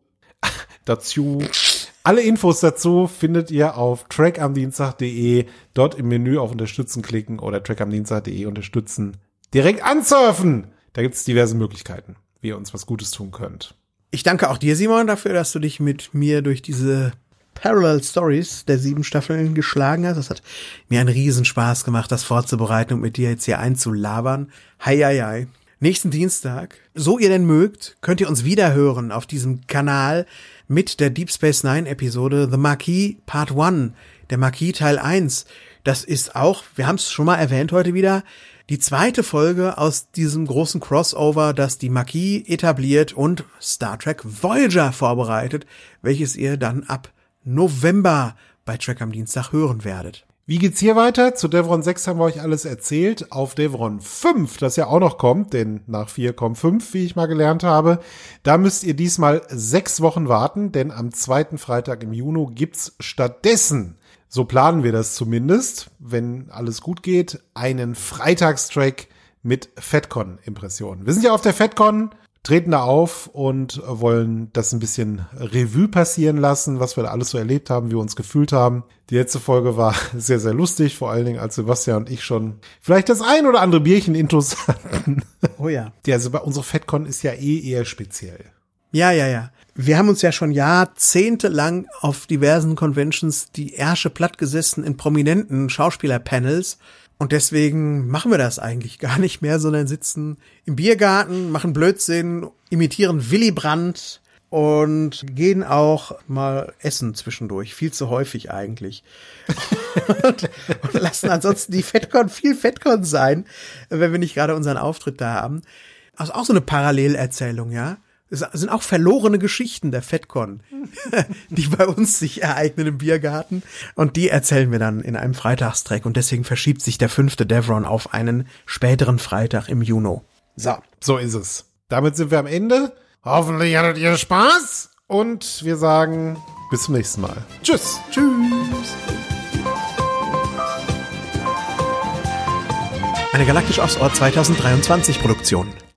findet ihr auf trackamdienstag.de, dort im Menü auf Unterstützen klicken oder trackamdienstag.de unterstützen, direkt ansurfen. Da gibt's diverse Möglichkeiten, wie ihr uns was Gutes tun könnt. Ich danke auch dir, Simon, dafür, dass du dich mit mir durch diese Parallel Stories der 7 Staffeln geschlagen hast. Das hat mir einen Riesenspaß gemacht, das vorzubereiten und mit dir jetzt hier einzulabern. Hei. Nächsten Dienstag, so ihr denn mögt, könnt ihr uns wieder hören auf diesem Kanal mit der Deep Space Nine Episode The Marquis Part 1, der Marquis Teil 1. Das ist auch, wir haben es schon mal erwähnt heute wieder, die zweite Folge aus diesem großen Crossover, das die Marquis etabliert und Star Trek Voyager vorbereitet, welches ihr dann ab November bei Trek am Dienstag hören werdet. Wie geht's hier weiter? Zu Devron 6 haben wir euch alles erzählt. Auf Devron 5, das ja auch noch kommt, denn nach 4 kommen 5, wie ich mal gelernt habe. Da müsst ihr diesmal 6 Wochen warten, denn am 2. Freitag im Juni gibt's stattdessen, so planen wir das zumindest, wenn alles gut geht, einen Freitagstrack mit FedCon-Impressionen. Wir sind ja auf der FedCon, treten da auf und wollen das ein bisschen Revue passieren lassen, was wir da alles so erlebt haben, wie wir uns gefühlt haben. Die letzte Folge war sehr, sehr lustig, vor allen Dingen, als Sebastian und ich schon vielleicht das ein oder andere Bierchen intus hatten. Oh ja. Also unsere FedCon ist ja eher speziell. Ja. Wir haben uns ja schon jahrzehntelang auf diversen Conventions die Ärsche platt gesessen in prominenten Schauspielerpanels. Und deswegen machen wir das eigentlich gar nicht mehr, sondern sitzen im Biergarten, machen Blödsinn, imitieren Willy Brandt und gehen auch mal essen zwischendurch. Viel zu häufig eigentlich. und lassen ansonsten die FedCon viel FedCon sein, wenn wir nicht gerade unseren Auftritt da haben. Also auch so eine Parallelerzählung, ja. Es sind auch verlorene Geschichten der FedCon, die bei uns sich ereignen im Biergarten. Und die erzählen wir dann in einem Freitagstrack. Und deswegen verschiebt sich der 5. Devron auf einen späteren Freitag im Juni. So ist es. Damit sind wir am Ende. Hoffentlich hattet ihr Spaß. Und wir sagen bis zum nächsten Mal. Tschüss. Eine Galaktisch aufs Ohr 2023 Produktion.